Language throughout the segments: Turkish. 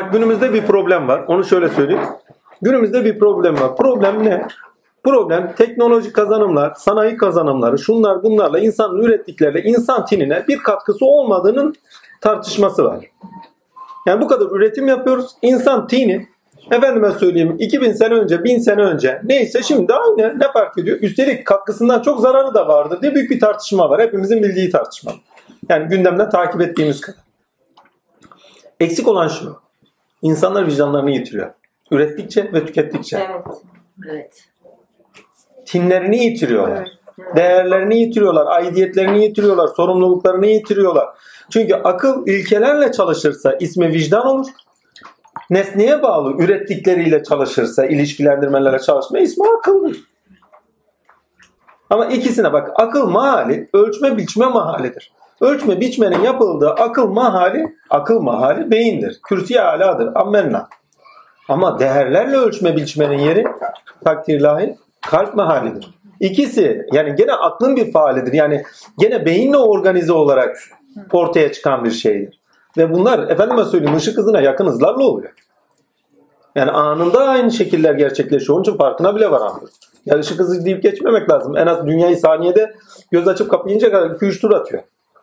Bak günümüzde bir problem var. Onu şöyle söyleyeyim. Günümüzde bir problem var. Problem ne? Problem teknolojik kazanımlar, sanayi kazanımları, şunlar bunlarla insanın ürettiklerle insan tinine bir katkısı olmadığının tartışması var. Yani bu kadar üretim yapıyoruz. İnsan tini, efendime söyleyeyim 2000 sene önce, 1000 sene önce neyse şimdi aynı, ne fark ediyor? Üstelik katkısından çok zararı da vardır diye büyük bir tartışma var. Hepimizin bildiği tartışma. Yani gündemden takip ettiğimiz kadar. Eksik olan şu. İnsanlar vicdanlarını yitiriyor. Ürettikçe ve tükettikçe. Evet. Evet. Tinlerini yitiriyorlar. Evet. Değerlerini yitiriyorlar. Aidiyetlerini yitiriyorlar. Sorumluluklarını yitiriyorlar. Çünkü akıl ilkelerle çalışırsa ismi vicdan olur. Nesneye bağlı ürettikleriyle çalışırsa, ilişkilendirmelerle çalışma ismi akıldır. Ama ikisine bak, akıl mahali, ölçme biçme mahalidir. Ölçme biçmenin yapıldığı akıl mahali beyindir. Kürsi aladır. Ammenna. Ama değerlerle ölçme biçmenin yeri takdirlahi kalp mahalidir. İkisi yani gene aklın bir faalidir. Yani gene beyinle organize olarak ortaya çıkan bir şeydir. Ve bunlar efendime söyleyeyim ışık hızına yakın hızlarla oluyor. Yani anında aynı şekiller gerçekleşiyor. Onun için farkına bile varamıyoruz. Yani ışık hızı deyip geçmemek lazım. En az dünyayı saniyede göz açıp kapayınca kadar 2-3 tur atıyor.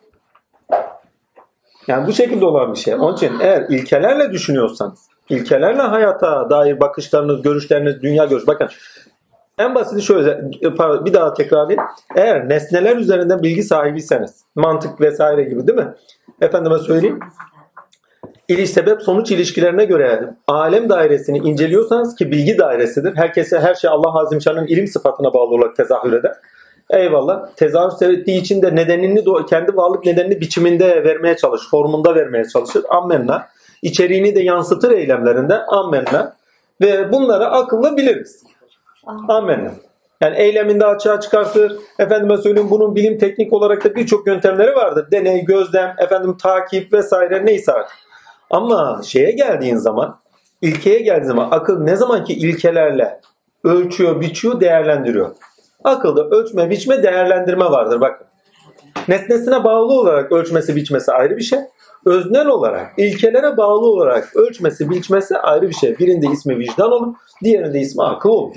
Yani bu şekilde olan bir şey. Onun için eğer ilkelerle düşünüyorsanız, ilkelerle hayata dair bakışlarınız, görüşleriniz, dünya görüş. Bakın en basiti şöyle, bir daha tekrarlayayım. Eğer nesneler üzerinden bilgi sahibiyseniz, mantık vesaire gibi değil mi? Efendime söyleyeyim. Sebep sonuç ilişkilerine göre alem dairesini inceliyorsanız ki bilgi dairesidir. Herkese her şey Allah Azimşan'ın ilim sıfatına bağlı olarak tezahür eder. Eyvallah. Tezahür ettiği için de nedenini kendi varlık nedenini biçiminde vermeye çalışır, formunda vermeye çalışır. Ammenna. İçeriğini de yansıtır eylemlerinde. Ammenna. Ve bunları akılla biliriz. Ammenna. Yani eyleminde açığa çıkartır. Efendime söyleyeyim bunun bilim teknik olarak da birçok yöntemleri vardır. Deney, gözlem, takip vesaire neyse artık. Ama şeye geldiğin zaman, ilkeye geldiğin zaman akıl ne zamanki ilkelerle ölçüyor, biçiyor, değerlendiriyor. Akılda ölçme, biçme, değerlendirme vardır. Bakın. Nesnesine bağlı olarak ölçmesi, biçmesi ayrı bir şey. Öznel olarak, ilkelere bağlı olarak ölçmesi, biçmesi ayrı bir şey. Birinde ismi vicdan olur, diğerinde ismi akıl olur.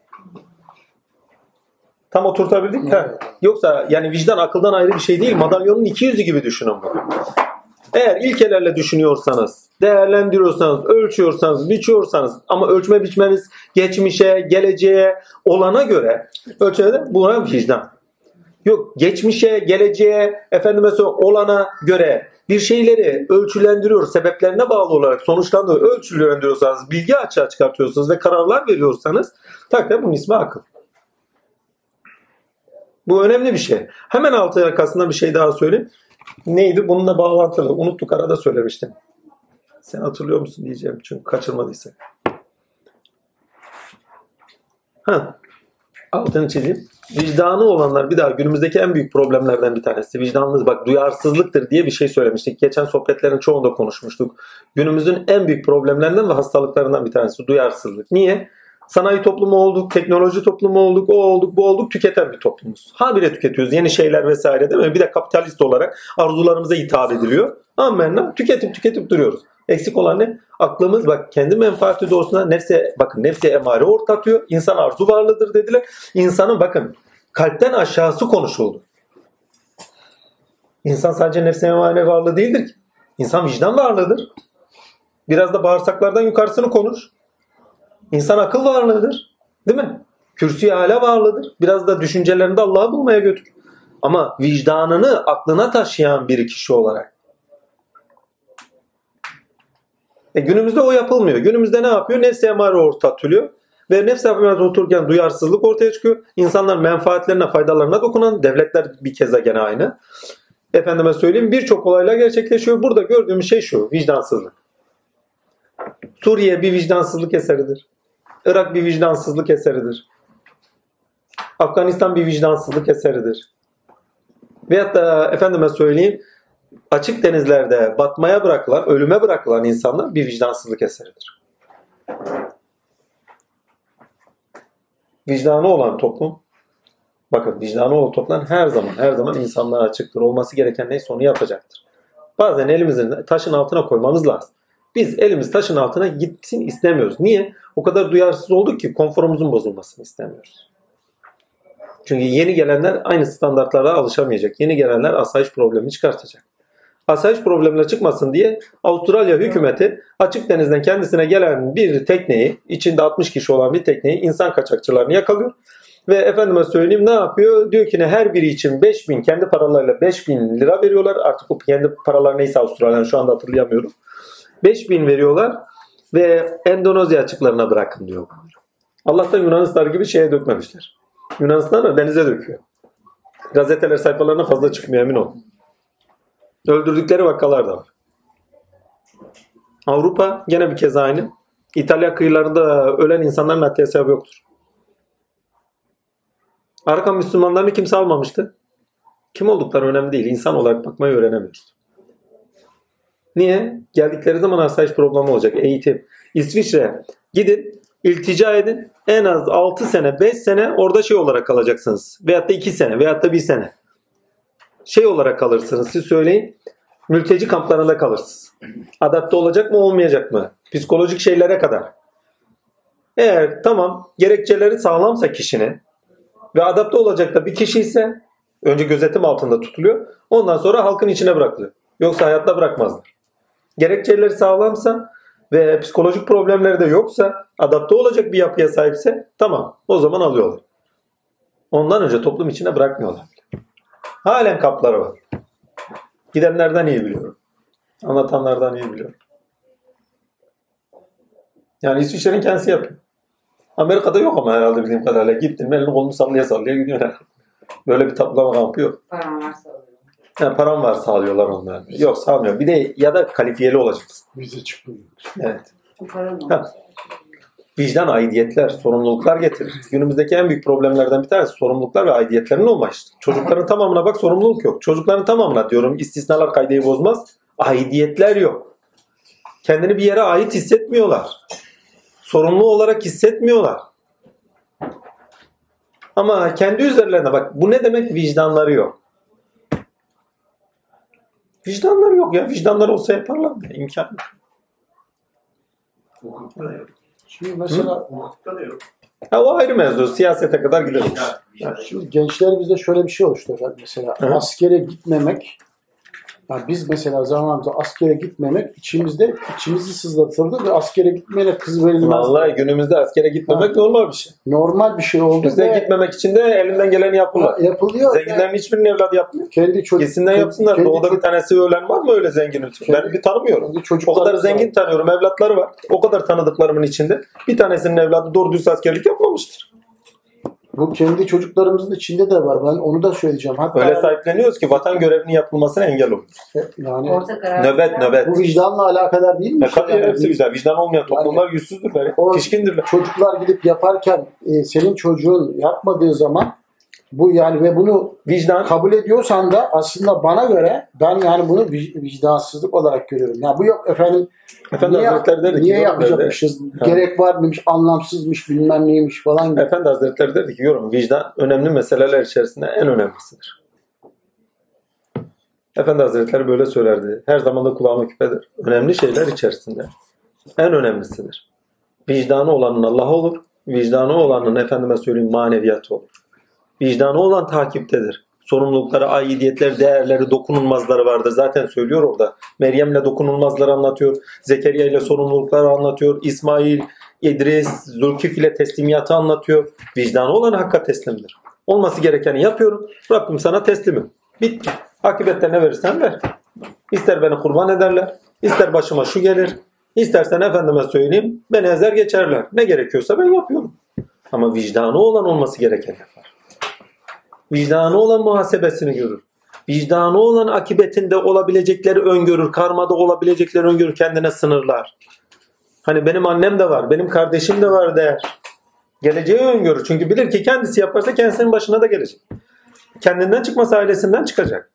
Tam oturtabildik mi? Yoksa yani vicdan akıldan ayrı bir şey değil. Madalyonun iki yüzü gibi düşünün bunu. Eğer ilkelerle düşünüyorsanız, değerlendiriyorsanız, ölçüyorsanız, biçiyorsanız ama ölçme biçmeniz geçmişe, geleceğe, olana göre ölçüde buna vicdan. Yok geçmişe, geleceğe, olana göre bir şeyleri ölçülendiriyor, sebeplerine bağlı olarak sonuçlarını ölçülendiriyorsanız, bilgi açığa çıkartıyorsanız ve kararlar veriyorsanız takdir bunun ismi akıl. Bu önemli bir şey. Hemen altı arkasında bir şey daha söyleyeyim. Neydi? Bununla bağlantılı. Unuttuk arada söylemiştim. Sen hatırlıyor musun diyeceğim. Çünkü kaçırmadıysak. Altını çizeyim. Vicdanı olanlar bir daha günümüzdeki en büyük problemlerden bir tanesi. Vicdanınız bak duyarsızlıktır diye bir şey söylemiştik. Geçen sohbetlerin çoğunda konuşmuştuk. Günümüzün en büyük problemlerinden ve hastalıklarından bir tanesi duyarsızlık. Niye? Sanayi toplumu olduk, teknoloji toplumu olduk, o olduk, bu olduk, tüketen bir toplumuz. Habire tüketiyoruz, yeni şeyler vesaire değil mi? Bir de kapitalist olarak arzularımıza hitap ediliyor. Amenna, tüketip duruyoruz. Eksik olan ne? Aklımız bak kendi menfaati doğrusunda nefse emare ortatıyor. İnsan arzu varlığıdır dediler. İnsanın bakın kalpten aşağısı konuşuldu. İnsan sadece nefse emare varlığı değildir ki. İnsan vicdan varlığıdır. Biraz da bağırsaklardan yukarısını konuş. İnsan akıl varlığıdır. Değil mi? Kürsi âlâ varlığıdır. Biraz da düşüncelerinde Allah'ı bulmaya götür. Ama vicdanını aklına taşıyan bir kişi olarak. Günümüzde o yapılmıyor. Günümüzde ne yapıyor? Nefs-i emare ortatılıyor. Ve nefs-i emare otururken duyarsızlık ortaya çıkıyor. İnsanlar menfaatlerine, faydalarına dokunan, devletler bir keza gene aynı. Birçok olaylar gerçekleşiyor. Burada gördüğümüz şey şu, vicdansızlık. Suriye bir vicdansızlık eseridir. Irak bir vicdansızlık eseridir. Afganistan bir vicdansızlık eseridir. Veyahut da açık denizlerde batmaya bırakılan, ölüme bırakılan insanlar bir vicdansızlık eseridir. Vicdanı olan toplum, bakın vicdanı olan toplum her zaman insanlara açıktır. Olması gereken neyse onu yapacaktır. Bazen elimizin taşın altına koymamız lazım. Biz elimiz taşın altına gitsin istemiyoruz. Niye? O kadar duyarsız olduk ki konforumuzun bozulmasını istemiyoruz. Çünkü yeni gelenler aynı standartlara alışamayacak. Yeni gelenler asayiş problemi çıkartacak. Asayiş problemler çıkmasın diye Avustralya hükümeti açık denizden kendisine gelen bir tekneyi, içinde 60 kişi olan bir tekneyi insan kaçakçılarını yakalıyor. Ve efendime söyleyeyim ne yapıyor? Diyor ki her biri için 5.000 kendi paralarıyla 5.000 lira veriyorlar. Artık o kendi paralar neyse Avustralya'nın şu anda hatırlayamıyorum. 5.000 veriyorlar ve Endonezya açıklarına bırakın diyor. Allah'tan Yunanistan gibi şeye dökmemişler. Yunanistan da denize döküyor. Gazeteler sayfalarına fazla çıkmıyor, emin olun. Öldürdükleri vakalar da var. Avrupa gene bir kez aynı. İtalya kıyılarında ölen insanların haddi hesabı yoktur. Arakan Müslümanlarını kimse almamıştı. Kim oldukları önemli değil. İnsan olarak bakmayı öğrenemiyoruz. Niye? Geldikleri zaman asayiş problemi olacak. Eğitim. İsviçre. Gidin, iltica edin. En az 6 sene, 5 sene orada şey olarak kalacaksınız. Veyahut da 2 sene, veyahut da 1 sene. Şey olarak kalırsınız. Siz söyleyin. Mülteci kamplarında kalırsınız. Adapte olacak mı, olmayacak mı? Psikolojik şeylere kadar. Eğer tamam gerekçeleri sağlamsa kişinin ve adapte olacak da bir kişi ise önce gözetim altında tutuluyor. Ondan sonra halkın içine bırakılıyor. Yoksa hayatta bırakmazlar. Gerekçeleri sağlamsa ve psikolojik problemleri de yoksa, adapte olacak bir yapıya sahipse tamam, o zaman alıyorlar. Ondan önce toplum içine bırakmıyorlar. Halen kapları var. Gidenlerden iyi biliyorum. Anlatanlardan iyi biliyorum. Yani İsviçre'nin kendisi yapıyor. Amerika'da yok ama herhalde bildiğim kadarıyla. Gittin elini kolunu sallaya sallaya gidiyor herhalde. Böyle bir toplama kampı yok. Param varsa alıyor. Yani param var sağlıyorlar onlar. Yok sağlamıyor. Bir de ya da kalifiyeli olacaksın. Vize çıkmıyor. Evet. Param olmaz. Vicdan, aidiyetler, sorumluluklar getirir. Günümüzdeki en büyük problemlerden bir tanesi sorumluluklar ve aidiyetlerin olmayışı. Çocukların tamamına bak sorumluluk yok. Çocukların tamamına diyorum istisnalar kaideyi bozmaz. Aidiyetler yok. Kendini bir yere ait hissetmiyorlar. Sorumlu olarak hissetmiyorlar. Ama kendi üzerlerine bak. Bu ne demek? Vicdanları yok. Vicdanları yok ya. Vicdanları olsa yaparlar mı? İmkan yok. Hukukta da yok. Şimdi mesela Hukukta da yok. Ha, o ayrı mevzu. Siyasete kadar gideriz. şimdi gençlerimizde şöyle bir şey oluştu efendim. Mesela Hı. askere gitmemek, yani biz mesela zamanımızda askere gitmemek içimizi sızlatırdı ve askere gitmeyle kız verilmez. Vallahi günümüzde askere gitmemek normal bir şey. Normal bir şey oldu Bizde ve gitmemek için de elinden geleni yapıyorlar. yapılıyor. Zenginlerin hiçbirinin evladı yapmıyor. Kendi çocuk Gitsinler yapsınlar. Doğuda bir tanesi ölen var mı öyle zengin? Ben bir tanımıyorum. O kadar zengin tanıyorum. Evlatları var. O kadar tanıdıklarımın içinde. Bir tanesinin evladı doğru düz askerlik yapmamıştır. Bu kendi çocuklarımızın içinde de var. Ben onu da söyleyeceğim. Hatta Öyle sahipleniyoruz ki vatan görevinin yapılmasına engel oluyor. yani Orta karar. Nöbet. bu vicdanla alakadar değil mi? Tabii hepsi vicdan. Vicdan olmayan toplumlar yüzsüzdürler. O Pişkindirler. çocuklar gidip yaparken senin çocuğun yapmadığı zaman bu yani ve bunu Vicdan. kabul ediyorsan da aslında bana göre ben yani bunu vicdansızlık olarak görüyorum. Ya bu yok efendim Efendi Hazretleri derdi ki, niye yorum yapacakmışız? derdi. Gerek var mıymış? Anlamsızmış bilmem neymiş falan gibi. Efendi Hazretleri derdi ki yorum vicdan önemli meseleler içerisinde en önemlisidir. Efendi Hazretleri böyle söylerdi. Her zaman da kulağıma küpedir. Önemli şeyler içerisinde en önemlisidir. Vicdanı olanın Allah'ı olur. Vicdanı olanın efendime söyleyeyim maneviyatı olur. Vicdanı olan takiptedir. Sorumlulukları, aidiyetler, değerleri, dokunulmazları vardır. Zaten söylüyor orada. Meryem'le dokunulmazları anlatıyor. Zekeriya ile sorumlulukları anlatıyor. İsmail, İdris, Zülkif ile teslimiyatı anlatıyor. Vicdanı olan hakka teslimdir. Olması gerekeni yapıyorum. Rabbim sana teslimim. Bitti. Akıbette ne verirsen ver. İster beni kurban ederler. İster başıma şu gelir. İstersen efendime söyleyeyim beni ezer geçerler. Ne gerekiyorsa ben yapıyorum. Ama vicdanı olan olması gereken yapar. Vicdanı olan muhasebesini görür. Vicdanı olan akıbetinde olabilecekleri öngörür. Karmada olabilecekleri öngörür. Kendine sınırlar. Hani benim annem de var. Benim kardeşim de var der. Geleceği öngörür. Çünkü bilir ki kendisi yaparsa kendisinin başına da gelecek. Kendinden çıkmasa ailesinden çıkacak.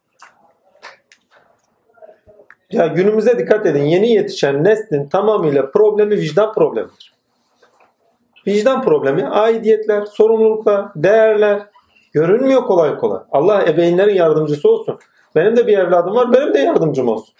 Ya günümüze dikkat edin. Yeni yetişen neslin tamamıyla problemi vicdan problemidir. Vicdan problemi, aidiyetler, sorumluluklar, değerler görünmüyor kolay kolay. Allah ebeveynlerin yardımcısı olsun. Benim de bir evladım var, benim de yardımcım olsun.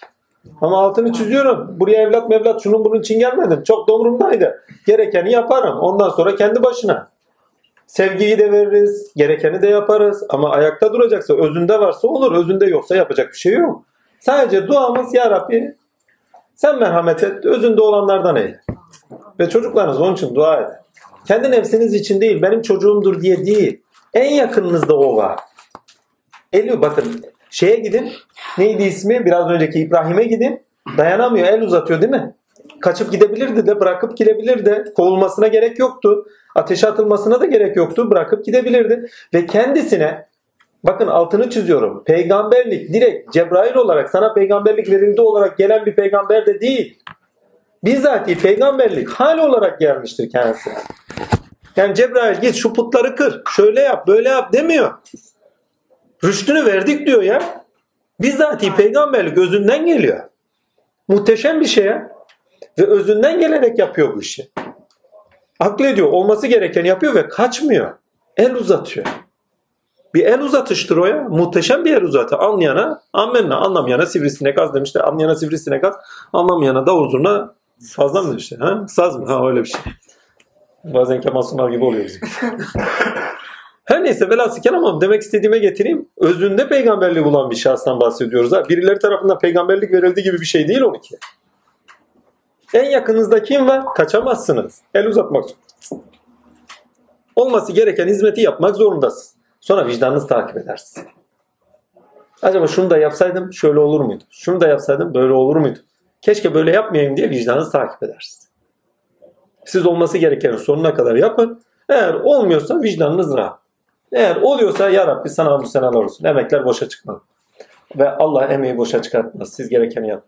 Ama altını çiziyorum. Buraya evlat mevlat şunun bunun için gelmedim. Çok da umurumdaydı. Gerekeni yaparım. Ondan sonra kendi başına. Sevgiyi de veririz. Gerekeni de yaparız. Ama ayakta duracaksa, özünde varsa olur. Özünde yoksa yapacak bir şey yok. Sadece duamız ya Rabbi sen merhamet et. Özünde olanlardan eyle. Ve çocuklarınız onun için dua eder. Kendi nefsiniz için değil, benim çocuğumdur diye değil. En yakınınızda o var. Bakın şeye gidin. Neydi ismi? Biraz önceki İbrahim'e gidin. Dayanamıyor. El uzatıyor değil mi? Kaçıp gidebilirdi de, bırakıp gidebilirdi. Kovulmasına gerek yoktu. Ateşe atılmasına da gerek yoktu. Bırakıp gidebilirdi. Ve kendisine, bakın altını çiziyorum, peygamberlik direkt Cebrail olarak sana peygamberlik verildi olarak gelen bir peygamber de değil. Bizzati peygamberlik hal olarak gelmiştir kendisine. Yani Cebrail git şu putları kır, şöyle yap, böyle yap demiyor. Rüştünü verdik diyor ya. Bizzati peygamberlik özünden geliyor. Muhteşem bir şey ya. Ve özünden gelerek yapıyor bu işi. Aklediyor, olması gerekeni yapıyor ve kaçmıyor. El uzatıyor. Bir el uzatıştır o ya. Muhteşem bir el uzatı. Anlayana ammenna, anlamayana sivrisinek az demişler. Anlayana sivrisinek az, anlamayana davul zurna fazla mı demişler? Ha? Saz mı? Ha öyle bir şey. Bazen Kemal Sunal gibi oluyor bizim. Her neyse velhasıl kelam, demek istediğime getireyim. Özünde peygamberliği bulan bir şahstan bahsediyoruz. Ha. Birileri tarafından peygamberlik verildiği gibi bir şey değil 12. En yakınızda kim var? Kaçamazsınız. El uzatmak zorundasınız. Olması gereken hizmeti yapmak zorundasınız. Sonra vicdanınız takip edersiniz. Acaba şunu da yapsaydım şöyle olur muydu? Şunu da yapsaydım böyle olur muydu? Keşke böyle yapmayayım diye vicdanınızı takip edersiniz. Siz olması gerekenin sonuna kadar yapın. Eğer olmuyorsa vicdanınız rahat. Eğer oluyorsa ya Rabbi sana bu seneler olsun. Emekler boşa çıkmadı. Ve Allah emeği boşa çıkartmaz. Siz gerekeni yapın.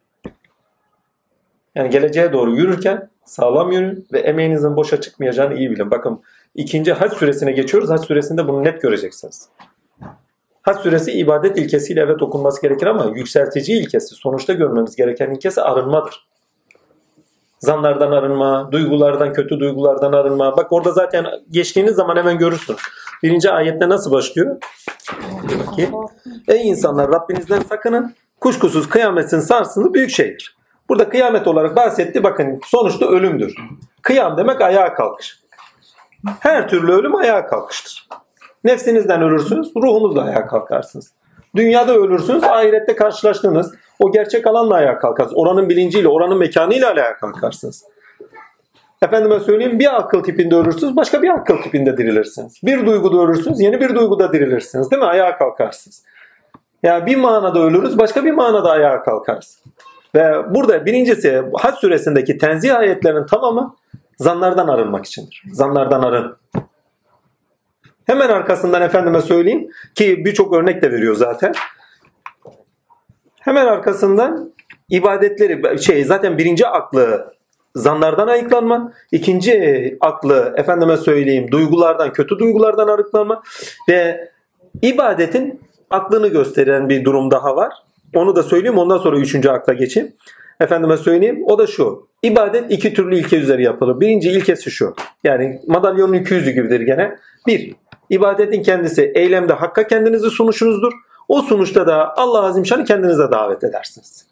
Yani geleceğe doğru yürürken sağlam yürüyün ve emeğinizin boşa çıkmayacağını iyi bilin. Bakın 2. Hac suresine geçiyoruz. Hac suresinde bunu net göreceksiniz. Hac suresi ibadet ilkesiyle evet okunması gerekir ama yükseltici ilkesi, sonuçta görmemiz gereken ilkesi arınmadır. Zanlardan arınma, duygulardan, kötü duygulardan arınma. Bak orada zaten geçtiğiniz zaman hemen görürsünüz. 1. ayette nasıl başlıyor? Bir bakayım. Ey insanlar, Rabbinizden sakının. Kuşkusuz kıyametin sarsını büyük şeydir. Burada kıyamet olarak bahsetti. Bakın sonuçta ölümdür. Kıyam demek ayağa kalkış. Her türlü ölüm ayağa kalkıştır. Nefsinizden ölürsünüz, ruhunuzla ayağa kalkarsınız. Dünyada ölürsünüz, ahirette karşılaştığınız o gerçek alanla ayağa kalkarsınız. Oranın bilinciyle, oranın mekanıyla ayağa kalkarsınız. Efendime söyleyeyim, bir akıl tipinde ölürsünüz, başka bir akıl tipinde dirilirsiniz. Bir duyguda ölürsünüz, yeni bir duyguda dirilirsiniz. Değil mi? Ayağa kalkarsınız. Yani bir manada ölürüz, başka bir manada ayağa kalkarsınız. Ve burada birincisi Hac suresindeki tenzih ayetlerinin tamamı zanlardan arınmak içindir. Zanlardan arın. Hemen arkasından efendime söyleyeyim ki birçok örnek de veriyor zaten. Hemen arkasından ibadetleri zaten birinci aklı zanlardan ayıklanma, ikinci aklı efendime söyleyeyim duygulardan, kötü duygulardan arıklanma ve ibadetin aklını gösteren bir durum daha var. Onu da söyleyeyim, ondan sonra 3. akla geçeyim. Efendime söyleyeyim, o da şu. İbadet 2 türlü ilke üzeri yapılır. Birinci ilkesi şu. Yani madalyonun 2 yüzü gibidir gene. 1. İbadetin kendisi eylemde Hakk'a kendinizi sunuşunuzdur. O sunuşta da Allah Azimşan'ı kendinize davet edersiniz.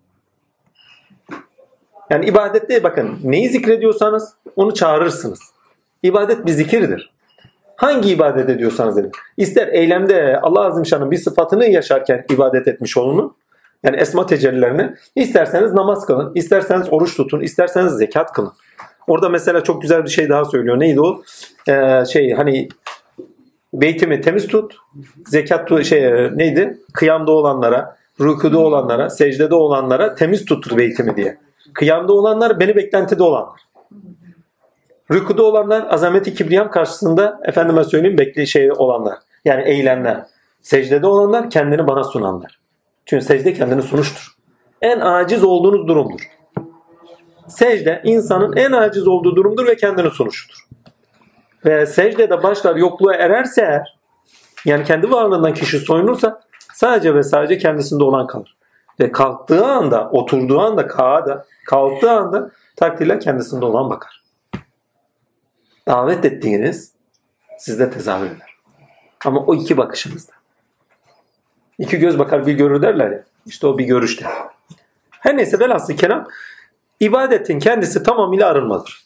Yani ibadette bakın neyi zikrediyorsanız onu çağırırsınız. İbadet bir zikirdir. Hangi ibadet ediyorsanız edin. İster eylemde Allah Azimşan'ın bir sıfatını yaşarken ibadet etmiş olunun. Yani esma tecellilerini. İsterseniz namaz kılın, isterseniz oruç tutun, isterseniz zekat kılın. Orada mesela çok güzel bir şey daha söylüyor. Neydi o? Hani beytimi temiz tut. Zekat neydi? Kıyamda olanlara, rükuda olanlara, secdede olanlara temiz tuttur beytimi diye. Kıyamda olanlar beni beklentide olanlar. Rükuda olanlar azameti kibriyam karşısında efendime söyleyeyim olanlar. Yani eğilenler. Secdede olanlar kendini bana sunanlar. Çünkü secde kendini sunuştur. En aciz olduğunuz durumdur. Secde insanın en aciz olduğu durumdur ve kendini sunuşudur. Ve secdede başlar yokluğa ererse eğer, yani kendi varlığından kişi soyunursa sadece ve sadece kendisinde olan kalır. Ve kalktığı anda, oturduğu anda, kalktığı anda takdirle kendisinde olan bakar. Davet ettiğiniz sizde tezahür eder. Ama o 2 bakışınızda. 2 göz bakar bir görür derler ya. İşte o bir görüşte. Her neyse velhasıl kelam ibadetin kendisi tamamıyla arınmadır.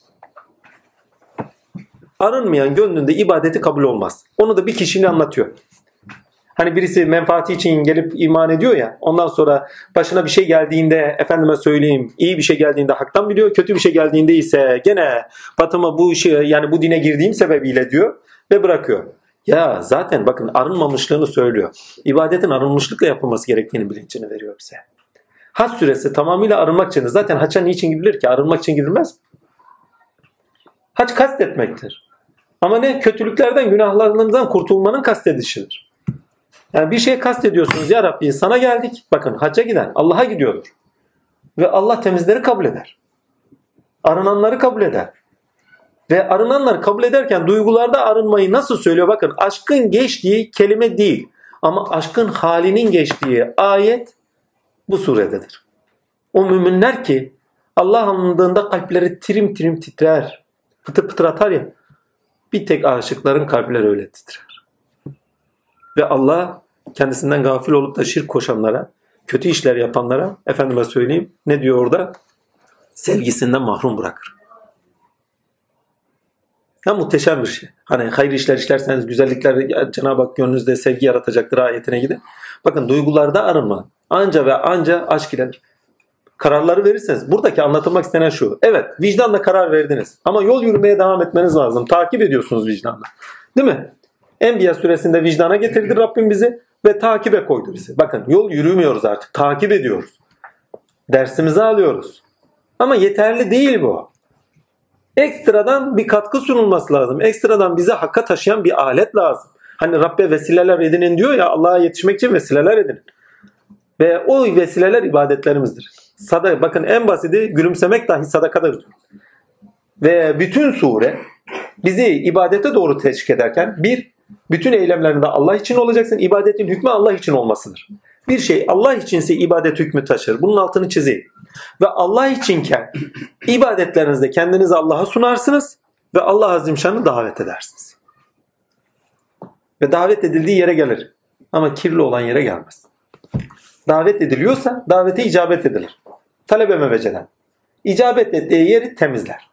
Arınmayan gönlünde ibadeti kabul olmaz. Onu da bir kişinin anlatıyor. Hani birisi menfaati için gelip iman ediyor ya, ondan sonra başına bir şey geldiğinde, efendime söyleyeyim, iyi bir şey geldiğinde haktan biliyor, kötü bir şey geldiğinde ise gene batıma bu işi, yani bu dine girdiğim sebebiyle diyor ve bırakıyor. Ya zaten bakın arınmamışlığını söylüyor. İbadetin arınmışlıkla yapılması gerektiğini bilincini veriyor bize. Hac süresi tamamıyla arınmak için. Zaten hacca niçin gidilir ki? Arınmak için gidilmez. Hac kastetmektir. Ama ne? Kötülüklerden, günahlarından kurtulmanın kastedişidir. Yani bir şey kastediyorsunuz, ya Rabbi sana geldik. Bakın hacca giden Allah'a gidiyordur. Ve Allah temizleri kabul eder. Arınanları kabul eder. Ve arınanları kabul ederken duygularda arınmayı nasıl söylüyor? Bakın aşkın geçtiği kelime değil. Ama aşkın halinin geçtiği ayet bu surededir. O müminler ki Allah anıldığında kalpleri trim trim titrer. Pıtır pıtır atar ya. Bir tek aşıkların kalpleri öyle titrer. Ve Allah kendisinden gafil olup da şirk koşanlara, kötü işler yapanlara, efendime söyleyeyim, ne diyor orada? Sevgisinden mahrum bırakır. Ya muhteşem bir şey. Hani hayır işler işlerseniz güzellikler Cenab-ı Hak gönlünüzde sevgi yaratacaktır ayetine gidin. Bakın duygularda arınma. Anca ve anca aşk iledir. Kararları verirseniz, buradaki anlatılmak istenen şu. Evet, vicdanla karar verdiniz. Ama yol yürümeye devam etmeniz lazım. Takip ediyorsunuz vicdanla. Değil mi? Enbiya suresinde vicdana getirdi Rabbim bizi ve takibe koydu bizi. Bakın yol yürümüyoruz artık. Takip ediyoruz. Dersimizi alıyoruz. Ama yeterli değil bu. Ekstradan bir katkı sunulması lazım. Ekstradan bize hakka taşıyan bir alet lazım. Hani Rabbe vesileler edinin diyor ya, Allah'a yetişmek için vesileler edinin. Ve o vesileler ibadetlerimizdir. Bakın en basiti gülümsemek dahi sadakadır diyor. Ve bütün sure bizi ibadete doğru teşvik ederken bütün eylemlerinde Allah için olacaksın. İbadetin hükmü Allah için olmasıdır. Bir şey Allah içinse ibadet hükmü taşır. Bunun altını çizeyim. Ve Allah içinken ibadetlerinizde kendinizi Allah'a sunarsınız ve Allah Azimşan'ı davet edersiniz. Ve davet edildiği yere gelir. Ama kirli olan yere gelmez. Davet ediliyorsa davete icabet edilir. Talebe meveceden. İcabet ettiği yeri temizler.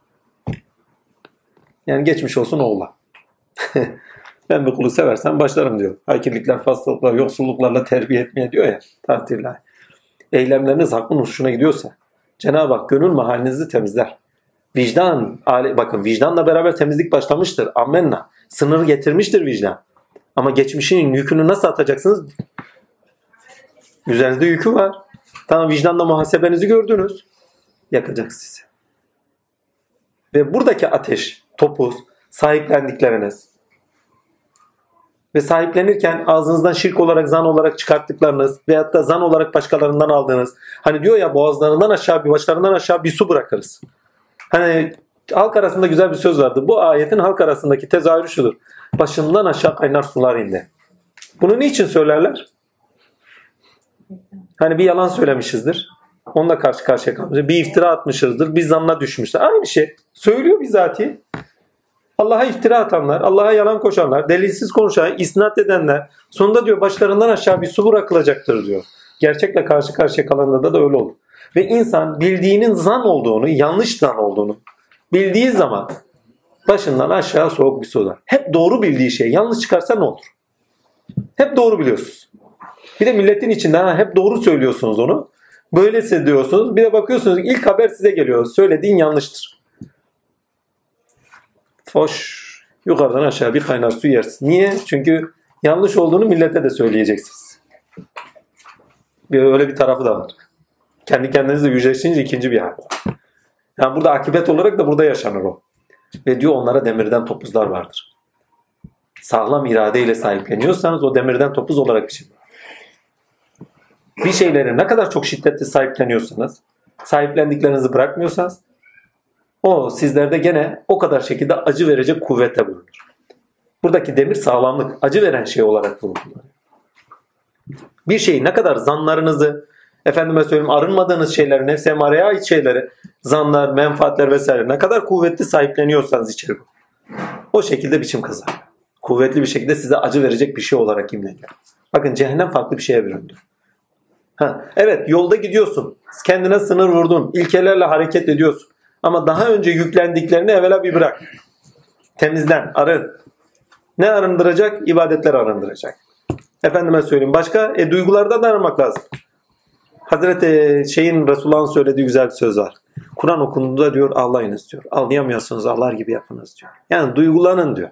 Yani geçmiş olsun oğula. Ben bir kulu seversem başlarım diyor. Hakimlikler, hastalıklar, yoksulluklarla terbiye etmeye diyor ya. Tahtirler. Eylemleriniz hakkın hoşuna gidiyorsa Cenab-ı Hak gönül mahallinizi temizler. Vicdan, bakın vicdanla beraber temizlik başlamıştır. Ammenna. Sınır getirmiştir vicdan. Ama geçmişin yükünü nasıl atacaksınız? Üzerinizde yükü var. Tamam, vicdanla muhasebenizi gördünüz. Yakacak sizi. Ve buradaki ateş, topuz, sahiplendikleriniz ve sahiplenirken ağzınızdan şirk olarak, zan olarak çıkarttıklarınız veyahut da zan olarak başkalarından aldığınız, hani diyor ya boğazlarından aşağı, başlarından aşağı bir su bırakırız. Hani halk arasında güzel bir söz vardı. Bu ayetin halk arasındaki tezahürü şudur. Başımdan aşağı kaynar sular indi. Bunu niçin söylerler? Hani bir yalan söylemişizdir. Onunla karşı karşıya kalmışız. Bir iftira atmışızdır. Bir zanna düşmüşler. Aynı şey. Söylüyor bizatihi. Allah'a iftira atanlar, Allah'a yalan koşanlar, delilsiz konuşan, isnat edenler, sonunda diyor başlarından aşağı bir su bırakılacaktır diyor. Gerçekle karşı karşıya kalanlarda da öyle olur. Ve insan bildiğinin zan olduğunu, yanlış zan olduğunu bildiği zaman başından aşağı soğuk bir sular. Hep doğru bildiği şey yanlış çıkarsa ne olur? Hep doğru biliyorsunuz. Bir de milletin içinden hep doğru söylüyorsunuz onu. Böylesi diyorsunuz. Bir de bakıyorsunuz ilk haber size geliyor. Söylediğin yanlıştır. Hoş. Yukarıdan aşağı bir kaynar su yersin. Niye? Çünkü yanlış olduğunu millete de söyleyeceksiniz. Öyle bir tarafı da var. Kendi kendinizle yüzleşince ikinci bir hal var. Yani burada akibet olarak da burada yaşanır o. Ve diyor onlara demirden topuzlar vardır. Sağlam iradeyle sahipleniyorsanız o demirden topuz olarak bir şey var. Bir şeyleri ne kadar çok şiddetli sahipleniyorsanız, sahiplendiklerinizi bırakmıyorsanız o sizlerde gene o kadar şekilde acı verecek kuvvete bulunur. Buradaki demir sağlamlık, acı veren şey olarak bulunur. Bir şeyi ne kadar zanlarınızı, efendime söyleyeyim arınmadığınız şeyleri, nefs-i emareye ait şeyleri, zanlar, menfaatler vesaire ne kadar kuvvetli sahipleniyorsanız içeri o şekilde biçim kazanır. Kuvvetli bir şekilde size acı verecek bir şey olarak imleniyor. Bakın cehennem farklı bir şeye büründü. Evet, yolda gidiyorsun. Kendine sınır vurdun. İlkelerle hareket ediyorsun. Ama daha önce yüklendiklerini evvela bir bırak. Temizlen, arın. Ne arındıracak? İbadetler arındıracak. Efendime söyleyeyim. Başka? Duygulardan da arınmak lazım. Hazreti Resulullah'ın söylediği güzel bir söz var. Kur'an okunduğunda diyor ağlayınız diyor. Ağlayamıyorsunuz ağlar gibi yapınız diyor. Yani duygulanın diyor.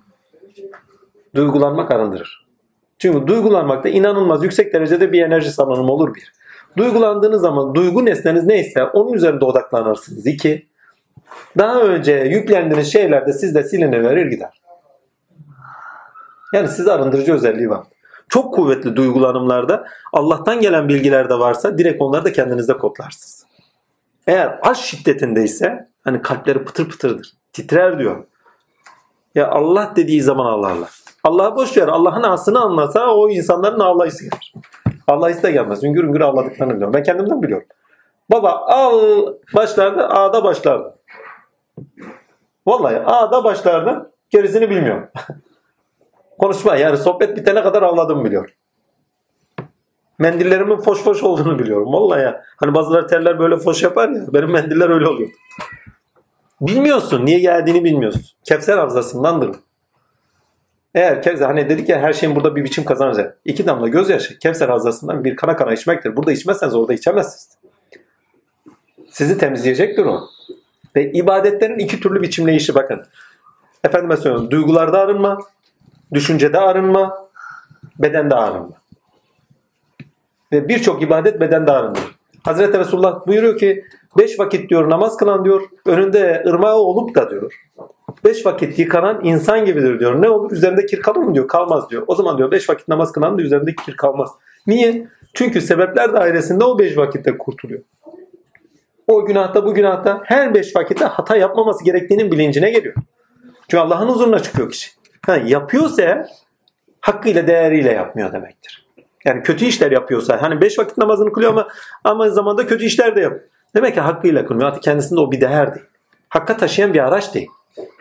Duygulanmak arındırır. Çünkü duygulanmakta inanılmaz yüksek derecede bir enerji salınımı olur bir. Duygulandığınız zaman duygu nesneniz neyse onun üzerinde odaklanırsınız. 2. Daha önce yüklendiğiniz şeyler de sizde silineverir gider. Yani size arındırıcı özelliği var. Çok kuvvetli duygulanımlarda Allah'tan gelen bilgiler de varsa direkt onları da kendinizde kodlarsınız. Eğer aşk şiddetindeyse hani kalpleri pıtır pıtırdır. Titrer diyor. Ya Allah dediği zaman ağlarlar. Allah'a boş ver. Allah'ın aslını anlasa o insanların ağlayısı gelir. Ağlayısı da gelmez. Üngür üngür ağladıklarını biliyorum. Ben kendimden biliyorum. Baba al başlardı, A'da başlardı. Vallahi A'da başlardı, gerisini bilmiyorum. Konuşma yani sohbet bitene kadar ağladım biliyorum. Mendillerimin foş foş olduğunu biliyorum. Vallahi ya. Hani bazıları terler böyle foş yapar ya. Benim mendiller öyle oluyor. Bilmiyorsun. Niye geldiğini bilmiyorsun. Kevser havzasındandır. Eğer Kevser hani dedik ya her şeyin burada bir biçim kazanacak. 2 damla gözyaşı Kevser havzasından bir kana kana içmektir. Burada içmezseniz orada içemezsiniz. Sizi temizleyecektir o. Ve ibadetlerin 2 türlü biçimleyişi bakın. Efendime söylüyorum. Duygularda arınma, düşüncede arınma, bedende arınma. Ve birçok ibadet bedende arınır. Hazreti Resulullah buyuruyor ki 5 vakit diyor namaz kılan diyor önünde ırmağı olup da diyor 5 vakit yıkanan insan gibidir diyor. Ne olur? Üzerinde kir kalır mı diyor. Kalmaz diyor. O zaman diyor 5 vakit namaz kılan da üzerinde kir kalmaz. Niye? Çünkü sebepler dairesinde o 5 vakitte kurtuluyor. O günahta bu günahta her 5 vakitte hata yapmaması gerektiğinin bilincine geliyor. Çünkü Allah'ın huzuruna çıkıyor kişi. Yapıyorsa eğer hakkıyla değeriyle yapmıyor demektir. Yani kötü işler yapıyorsa hani 5 vakit namazını kılıyor ama zamanda kötü işler de yapıyor. Demek ki hakkıyla kılmıyor. Artık kendisinde o bir değer değil. Hakka taşıyan bir araç değil.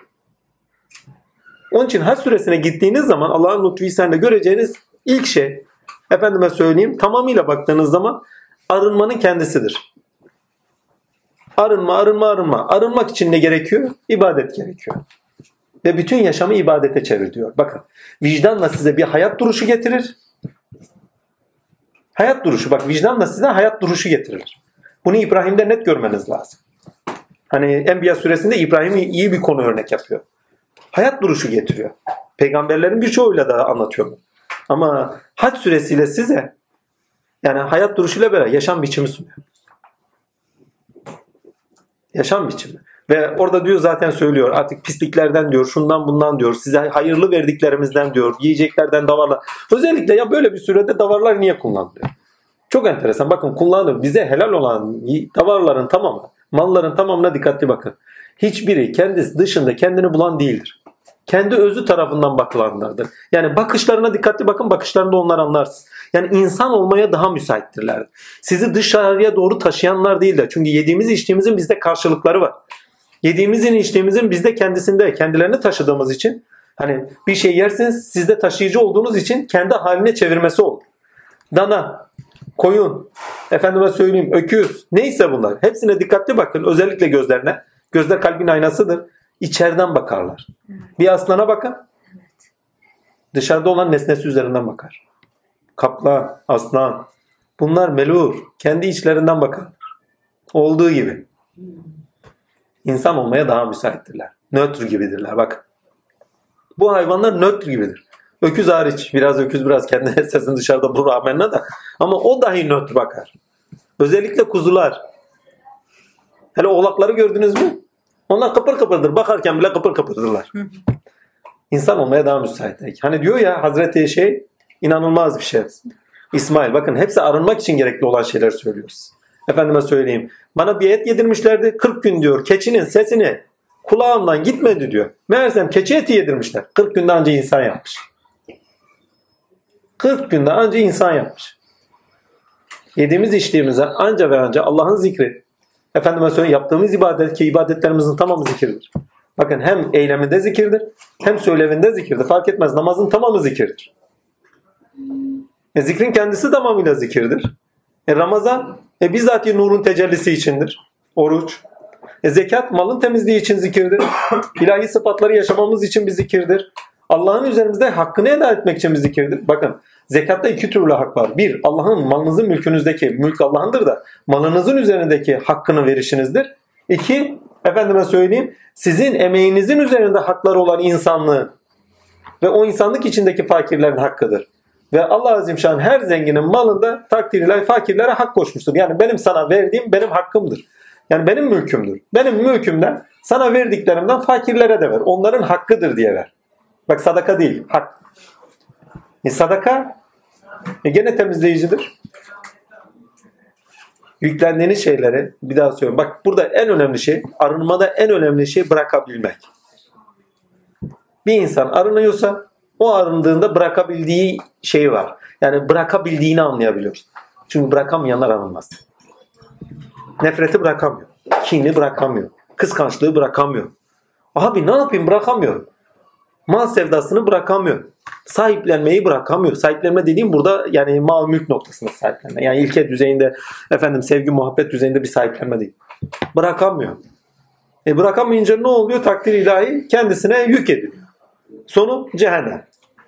Onun için Hac suresine gittiğiniz zaman Allah'ın lütfu sende göreceğiniz ilk şey efendime söyleyeyim tamamıyla baktığınız zaman arınmanın kendisidir. Arınma, arınma, arınma. Arınmak için ne gerekiyor? İbadet gerekiyor. Ve bütün yaşamı ibadete çevir diyor. Bakın vicdanla size bir hayat duruşu getirir. Hayat duruşu bak vicdanla size hayat duruşu getirir. Bunu İbrahim'de net görmeniz lazım. Hani Enbiya suresinde İbrahim'i iyi bir konu örnek yapıyor. Hayat duruşu getiriyor. Peygamberlerin birçoğuyla da anlatıyor. Ama Hac suresiyle size yani hayat duruşuyla beraber yaşam biçimi sunuyor. Yaşam biçimi. Ve orada diyor zaten söylüyor artık pisliklerden diyor şundan bundan diyor size hayırlı verdiklerimizden diyor yiyeceklerden davarlar. Özellikle ya böyle bir sürede davarlar niye kullanılıyor? Çok enteresan bakın kullanılıyor. Bize helal olan davarların tamamı malların tamamına dikkatli bakın. Hiçbiri kendisi dışında kendini bulan değildir. Kendi özü tarafından bakılanlardır. Yani bakışlarına dikkatli bakın bakışlarında onlar anlarsınız. Yani insan olmaya daha müsaittirler. Sizi dışarıya doğru taşıyanlar değildir. Çünkü yediğimiz içtiğimizin bizde karşılıkları var. Yediğimizin içtiğimizin bizde kendisinde kendilerini taşıdığımız için hani bir şey yersiniz sizde taşıyıcı olduğunuz için kendi haline çevirmesi olur. Dana, koyun, efendime söyleyeyim öküz neyse bunlar hepsine dikkatli bakın özellikle gözlerine. Gözler kalbin aynasıdır. İçeriden bakarlar. Bir aslana bakın. Dışarıda olan nesnesi üzerinden bakar. Kaplan, aslan bunlar melur. Kendi içlerinden bakar. Olduğu gibi. İnsan olmaya daha müsaittirler. Nötr gibidirler. Bakın. Bu hayvanlar nötr gibidir. Öküz hariç. Biraz öküz biraz kendi sesini dışarıda bulur amenna da. Ama o dahi nötr bakar. Özellikle kuzular. Hele oğlakları gördünüz mü? Onlar kıpır kıpırdır. Bakarken bile kıpır kıpırdırlar. İnsan olmaya daha müsait. Hani diyor ya Hazreti inanılmaz bir şey. İsmail bakın hepsi arınmak için gerekli olan şeyler söylüyoruz. Efendime söyleyeyim. Bana bir et yedirmişlerdi. 40 gün diyor keçinin sesini kulağımdan gitmedi diyor. Meğersem keçi eti yedirmişler. 40 günde anca insan yapmış. 40 günde anca insan yapmış. Yediğimiz içtiğimize anca ve anca Allah'ın zikri. Efendime söyleyeyim yaptığımız ibadet ki ibadetlerimizin tamamı zikirdir. Bakın hem eyleminde zikirdir hem söylevinde zikirdir. Fark etmez namazın tamamı zikirdir. Zikrin kendisi tamamıyla zikirdir. Ramazan Bizzat nurun tecellisi içindir. Oruç. Zekat malın temizliği için zikirdir. İlahi sıfatları yaşamamız için bir zikirdir. Allah'ın üzerimizde hakkını eda etmek için bir zikirdir. Bakın zekatta iki türlü hak var. Bir, Allah'ın malınızın mülkünüzdeki, mülk Allah'ındır da malınızın üzerindeki hakkını verişinizdir. İki, efendime söyleyeyim, sizin emeğinizin üzerinde hakları olan insanlığı ve o insanlık içindeki fakirlerin hakkıdır. Ve Allah Azimşan her zenginin malında takdir ilahi fakirlere hak koşmuştur. Yani benim sana verdiğim benim hakkımdır. Yani benim mülkümdür. Benim mülkümden sana verdiklerimden fakirlere de ver. Onların hakkıdır diye ver. Bak sadaka değil, hak. Sadaka gene temizleyicidir. Yüklendiğiniz şeyleri bir daha söylüyorum. Bak burada en önemli şey, arınmada en önemli şey bırakabilmek. Bir insan arınıyorsa o arındığında bırakabildiği şey var. Yani bırakabildiğini anlayabiliyoruz. Çünkü bırakamayanlar arınmaz. Nefreti bırakamıyor. Kini bırakamıyor. Kıskançlığı bırakamıyor. Abi ne yapayım bırakamıyorum. Mal sevdasını bırakamıyor. Sahiplenmeyi bırakamıyor. Sahiplenme dediğim burada yani mal mülk noktasında sahiplenme. Yani ilke düzeyinde sevgi muhabbet düzeyinde bir sahiplenme değil. Bırakamıyor. Bırakamayınca ne oluyor? Takdir ilahi kendisine yük ediliyor. Sonu cehennem.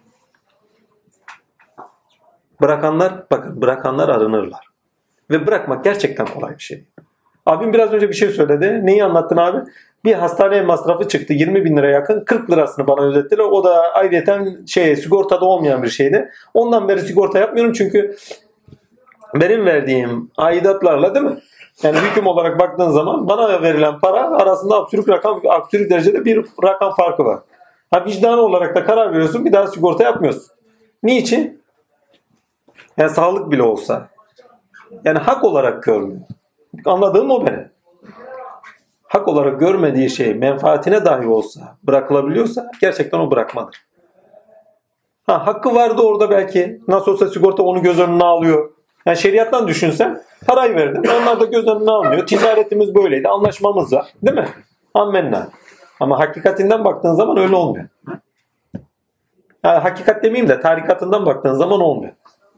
Bırakanlar arınırlar. Ve bırakmak gerçekten kolay bir şey. Abim biraz önce bir şey söyledi. Neyi anlattın abi? Bir hastaneye masrafı çıktı 20 bin lira yakın. 40 lirasını bana ödettiler. O da ayrıyeten sigortada olmayan bir şeydi. Ondan beri sigorta yapmıyorum çünkü benim verdiğim aidatlarla değil mi? Yani hüküm olarak baktığın zaman bana verilen para arasında absürt derecede bir rakam farkı var. Vicdanı olarak da karar veriyorsun bir daha sigorta yapmıyorsun. Niçin? Yani sağlık bile olsa. Yani hak olarak görmüyor. Anladığım o benim. Hak olarak görmediği şey menfaatine dahi olsa bırakılabiliyorsa gerçekten o bırakmadır. Hakkı vardı orada belki. Nasıl olsa sigorta onu göz önüne alıyor. Yani şeriattan düşünsen parayı verdin. Onlar da göz önüne almıyor. Ticaretimiz böyleydi. Anlaşmamız var. Değil mi? Ammenna. Ama hakikatinden baktığın zaman öyle olmuyor. Yani hakikat demeyeyim de tarikatından baktığın zaman olmuyor.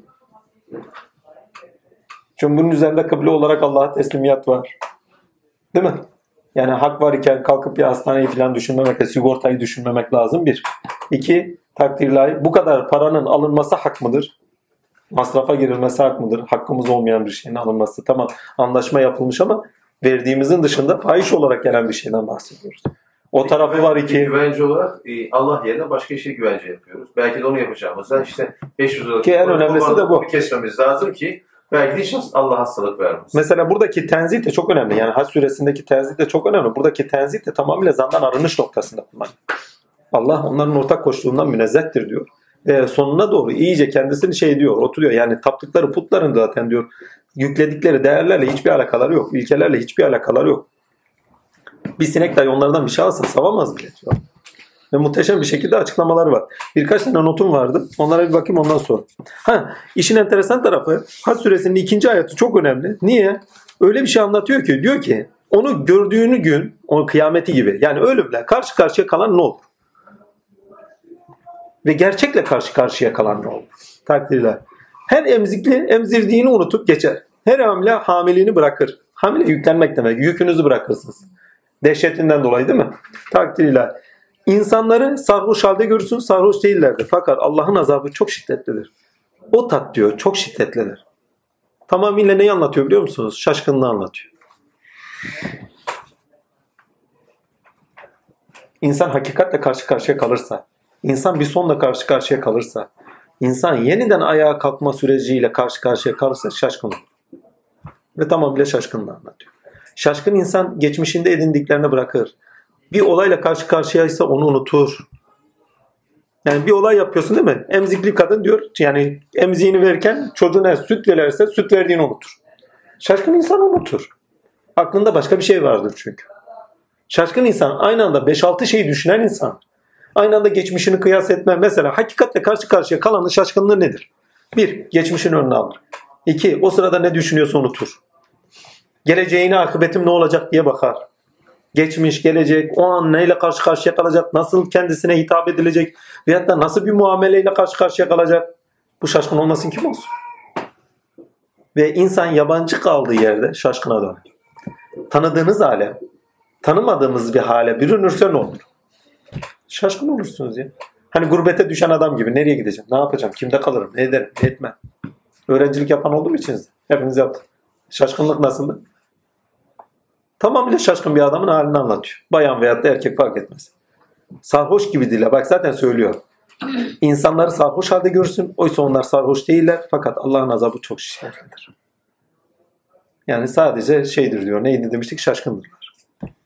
Çünkü bunun üzerinde kıble olarak Allah'a teslimiyet var. Değil mi? Yani hak var iken kalkıp bir hastaneyi falan düşünmemek ve sigortayı düşünmemek lazım. Bir. İki, takdirlahi bu kadar paranın alınması hak mıdır? Masrafa girilmesi hak mıdır? Hakkımız olmayan bir şeyin alınması. Tamam anlaşma yapılmış ama verdiğimizin dışında fahiş olarak gelen bir şeyden bahsediyoruz. O tarafı var iki. Güvence olarak Allah yerine başka şeye güvence yapıyoruz. Belki de onu yapacağımızda 500 liralık ki en önemlisi de bu. Kesmemiz lazım ki belki de hiç Allah hastalık vermez. Mesela buradaki tenzih de çok önemli. Yani Hac suresindeki tenzih de çok önemli. Buradaki tenzih de tamamıyla zandan arınış noktasında. Allah onların ortak koştuğundan münezzehtir diyor. Sonuna doğru iyice kendisini diyor, oturuyor. Yani taptıkları putların zaten diyor yükledikleri değerlerle hiçbir alakaları yok. İlkelerle hiçbir alakaları yok. Bir sinek dahi onlardan bir şey alsa savamaz bile diyor. Ve muhteşem bir şekilde açıklamaları var. Birkaç tane notum vardı. Onlara bir bakayım ondan sonra. İşin enteresan tarafı Hac suresinin 2. ayeti çok önemli. Niye? Öyle bir şey anlatıyor ki diyor ki onu gördüğünü gün o kıyameti gibi yani ölümle karşı karşıya kalan ne olur? Ve gerçekle karşı karşıya kalan ne olur? Takdirler. Her emzirdiğini unutup geçer. Her hamile hamileliğini bırakır. Hamile yüklenmek demek. Yükünüzü bırakırsınız. Dehşetinden dolayı değil mi? Takdirler. İnsanları sarhoş halde görürsün, sarhoş değillerdir. Fakat Allah'ın azabı çok şiddetlidir. O tat diyor, çok şiddetlidir. Tamamıyla neyi anlatıyor biliyor musunuz? Şaşkınlığı anlatıyor. İnsan hakikatle karşı karşıya kalırsa, insan bir sonla karşı karşıya kalırsa, insan yeniden ayağa kalkma süreciyle karşı karşıya kalırsa şaşkın olur. Ve tamamıyla şaşkınlığı anlatıyor. Şaşkın insan geçmişinde edindiklerini bırakır. Bir olayla karşı karşıyaysa onu unutur. Yani bir olay yapıyorsun değil mi? Emzikli kadın diyor yani emziğini verirken çocuğuna süt verirse süt verdiğini unutur. Şaşkın insan unutur. Aklında başka bir şey vardır çünkü. Şaşkın insan aynı anda 5-6 şeyi düşünen insan. Aynı anda geçmişini kıyas etme. Mesela hakikatle karşı karşıya kalanın şaşkınlığı nedir? 1. Geçmişin önüne alır. 2. O sırada ne düşünüyorsa unutur. Geleceğine akıbetim ne olacak diye bakar. Geçmiş, gelecek, o an neyle karşı karşıya kalacak, nasıl kendisine hitap edilecek veyahut da nasıl bir muameleyle karşı karşıya kalacak. Bu şaşkın olmasın kim olsun? Ve insan yabancı kaldığı yerde şaşkına döner. Tanıdığınız hale, tanımadığımız bir hale bürünürse ne olur? Şaşkın olursunuz ya. Hani gurbete düşen adam gibi nereye gideceğim, ne yapacağım, kimde kalırım, ne ederim, ne etmem. Öğrencilik yapan oldu mu içinizde? Hepiniz yaptınız. Şaşkınlık nasıldı? Tamamıyla şaşkın bir adamın halini anlatıyor. Bayan veyahut da erkek fark etmez. Sarhoş gibi dile. Bak zaten söylüyor. İnsanları sarhoş halde görsün. Oysa onlar sarhoş değiller. Fakat Allah'ın azabı çok şiddetlidir. Yani sadece şeydir diyor. Neydi demiştik? Şaşkındırlar.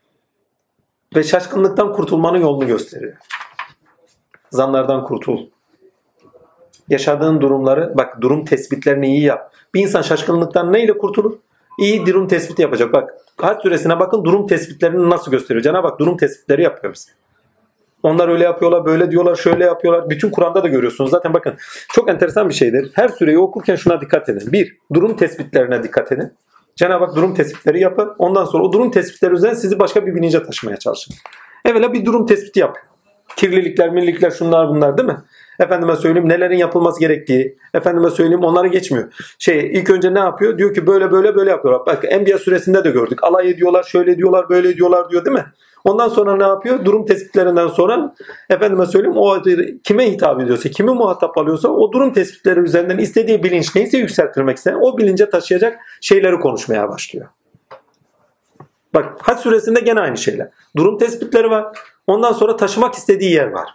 Ve şaşkınlıktan kurtulmanın yolunu gösteriyor. Zanlardan kurtul. Yaşadığın durumları, bak durum tespitlerini iyi yap. Bir insan şaşkınlıktan neyle kurtulur? İyi durum tespiti yapacak. Bak Hac suresine bakın, durum tespitlerini nasıl gösteriyor. Cenab-ı Hak durum tespitleri yapıyor bize. Onlar öyle yapıyorlar, böyle diyorlar, şöyle yapıyorlar. Bütün Kur'an'da da görüyorsunuz. Zaten bakın çok enteresan bir şeydir. Her sureyi okurken şuna dikkat edin. Bir, durum tespitlerine dikkat edin. Cenab-ı Hak durum tespitleri yapar. Ondan sonra o durum tespitleri üzerine sizi başka bir bilince taşımaya çalışır. Evvela bir durum tespiti yapıyor. Kirlilikler, millilikler, şunlar bunlar değil mi? Efendime söyleyeyim nelerin yapılması gerektiği. Efendime söyleyeyim onları geçmiyor. İlk önce ne yapıyor? Diyor ki böyle böyle böyle yapıyorlar. Bak Enbiya suresinde de gördük. Alay ediyorlar, şöyle diyorlar, böyle diyorlar diyor değil mi? Ondan sonra ne yapıyor? Durum tespitlerinden sonra efendime söyleyeyim o kime hitap ediyorsa, kimi muhatap alıyorsa o durum tespitleri üzerinden istediği bilinç neyse yükseltilmek isteyen o bilince taşıyacak şeyleri konuşmaya başlıyor. Bak Hac suresinde gene aynı şeyler. Durum tespitleri var. Ondan sonra taşımak istediği yer var.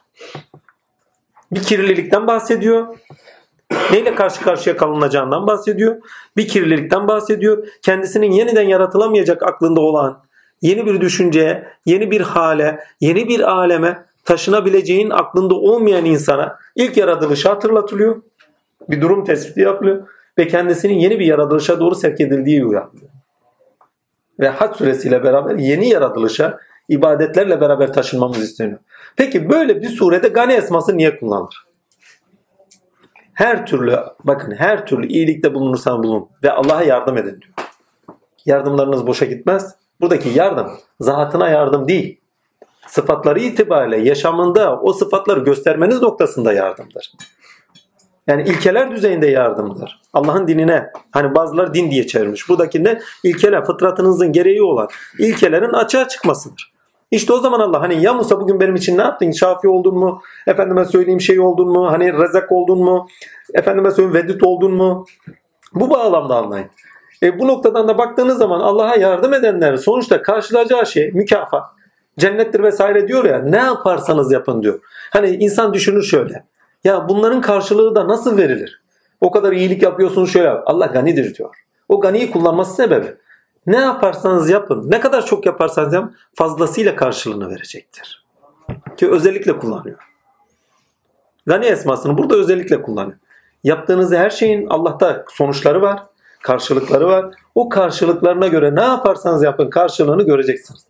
Bir kirlilikten bahsediyor. Neyle karşı karşıya kalınacağından bahsediyor. Bir kirlilikten bahsediyor. Kendisinin yeniden yaratılamayacak aklında olan yeni bir düşünceye, yeni bir hale, yeni bir aleme taşınabileceğin aklında olmayan insana ilk yaratılışı hatırlatılıyor. Bir durum tespiti yapılıyor. Ve kendisinin yeni bir yaratılışa doğru sevk edildiği uyarılıyor. Ve Hac suresiyle beraber yeni yaratılışa ibadetlerle beraber taşınmamız isteniyor. Peki böyle bir surede gani esması niye kullanılır? Her türlü bakın her türlü iyilikte bulunursan bulun ve Allah'a yardım edin diyor. Yardımlarınız boşa gitmez. Buradaki yardım zatına yardım değil. Sıfatları itibariyle yaşamında o sıfatları göstermeniz noktasında yardımdır. Yani ilkeler düzeyinde yardımdır. Allah'ın dinine, hani bazıları din diye çevirmiş. Buradaki ne? İlkeler, fıtratınızın gereği olan ilkelerin açığa çıkmasıdır. İşte o zaman Allah hani ya Musa bugün benim için ne yaptın? Şafi oldun mu? Efendime söyleyeyim şey oldun mu? Hani rezak oldun mu? Efendime söyleyeyim vedut oldun mu? Bu bağlamda anlayın. Bu noktadan da baktığınız zaman Allah'a yardım edenlerin sonuçta karşılayacağı şey mükafat. Cennettir vesaire diyor ya, ne yaparsanız yapın diyor. Hani insan düşünür şöyle. Ya bunların karşılığı da nasıl verilir? O kadar iyilik yapıyorsunuz şöyle. Allah ganidir diyor. O ganiyi kullanması sebebi. Ne yaparsanız yapın. Ne kadar çok yaparsanız yapın. Fazlasıyla karşılığını verecektir. Ki özellikle kullanıyor. Gani esmasını burada özellikle kullanıyor. Yaptığınız her şeyin Allah'ta sonuçları var. Karşılıkları var. O karşılıklarına göre ne yaparsanız yapın karşılığını göreceksiniz.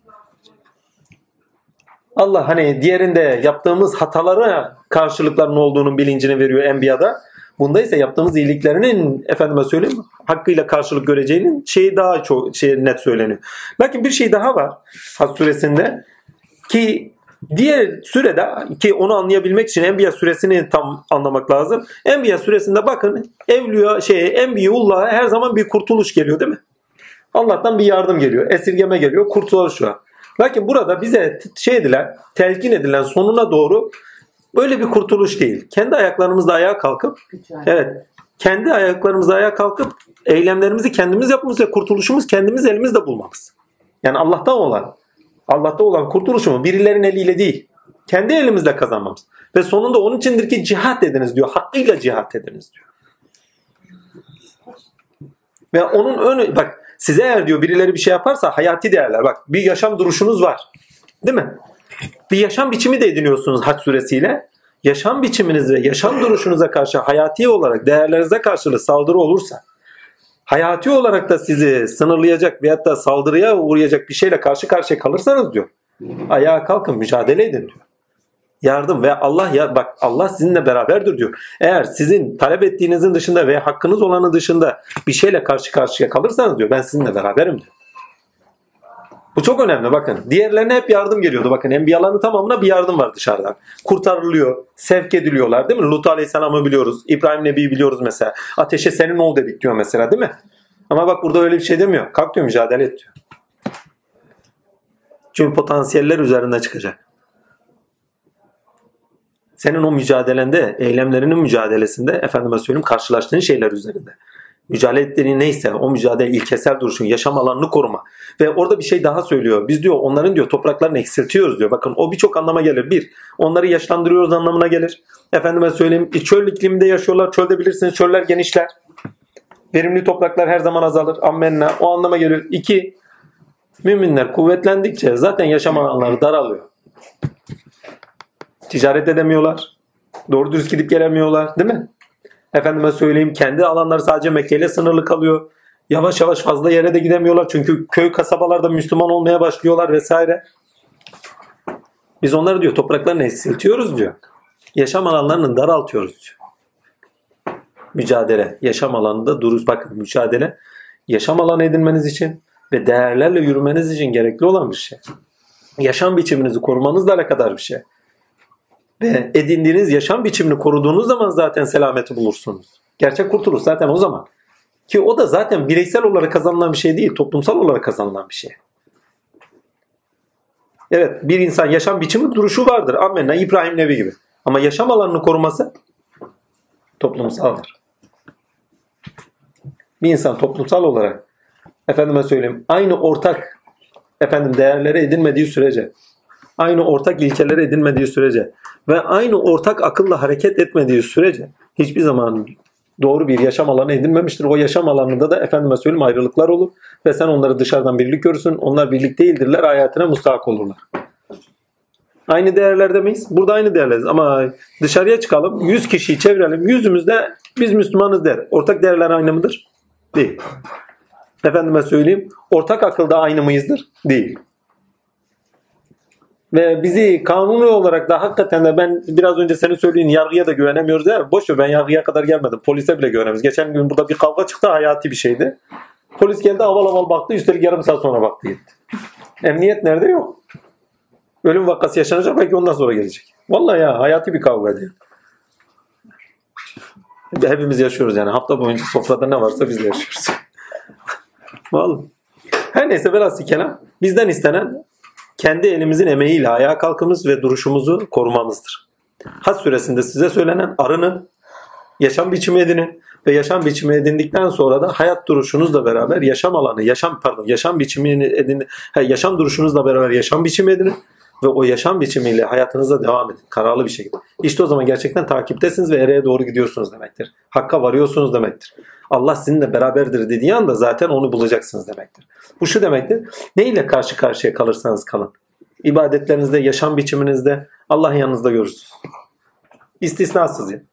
Allah hani diğerinde yaptığımız hatalara karşılıkların olduğunun bilincini veriyor Enbiya'da. Bunda ise yaptığımız iyiliklerinin efendime söyleyeyim hakkıyla karşılık göreceğinin şeyi daha çok net söyleniyor. Bakın bir şey daha var Hac suresinde ki diğer sürede ki onu anlayabilmek için Enbiya suresini tam anlamak lazım. Enbiya suresinde bakın Enbiyaullah'a her zaman bir kurtuluş geliyor değil mi? Allah'tan bir yardım geliyor, esirgeme geliyor, kurtuluş var. Lakin burada bize telkin edilen sonuna doğru böyle bir kurtuluş değil. Kendi ayaklarımızla ayağa kalkıp kendi ayaklarımızla ayağa kalkıp eylemlerimizi kendimiz yapmamız ve kurtuluşumuz kendimiz elimizde bulmamız. Yani Allah'ta olan kurtuluşumu birilerinin eliyle değil, kendi elimizle kazanmamız. Ve sonunda onun içindir ki cihat ediniz diyor. Hakkıyla cihat ediniz diyor. Ve onun bak size eğer diyor birileri bir şey yaparsa hayati değerler. Bak bir yaşam duruşunuz var. Değil mi? Bir yaşam biçimi de ediniyorsunuz Hac suresiyle. Yaşam biçiminiz ve yaşam duruşunuza karşı hayati olarak değerlerinize karşılığı saldırı olursa, hayati olarak da sizi sınırlayacak veyahut da saldırıya uğrayacak bir şeyle karşı karşıya kalırsanız diyor. Ayağa kalkın mücadele edin diyor. Yardım ve Allah sizinle beraberdir diyor. Eğer sizin talep ettiğinizin dışında veya hakkınız olanın dışında bir şeyle karşı karşıya kalırsanız diyor ben sizinle beraberim diyor. Bu çok önemli bakın. Diğerlerine hep yardım geliyordu. Bakın enbiyaların tamamına bir yardım var dışarıdan. Kurtarılıyor, sevk ediliyorlar değil mi? Lut Aleyhisselam'ı biliyoruz. İbrahim Nebi'yi biliyoruz mesela. Ateşe senin ol dedik diyor mesela değil mi? Ama bak burada öyle bir şey demiyor. Kalk diyor, mücadele et diyor. Çünkü potansiyeller üzerinde çıkacak. Senin o mücadelende, eylemlerinin mücadelesinde efendime söyleyeyim karşılaştığın şeyler üzerinde. Mücadele ettiğin neyse o mücadele ilkesel duruşun, yaşam alanını koruma. Ve orada bir şey daha söylüyor. Biz diyor onların diyor topraklarını eksiltiyoruz diyor. Bakın o birçok anlama gelir. Bir, onları yaşlandırıyoruz anlamına gelir. Efendime söyleyeyim çöl ikliminde yaşıyorlar. Çölde bilirsiniz çöller genişler. Verimli topraklar her zaman azalır. Ammenna o anlama gelir. İki, müminler kuvvetlendikçe zaten yaşam alanları daralıyor. Ticaret edemiyorlar. Doğru dürüst gidip gelemiyorlar. Değil mi? Efendime söyleyeyim kendi alanları sadece Mekke ile sınırlı kalıyor. Yavaş yavaş fazla yere de gidemiyorlar. Çünkü köy kasabalarda Müslüman olmaya başlıyorlar vesaire. Biz onları diyor topraklarını eksiltiyoruz diyor. Yaşam alanlarını daraltıyoruz diyor. Mücadele. Yaşam alanında duruş. Bakın mücadele yaşam alanı edinmeniz için ve değerlerle yürümeniz için gerekli olan bir şey. Yaşam biçiminizi korumanızla alakadar bir şey. Ve edindiğiniz yaşam biçimini koruduğunuz zaman zaten selameti bulursunuz. Gerçek kurtuluş zaten o zaman. Ki o da zaten bireysel olarak kazanılan bir şey değil, toplumsal olarak kazanılan bir şey. Evet, bir insan yaşam biçimi duruşu vardır. Amenna İbrahim Nebi gibi. Ama yaşam alanını koruması toplumsaldır. Bir insan toplumsal olarak efendime söyleyeyim aynı ortak değerleri edinmediği sürece, aynı ortak ilkeleri edinmediği sürece ve aynı ortak akılla hareket etmediği sürece hiçbir zaman doğru bir yaşam alanı edinmemiştir. O yaşam alanında da efendime söyleyeyim ayrılıklar olur ve sen onları dışarıdan birlik görürsün. Onlar birlik değildirler, hayatına müstahak olurlar. Aynı değerlerde miyiz? Burada aynı değerleriz ama dışarıya çıkalım, 100 kişiyi çevirelim, yüzümüzde biz Müslümanız der. Ortak değerler aynı mıdır? Değil. Efendime söyleyeyim, ortak akılda aynı mıyızdır? Değil. Ve bizi kanuni olarak da hakikaten de ben biraz önce senin söylediğin yargıya da güvenemiyoruz ya. Boş ver ben yargıya kadar gelmedim. Polise bile güvenemiyoruz. Geçen gün burada bir kavga çıktı, hayati bir şeydi. Polis geldi aval aval baktı, üstelik yarım saat sonra baktı gitti. Emniyet nerede? Yok. Ölüm vakası yaşanacak belki ondan sonra gelecek. Vallahi ya hayati bir kavga diyor. Hepimiz yaşıyoruz yani. Hafta boyunca sofrada ne varsa biz de yaşıyoruz. Vallahi. Her neyse velhasıl kelam bizden istenen kendi elimizin emeğiyle ayağa kalkımız ve duruşumuzu korumamızdır. Hac suresinde size söylenen arının, yaşam biçimi edinin ve yaşam biçimi edindikten sonra da hayat duruşunuzla beraber yaşam biçimini edinin, yaşam duruşunuzla beraber yaşam biçimi edinin ve o yaşam biçimiyle hayatınıza devam edin. Kararlı bir şekilde. İşte o zaman gerçekten takiptesiniz ve ereğe doğru gidiyorsunuz demektir. Hakka varıyorsunuz demektir. Allah sizinle beraberdir dediği anda zaten onu bulacaksınız demektir. Bu şu demektir. Ne ile karşı karşıya kalırsanız kalın. İbadetlerinizde, yaşam biçiminizde Allah'ın yanınızda görürsünüz. İstisnasız yani.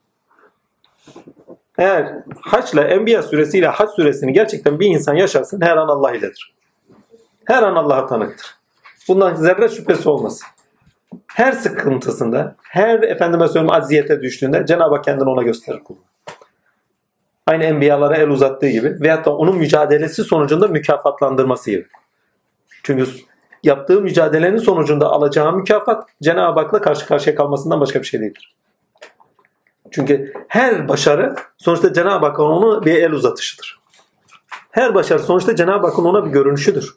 Eğer haçla, Enbiya suresiyle hac suresini gerçekten bir insan yaşarsın her an Allah iledir. Her an Allah'a tanıktır. Bundan zerre şüphesi olmasın. Her sıkıntısında, her efendime söyleyeyim aziyete düştüğünde Cenab-ı Hak kendini ona gösterir kuluna. Aynı enbiyalara el uzattığı gibi veyahut da onun mücadelesi sonucunda mükafatlandırması gibi. Çünkü yaptığı mücadelenin sonucunda alacağı mükafat Cenab-ı Hak'la karşı karşıya kalmasından başka bir şey değildir. Çünkü her başarı sonuçta Cenab-ı Hakk'ın ona bir el uzatışıdır. Her başarı sonuçta Cenab-ı Hakk'ın ona bir görünüşüdür.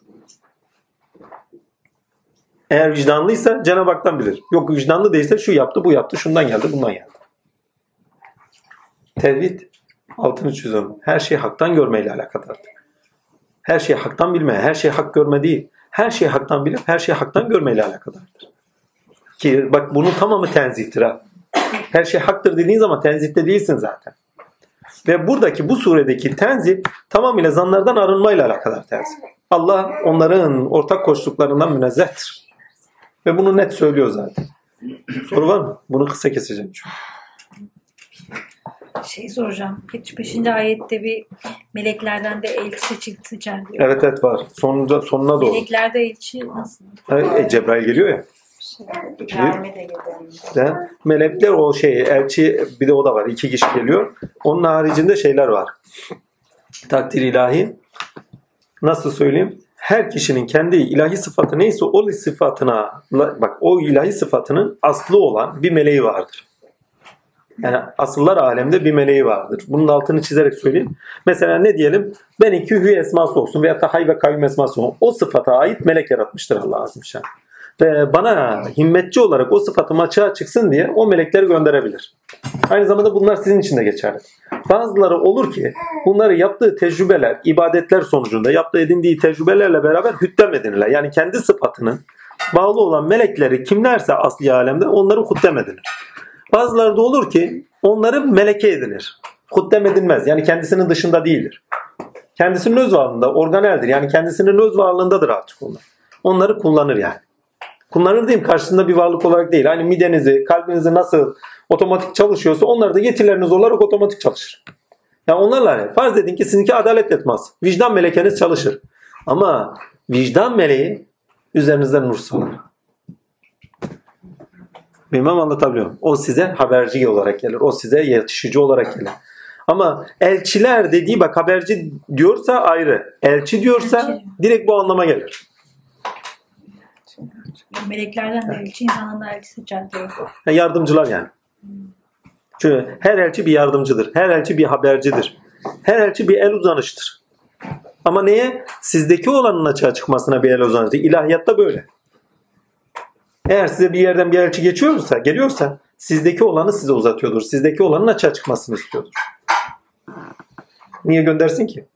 Eğer vicdanlıysa Cenab-ı Hak'tan bilir. Yok vicdanlı değilse şu yaptı, bu yaptı, şundan geldi, bundan geldi. Tevhid, altını çiziyorum. Her şeyi haktan görmeyle alakadardır. Her şeyi haktan bilmeye, her şeyi hak görme değil. Her şeyi haktan bilip her şeyi haktan görmeyle alakadardır. Ki bak bunun tamamı tenzihtir ha. Her şey haktır dediğin zaman tenzihte değilsin zaten. Ve buradaki bu suredeki tenzih tamamıyla zanlardan arınmayla alakadar tenzih. Allah onların ortak koştuklarından münezzehtir. Ve bunu net söylüyor zaten. Soru var mı? Bunu kısa keseceğim çünkü. Soracağım. 75. ayette bir meleklerden de elçi seçileceğim diyor. Evet var. Sonuna doğru. Meleklerde elçi nasıl? Cebrail geliyor ya. İbrahim'e de geliyor. Melekler o elçi bir de o da var. 2 kişi geliyor. Onun haricinde şeyler var. Takdir ilahi. Nasıl söyleyeyim? Her kişinin kendi ilahi sıfatı neyse o sıfatına o ilahi sıfatının aslı olan bir meleği vardır. Yani asıllar alemde bir meleği vardır. Bunun altını çizerek söyleyeyim. Mesela ne diyelim? Ben iki hü esması olsun veya da hay ve kayyum esması olsun. O sıfata ait melek yaratmıştır Allah Azimüşşan. Ve bana himmetçi olarak o sıfatım açığa çıksın diye o melekleri gönderebilir. Aynı zamanda bunlar sizin için de geçerli. Bazıları olur ki bunları yaptığı tecrübeler, ibadetler sonucunda yaptığı edindiği tecrübelerle beraber hüddem edinirler. Yani kendi sıfatının bağlı olan melekleri kimlerse asli alemde onları huddem edinir. Bazıları da olur ki onları meleke edinir. Huddem edilmez. Yani kendisinin dışında değildir. Kendisinin öz varlığında, organeldir. Yani kendisinin öz varlığındadır artık onlar. Onları kullanır yani. Kullanır diyeyim, karşısında bir varlık olarak değil. Hani midenizi, kalbinizi nasıl otomatik çalışıyorsa onlar da yetileriniz olarak otomatik çalışır. Yani onlarla hani farz edin ki sizinki adalet etmez. Vicdan melekeniz çalışır. Ama vicdan meleği üzerinizden nur salar. Bilmem anlatabiliyor muyum? O size haberci olarak gelir. O size yetişici olarak gelir. Ama elçiler dediği bak haberci diyorsa ayrı. Elçi diyorsa direkt bu anlama gelir. Meleklerden de elçi, insandan da elçi seçer diyor. Yardımcılar yani. Çünkü her elçi bir yardımcıdır. Her elçi bir habercidir. Her elçi bir el uzanıştır. Ama neye? Sizdeki olanın açığa çıkmasına bir el uzanıştır. İlahiyatta böyle. Eğer size bir yerden bir elçi geliyorsa sizdeki olanı size uzatıyordur. Sizdeki olanın açığa çıkmasını istiyordur. Niye göndersin ki?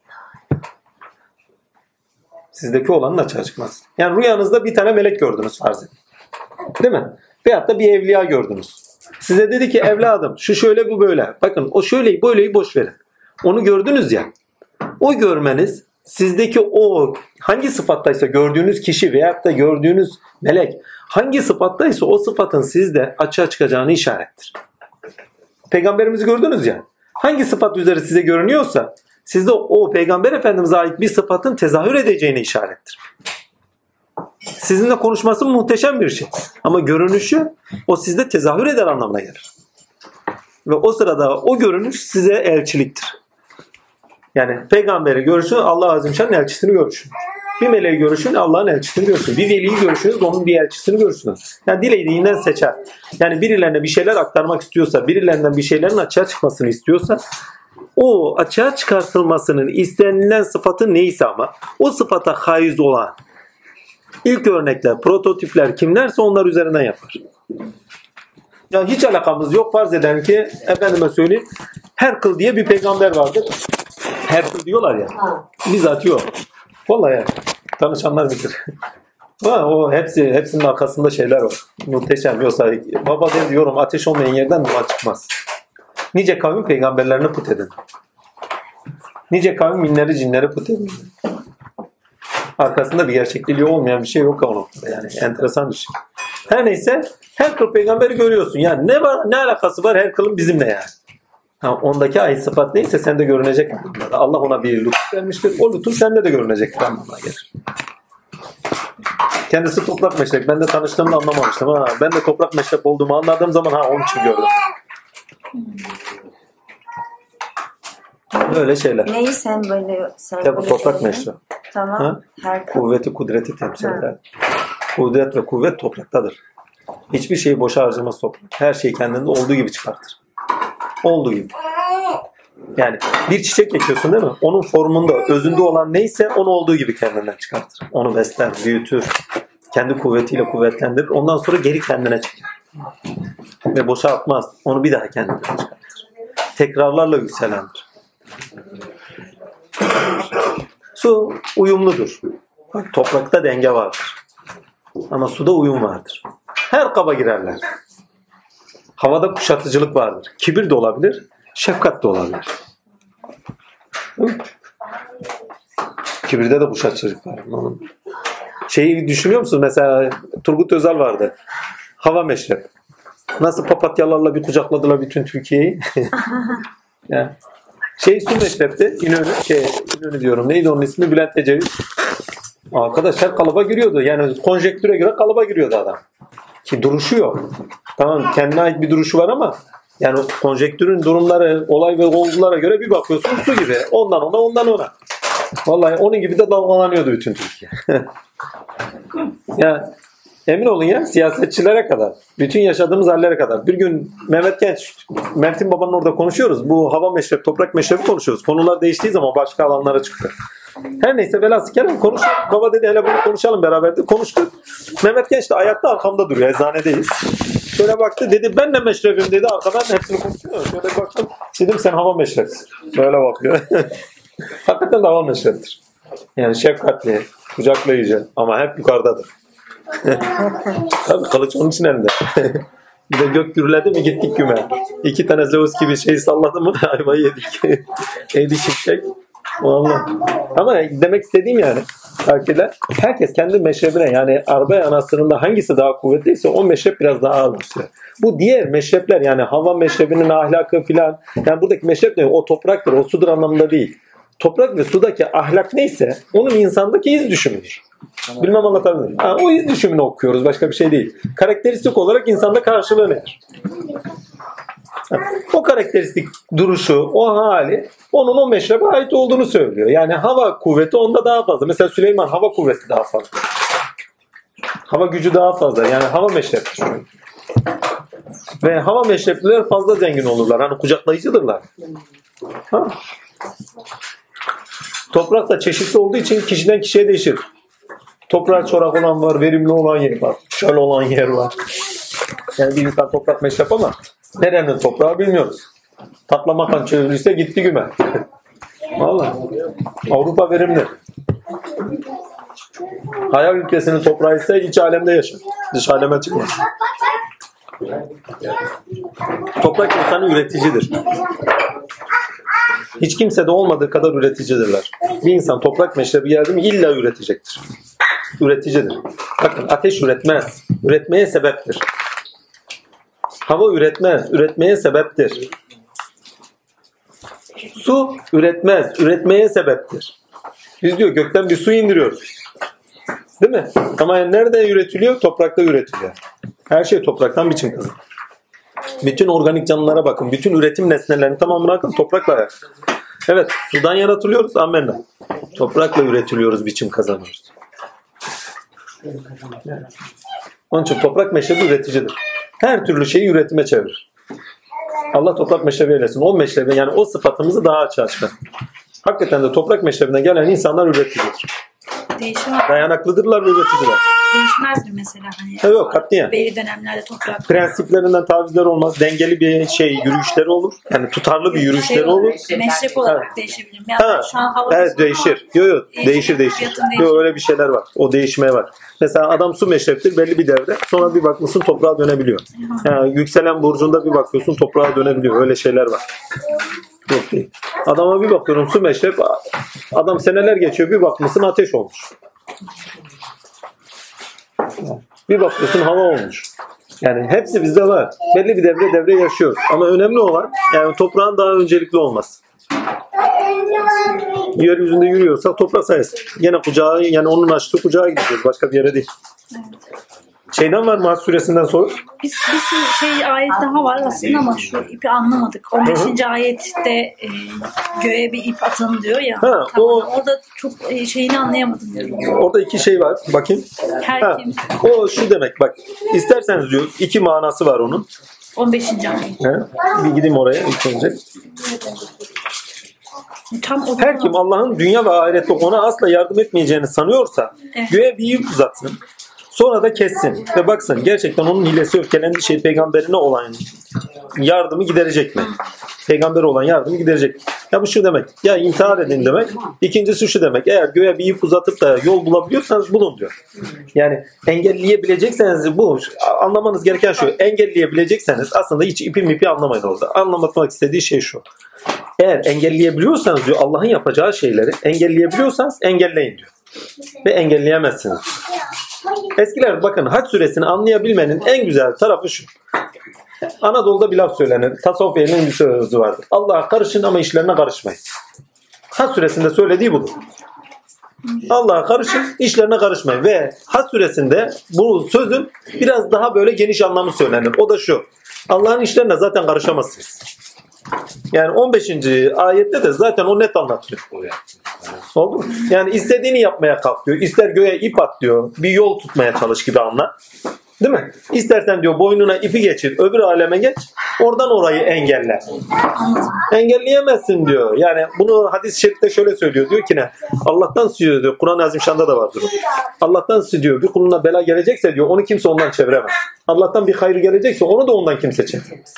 Sizdeki olanın açığa çıkması. Yani rüyanızda bir tane melek gördünüz farz edin. Değil mi? Veyahut da bir evliya gördünüz. Size dedi ki evladım şu şöyle bu böyle. Bakın o şöyleyi böyleyi boş verin. Onu gördünüz ya. O görmeniz sizdeki o hangi sıfattaysa gördüğünüz kişi veyahut da gördüğünüz melek hangi sıfattaysa o sıfatın sizde açığa çıkacağını işarettir. Peygamberimizi gördünüz ya. Hangi sıfat üzeri size görünüyorsa sizde o Peygamber Efendimiz'e ait bir sıfatın tezahür edeceğini işarettir. Sizinle konuşması muhteşem bir şey. Ama görünüşü o sizde tezahür eder anlamına gelir. Ve o sırada o görünüş size elçiliktir. Yani peygamberi görüşün, Allah Azimüşşan'ın elçisini görüşün. Bir meleği görüşün, Allah'ın elçisini görüşün. Bir veliyi görüşünüz, onun bir elçisini görüşünüz. Yani dilediğinden seçer. Yani birilerine bir şeyler aktarmak istiyorsa, birilerinden bir şeylerin açığa çıkmasını istiyorsa, o açığa çıkartılmasının istenilen sıfatı neyse ama o sıfata haiz olan ilk örnekler, prototipler kimlerse onlar üzerinden yapar. Ya hiç alakamız yok. Farz eden ki efendime söyleyeyim Herkıl diye bir peygamber vardır. Herkıl diyorlar ya. Bizzat yok. Vallahi ya. Tanışanlar bilir. O hepsinin arkasında şeyler var. Muhteşem. Yoksa baba diyorum ateş olmayan yerden duman çıkmaz. Nice kavmin peygamberlerini put edin. Nice kavmin minleri cinleri put edin. Arkasında bir gerçekliği olmayan bir şey yok o noktada. Yani enteresan bir şey. Her neyse Herkıl peygamberi görüyorsun. Yani ne var, ne alakası var Herkıl'ın bizimle yani? Ondaki ait sıfat neyse sende görünecek anlamda. Allah ona bir lütuf vermiştir. O lütuf sende de görünecek anlamına gelir. Kendisi toprak meşrep. Ben de tanıştığımda anlamamıştım. Ben de toprak meşrep olduğumu anladığım zaman onun için gördüm. Böyle şeyler. Neyi sembolü? Tabi toprak meşrep. Tamam. Kuvveti, kudreti temsil eder. Kudret ve kuvvet topraktadır. Hiçbir şeyi boşa harcamaz toprak. Her şeyi kendinde olduğu gibi çıkartır. Olduğu gibi. Yani bir çiçek ekiyorsun değil mi? Onun formunda, özünde olan neyse onu olduğu gibi kendinden çıkartır. Onu besler, büyütür. Kendi kuvvetiyle kuvvetlendirir. Ondan sonra geri kendine çeker. Ve boşa atmaz. Onu bir daha kendinden çıkartır. Tekrarlarla yükselendir. Su uyumludur. Bak, toprakta denge vardır. Ama suda uyum vardır. Her kaba girerler. Havada kuşatıcılık vardır. Kibir de olabilir, şefkat de olabilir. Kibirde de kuşatıcılık var. Şeyi düşünüyor musun? Mesela Turgut Özal vardı. Hava meşrep. Nasıl papatyalarla bir kucakladılar bütün Türkiye'yi. Yani su meşrepti. İnönü diyorum. Neydi onun ismi? Bülent Ecevit. Arkadaş her kalıba giriyordu. Yani konjektüre göre kalıba giriyordu adam. Ki duruşu yok. Tamam kendine ait bir duruşu var ama yani konjektürün durumları, olay ve olgulara göre bir bakıyorsun su gibi. Ondan ona, ondan ona. Vallahi onun gibi de dalgalanıyordu bütün Türkiye. Emin olun ya, siyasetçilere kadar, bütün yaşadığımız hallere kadar. Bir gün Mehmet Genç, Mert'in babanın orada konuşuyoruz. Bu hava meşrebi, toprak meşrebi konuşuyoruz. Konular değiştiği zaman başka alanlara çıktı. Her neyse velhasıl kelam konuşuyor. Baba dedi hele bunu konuşalım beraber dedi. Konuştuk. Mehmet Genç de ayakta arkamda duruyor. Eczanedeyiz. Şöyle baktı dedi ben de meşrebim dedi. Arkadan hepsini konuşuyor. Şöyle baktım. Dedim sen hava meşrebisin. Böyle bakıyor. Hakikaten de hava meşrebidir. Yani şefkatli, kucaklayıcı ama hep yukarıdadır. Tabii kılıç onun için elinde. Bir de gök gürledi mi gittik güme. 2 tane Zeus gibi şey salladı mı ayvayı yedik. Neydi şimşek? Vallahi. Ama demek istediğim yani herkes kendi meşrebine yani Arbay anasırında hangisi daha kuvvetliyse o meşrep biraz daha ağır basıyor. Bu diğer meşrepler yani hava meşrebinin ahlakı filan yani buradaki meşrep ne? O topraktır, o sudur anlamında değil. Toprak ve sudaki ahlak neyse onun insandaki iz düşümüdür. Bilmem anlatabilir miyim? O iz düşümünü okuyoruz. Başka bir şey değil. Karakteristik olarak insanda karşılığı nedir? O karakteristik duruşu, o hali onun o meşrebe ait olduğunu söylüyor. Yani hava kuvveti onda daha fazla. Mesela Süleyman hava kuvveti daha fazla. Hava gücü daha fazla. Yani hava meşrebidir. Ve hava meşrepliler fazla zengin olurlar. Hani kucaklayıcıdırlar. Ha? Toprak da çeşitli olduğu için kişiden kişiye değişir. Toprağı çorak olan var, verimli olan yer var, şöyle olan yer var. Yani bir insan toprak meşrep ama nerenin toprağı bilmiyoruz. Taklamakan çözülürse gitti güme. Vallahi. Avrupa verimli. Hayal ülkesinin toprağı ise iç alemde yaşar. Dış aleme çıkmaz. Toprak insanı üreticidir. Hiç kimse de olmadığı kadar üreticidirler. Bir insan toprak meşrebi geldi mi illa üretecektir. Üreticidir. Bakın ateş üretmez. Üretmeye sebeptir. Hava üretmez. Üretmeye sebeptir. Su üretmez. Üretmeye sebeptir. Biz diyor gökten bir su indiriyoruz. Değil mi? Ama nerede üretiliyor? Toprakta üretiliyor. Her şey topraktan biçim kazanır. Bütün organik canlılara bakın. Bütün üretim nesnelerinin tamamına bakın. Toprakla ayakta. Evet. Sudan yaratılıyoruz. Amenna. Toprakla üretiliyoruz. Biçim kazanıyoruz. Onun için toprak meşrebi üreticidir. Her türlü şeyi üretime çevirir. Allah toprak meşrebi eylesin. O meşrebi yani o sıfatımızı daha açığa çıkar. Hakikaten de toprak meşrebinden gelen insanlar üreticidir. Dayanaklıdırlar ve üreticiler. Değişmez mi mesela hani? Yok katiyen. Belli dönemlerde toprak. Prensiplerinden tavizler olmaz. Dengeli bir yürüyüşleri olur. Yani tutarlı bir yürüyüşleri olur. Meşrep olarak değişebilir. Yani şu an hava evet değişir. Yok değişir. Yok öyle bir şeyler var. O değişmeye var. Mesela adam su meşreptir belli bir devre. Sonra bir bakmışsın toprağa dönebiliyor. Yani yükselen burcunda bir bakıyorsun toprağa dönebiliyor. Öyle şeyler var. Yok değil. Adama bir bakıyorum su meşrep. Adam seneler geçiyor bir bakmışsın ateş olmuş. Bir bakıyorsun hava olmuş. Yani hepsi bizde var. Belli bir devre yaşıyor. Ama önemli olan yani toprağın daha öncelikli olması. Yeryüzünde yürüyorsa toprak sayesinde. Yine kucağı yani onun açtığı kucağa gidiyoruz. Başka bir yere değil. Şeyden var mı Has suresinden sonra? Bir ayet daha var aslında ama şu ipi anlamadık. 15. ayette göğe bir ip atın diyor ya. Orada çok şeyini anlayamadım diyorum. Orada 2 şey var. Bakayım. Kim? O şu demek bak. İsterseniz diyor 2 manası var onun. 15. ayet. Bir gideyim oraya ilk önce. Her kim Allah'ın dünya ve ahirette ona asla yardım etmeyeceğini sanıyorsa göğe bir ip uzatsın. Sonra da kessin ve baksın gerçekten onun hilesi öfkelendiği şey peygamberine olan yardımı giderecek mi? Peygamber olan yardımı giderecek mi? Ya bu şu demek. Ya intihar edin demek. İkincisi şu demek. Eğer göğe bir ip uzatıp da yol bulabiliyorsanız bulun diyor. Yani engelleyebilecekseniz bu anlamanız gereken şu. Engelleyebilecekseniz aslında hiç ipi anlamayın orada. Anlamak istediği şey şu. Eğer engelleyebiliyorsanız diyor Allah'ın yapacağı şeyleri engelleyebiliyorsanız engelleyin diyor. Ve engelleyemezsiniz. Eskiler bakın Hac suresini anlayabilmenin en güzel tarafı şu. Anadolu'da bir laf söylenir. Tasavvuf ehlinin bir sözü vardır. Allah'a karışın ama işlerine karışmayın. Hac suresinde söylediği budur. Allah'a karışın, işlerine karışmayın. Ve Hac suresinde bu sözün biraz daha böyle geniş anlamı söylenir. O da şu. Allah'ın işlerine zaten karışamazsınız. Yani 15. ayette de zaten o net anlatıyor. Oldu mu? Yani istediğini yapmaya kalk diyor. İster göğe ip at diyor. Bir yol tutmaya çalış gibi anla. Değil mi? İstersen diyor boynuna ipi geçir, öbür aleme geç, oradan orayı engelle. Engelleyemezsin diyor. Yani bunu hadis-i şerifte şöyle söylüyor. Diyor ki ne? Allah'tan diyor. Kur'an-ı Azimşan'da da vardır. Allah'tan diyor bir kuluna bela gelecekse diyor onu kimse ondan çeviremez. Allah'tan bir hayır gelecekse onu da ondan kimse çeviremez.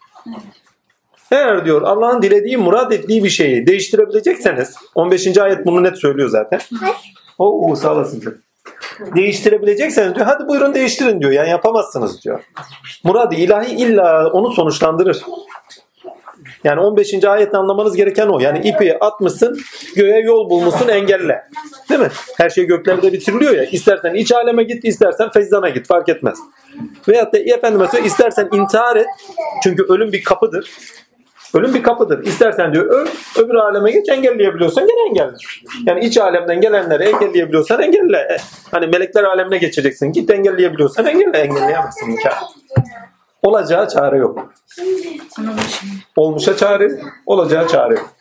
Eğer diyor Allah'ın dilediği, murad ettiği bir şeyi değiştirebilecekseniz, 15. ayet bunu net söylüyor zaten. Sağ olasın. Değiştirebilecekseniz diyor hadi buyurun değiştirin diyor. Yani yapamazsınız diyor. Murad-ı ilahi illa onu sonuçlandırır. Yani 15. ayette anlamanız gereken o. Yani ipi atmışsın, göğe yol bulmuşsun, engelle. Değil mi? Her şey göklerde bitiriliyor ya. İstersen iç aleme git, istersen fezdana git. Fark etmez. Veyahut da efendime söyleyeyim, istersen intihar et. Çünkü ölüm bir kapıdır. Ölüm bir kapıdır. İstersen diyor öl, öbür aleme geç, engelleyebiliyorsan gene engelle. Yani iç alemden gelenleri engelleyebiliyorsan engelle. Hani melekler alemine geçeceksin. Git engelleyebiliyorsan engelleyemezsin. İmkan. Olacağı çare yok. Olmuşa çare, olacağı çare yok.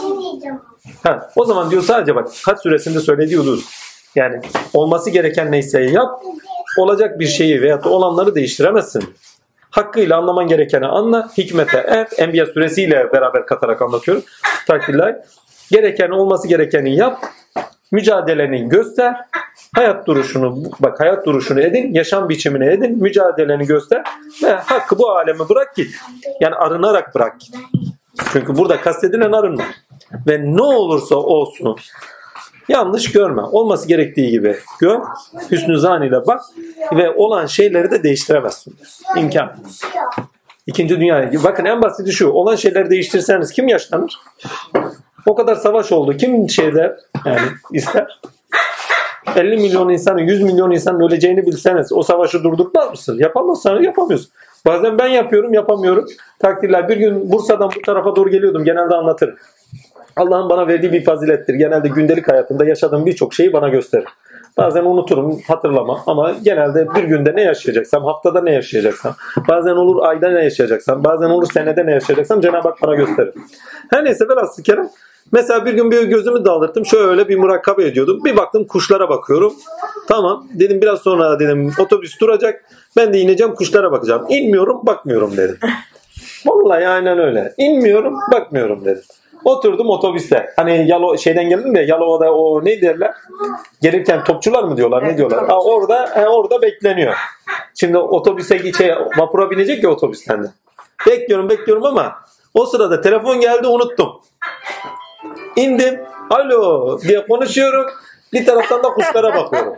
O zaman diyor sadece bak Hac suresinde söylediği odur. Yani olması gereken neyse yap, olacak bir şeyi veyahut da olanları değiştiremezsin. Hakkıyla anlaman gerekeni anla, hikmete er. Enbiya suresiyle beraber katarak anlatıyorum. Takdirler. Gereken olması gerekeni yap, mücadeleni göster. Hayat duruşunu edin, yaşam biçimini edin, mücadeleni göster ve hakkı bu aleme bırak git. Yani arınarak bırak git. Çünkü burada kastedilen arınma. Ve ne olursa olsun yanlış görme. Olması gerektiği gibi gör, hüsnü zan ile bak ve olan şeyleri de değiştiremezsin. İmkan. İkinci dünya. Bakın en basiti şu. Olan şeyleri değiştirseniz kim yaşlanır? O kadar savaş oldu. Kim yani ister? 50 milyon insanın, 100 milyon insanın öleceğini bilseniz o savaşı durdurmaz mısınız? Yapamazsanız yapamıyorsun. Bazen ben yapıyorum, yapamıyorum. Takdirler. Bir gün Bursa'dan bu tarafa doğru geliyordum. Genelde anlatırım. Allah'ın bana verdiği bir fazilettir. Genelde gündelik hayatımda yaşadığım birçok şeyi bana gösterir. Bazen unuturum, hatırlamam ama genelde bir günde ne yaşayacaksam, haftada ne yaşayacaksam, bazen olur ayda ne yaşayacaksam, bazen olur senede ne yaşayacaksam Cenab-ı Hak bana gösterir. Her neyse velhasıl kelam. Mesela bir gün bir gözümü daldırdım. Şöyle bir murakabe ediyordum. Bir baktım kuşlara bakıyorum. Tamam. Dedim biraz sonra dedim otobüs duracak. Ben de ineceğim kuşlara bakacağım. İnmiyorum bakmıyorum dedim. Vallahi aynen öyle. İnmiyorum bakmıyorum dedim. Oturdum otobüste. Hani şeyden geldim de Yalova'da o ne derler? Gelirken topçular mı diyorlar? Ne diyorlar? Orada bekleniyor. Şimdi otobüse vapura binecek ya otobüsten de. Bekliyorum ama o sırada telefon geldi unuttum. İndim. Alo diye konuşuyorum. Bir taraftan da kuşlara bakıyorum.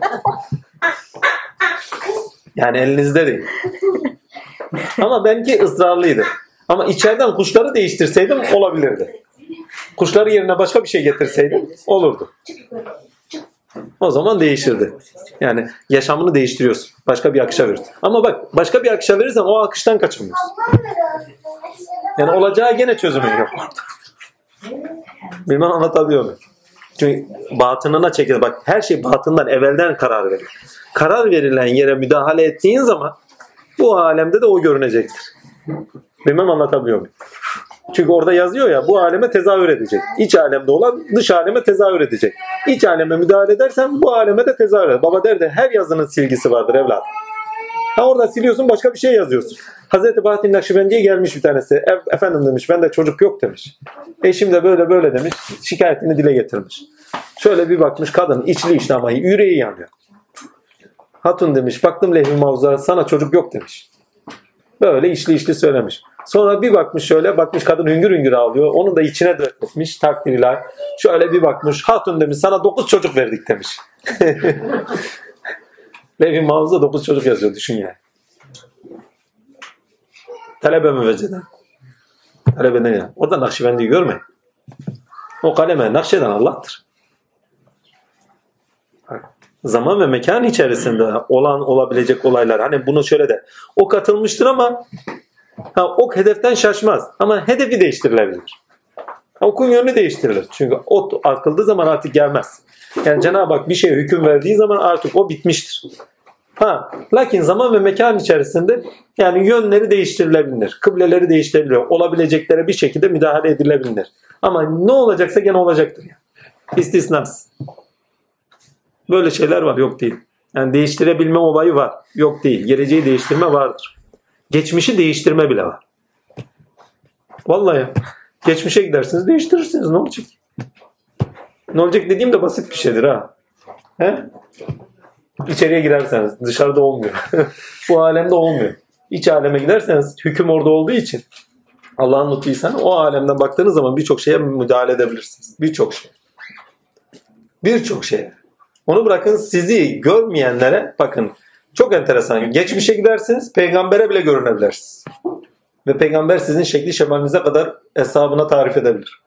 Yani elinizde değil. Ama benimki ısrarlıydı. Ama içeriden kuşları değiştirseydim olabilirdi. Kuşları yerine başka bir şey getirseydim olurdu. O zaman değişirdi. Yani yaşamını değiştiriyorsun. Başka bir akışa verirsin. Ama bak başka bir akışa verirsen o akıştan kaçınmıyorsun. Yani olacağı gene çözümün yok. Bilmem anlatabiliyor muyum? Çünkü batınına çekilir. Bak her şey batından evvelden karar verir. Karar verilen yere müdahale ettiğin zaman bu alemde de o görünecektir. Bilmem anlatabiliyor muyum? Çünkü orada yazıyor ya bu aleme tezahür edecek. İç alemde olan dış aleme tezahür edecek. İç aleme müdahale edersen bu aleme de tezahür eder. Baba der de her yazının silgisi vardır evlat. Orada siliyorsun başka bir şey yazıyorsun. Hazreti Bahattin Nakşibendi'ye gelmiş bir tanesi. Efendim demiş bende çocuk yok demiş. Eşim de böyle demiş. Şikayetini dile getirmiş. Şöyle bir bakmış kadın içli ama yüreği yanıyor. Hatun demiş baktım levh-i mahfuza sana çocuk yok demiş. Böyle içli söylemiş. Sonra bir bakmış şöyle bakmış kadın hüngür hüngür ağlıyor. Onu da içine dökmüş takdirler. Şöyle bir bakmış hatun demiş sana 9 çocuk verdik demiş. Levh-i mahfuza 9 çocuk yazıyor düşün yani. Talebe müvecceden. Talebe ne ya? Orada Nakşibendi'yi görmeyin. O kaleme nakşeden Allah'tır. Zaman ve mekan içerisinde olabilecek olaylar. Hani bunu şöyle de. Ok atılmıştır ama ok hedeften şaşmaz. Ama hedefi değiştirilebilir. Okun yönü değiştirilir. Çünkü ok atıldığı zaman artık gelmez. Yani Cenab-ı Hak bir şeye hüküm verdiği zaman artık o bitmiştir. Lakin zaman ve mekan içerisinde yani yönleri değiştirilebilir. Kıbleleri değiştirilebilir. Olabileceklere bir şekilde müdahale edilebilir. Ama ne olacaksa gene olacaktır. Yani. İstisnas. Böyle şeyler var, yok değil. Yani değiştirebilme olayı var, yok değil. Geleceği değiştirme vardır. Geçmişi değiştirme bile var. Vallahi geçmişe gidersiniz, değiştirirsiniz. Ne olacak? Ne olacak dediğim de basit bir şeydir ha. He? İçeriye girerseniz dışarıda olmuyor. Bu alemde olmuyor. İç aleme giderseniz hüküm orada olduğu için Allah'ın lütfuysa o alemden baktığınız zaman birçok şeye müdahale edebilirsiniz. Birçok şey. Birçok şeye. Onu bırakın, sizi görmeyenlere bakın. Çok enteresan. Geçmişe gidersiniz, peygambere bile görünebilirsiniz. Ve peygamber sizin şekli şemalinize kadar hesabına tarif edebilir.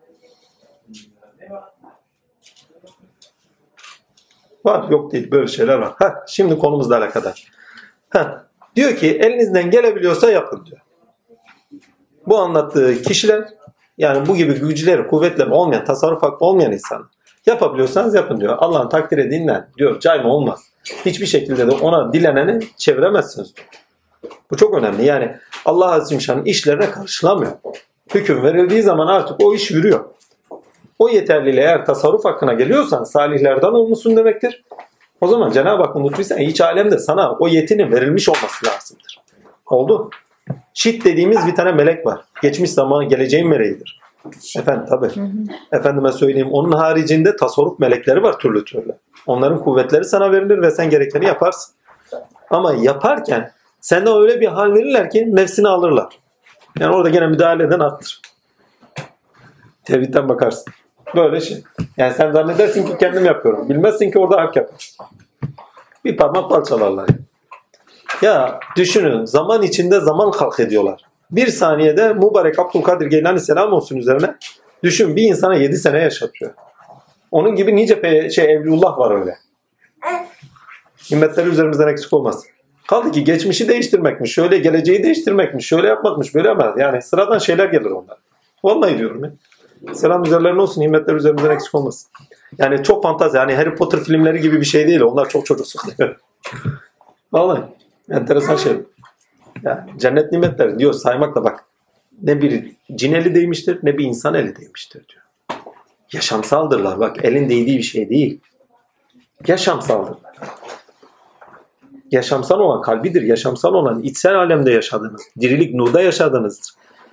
Var, yok değil. Böyle şeyler var. Şimdi konumuzla alakadar. Diyor ki elinizden gelebiliyorsa yapın diyor. Bu anlattığı kişiler, yani bu gibi güçleri, kuvvetleri olmayan, tasarruf hakkı olmayan insan, yapabiliyorsanız yapın diyor. Allah'ın takdir edinle diyor, cayma olmaz. Hiçbir şekilde de ona dileneni çeviremezsiniz diyor. Bu çok önemli. Yani Allah Azze ve Celle'nin işlerine karışılamıyor. Hüküm verildiği zaman artık o iş yürüyor. O yeterliyle eğer tasarruf hakkına geliyorsan salihlerden olmuşsun demektir. O zaman Cenab-ı Hak unuttuysan iç alemde sana o yetinin verilmiş olması lazımdır. Oldu. Şit dediğimiz bir tane melek var. Geçmiş zaman geleceğin meleğidir. Efendim tabii. Efendime söyleyeyim, onun haricinde tasarruf melekleri var türlü türlü. Onların kuvvetleri sana verilir ve sen gerekeni yaparsın. Ama yaparken sende öyle bir hal verirler ki nefsini alırlar. Yani orada gene müdahale eden haktır. Tevhidden bakarsın. Böyle şey. Yani sen zannedersin ki kendim yapıyorum. Bilmezsin ki orada hak yapar. Bir parmak parçalarlar. Ya düşünün, zaman içinde zaman halk ediyorlar. Bir saniyede mübarek Abdülkadir Geylani selam olsun üzerine. Düşün, bir insana 7 sene yaşatıyor. Onun gibi nice evliullah var öyle. Himmetleri üzerimizden eksik olmaz. Kaldı ki geçmişi değiştirmekmiş, şöyle geleceği değiştirmekmiş, şöyle yapmakmış, böyle yapmaz. Yani sıradan şeyler gelir onlar. Vallahi diyorum ya. Selam üzerlerine olsun, himmetler üzerimizden eksik olmasın. Yani çok fantazi. Yani Harry Potter filmleri gibi bir şey değil. Onlar çok çocuk sıkılıyor. Vallahi enteresan şey. Yani cennet nimetleri diyor saymakla bak. Ne bir cin eli değmiştir, ne bir insan eli değmiştir diyor. Yaşamsaldırlar. Bak, elin değdiği bir şey değil. Yaşamsaldırlar. Yaşamsal olan kalbidir. Yaşamsal olan içsel alemde yaşadığınız, dirilik nurda yaşadığınızdır.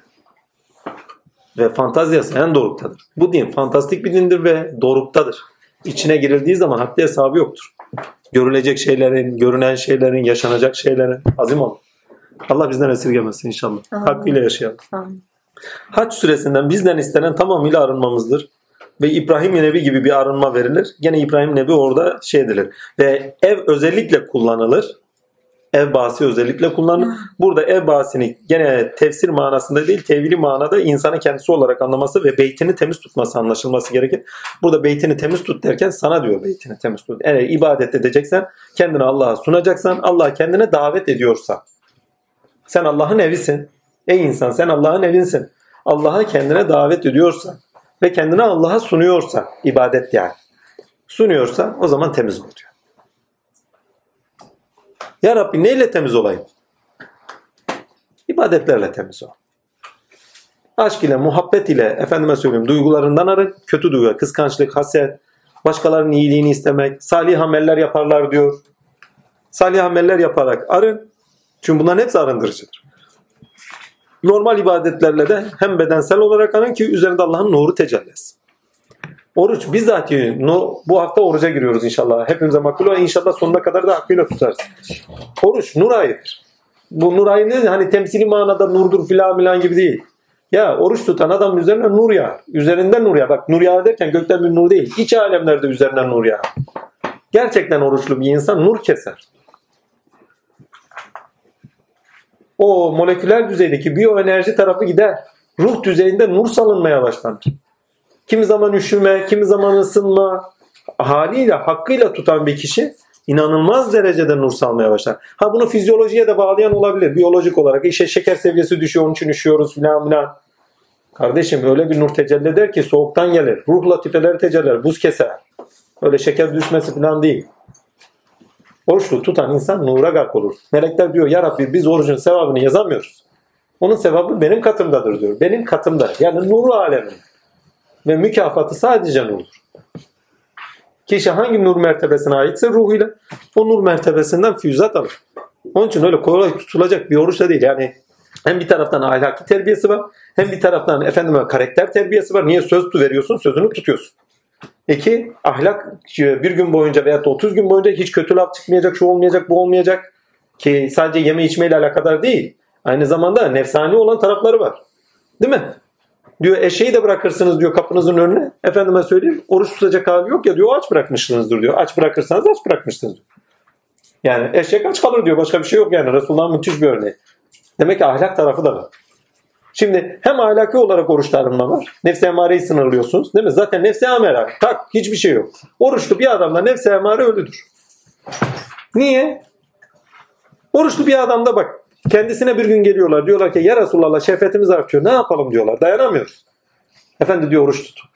Ve fantaziyası en doruktadır. Bu din fantastik bir dindir ve doruktadır. İçine girildiği zaman haddi hesabı yoktur. Görülecek şeylerin, görünen şeylerin, yaşanacak şeylerin azim olur. Allah bizden esirgemesin inşallah. Hakkıyla yaşayalım. Hac süresinden bizden istenen tamamıyla arınmamızdır. Ve İbrahim Nebi gibi bir arınma verilir. Gene İbrahim Nebi orada şey edilir. Ve ev özellikle kullanılır. Ev bahsi özellikle kullanılır. Burada ev bahsini gene tefsir manasında değil, tevili manada insanın kendisi olarak anlaması ve beytini temiz tutması anlaşılması gerekir. Burada beytini temiz tut derken sana diyor beytini temiz tut. Eğer ibadet edeceksen, kendini Allah'a sunacaksan, Allah kendine davet ediyorsa. Sen Allah'ın evisin. Ey insan, sen Allah'ın evinsin. Allah'a kendine davet ediyorsa ve kendini Allah'a sunuyorsa, ibadet yani. Sunuyorsa o zaman temiz ol diyor. Ya Rabbi neyle temiz olayım? İbadetlerle temiz ol. Aşk ile, muhabbet ile, efendime söyleyeyim, duygularından arın. Kötü duygu, kıskançlık, haset, başkalarının iyiliğini istemek, salih ameller yaparlar diyor. Salih ameller yaparak arın. Çünkü bunların hepsi arındırıcıdır. Normal ibadetlerle de hem bedensel olarak arın ki üzerinde Allah'ın nuru tecelli etsin. Oruç bizzat bu hafta oruca giriyoruz inşallah. Hepimize makbul ve inşallah sonuna kadar da hakkıyla tutarız. Oruç nur ayıdır. Bu nur ayı ne? Hani temsili manada nurdur filan gibi değil. Ya oruç tutan adamın üzerine nur yağar. Üzerinden nur yağar. Bak nur yağar derken gökten bir nur değil. İç alemlerde üzerinden nur yağar. Gerçekten oruçlu bir insan nur keser. O moleküler düzeydeki biyoenerji tarafı gider. Ruh düzeyinde nur salınmaya başlanır. Kimi zaman üşüme, kimi zaman ısınma haliyle, hakkıyla tutan bir kişi inanılmaz derecede nur salmaya başlar. Ha bunu fizyolojiye de bağlayan olabilir. Biyolojik olarak şeker seviyesi düşüyor, onun için üşüyoruz filan. Kardeşim öyle bir nur tecelli eder ki soğuktan gelir. Ruh latifeleri tecelli, buz keser. Öyle şeker düşmesi filan değil. Oruçlu tutan insan nura gark olur. Melekler diyor ya Rabbi biz orucun sevabını yazamıyoruz. Onun sevabı benim katımdadır diyor. Benim katımda. Yani nuru aleminde. Ve mükafatı sadece nurdur. Kişi hangi nur mertebesine aitse ruhuyla o nur mertebesinden füyüzat alır. Onun için öyle kolay tutulacak bir oruç da değil. Yani hem bir taraftan ahlaki terbiyesi var, hem bir taraftan karakter terbiyesi var. Niye söz veriyorsun, sözünü tutuyorsun. 2, ahlak bir gün boyunca veyahut da 30 gün boyunca hiç kötü laf çıkmayacak, şu olmayacak, bu olmayacak. Ki sadece yeme içmeyle alakadar değil. Aynı zamanda nefsani olan tarafları var. Değil mi? Diyor eşeği de bırakırsınız diyor kapınızın önüne. Efendime söyleyeyim oruç tutacak hali yok ya diyor aç bırakmışsınızdır diyor. Aç bırakırsanız aç bırakmışsınız diyor. Yani eşek aç kalır diyor. Başka bir şey yok yani. Resulullah'ın müthiş bir örneği. Demek ki ahlak tarafı da var. Şimdi hem ahlaki olarak oruçta arınma var. Nefs-i emareyi sınırlıyorsunuz. Değil mi? Zaten nefs-i emare. Tak hiçbir şey yok. Oruçlu bir adamla nefs-i emare ölüdür. Niye? Oruçlu bir adamda bak kendisine bir gün geliyorlar. Diyorlar ki ya Resulallah şehvetimiz artıyor. Ne yapalım diyorlar. Dayanamıyoruz. Efendi diyor oruç tut.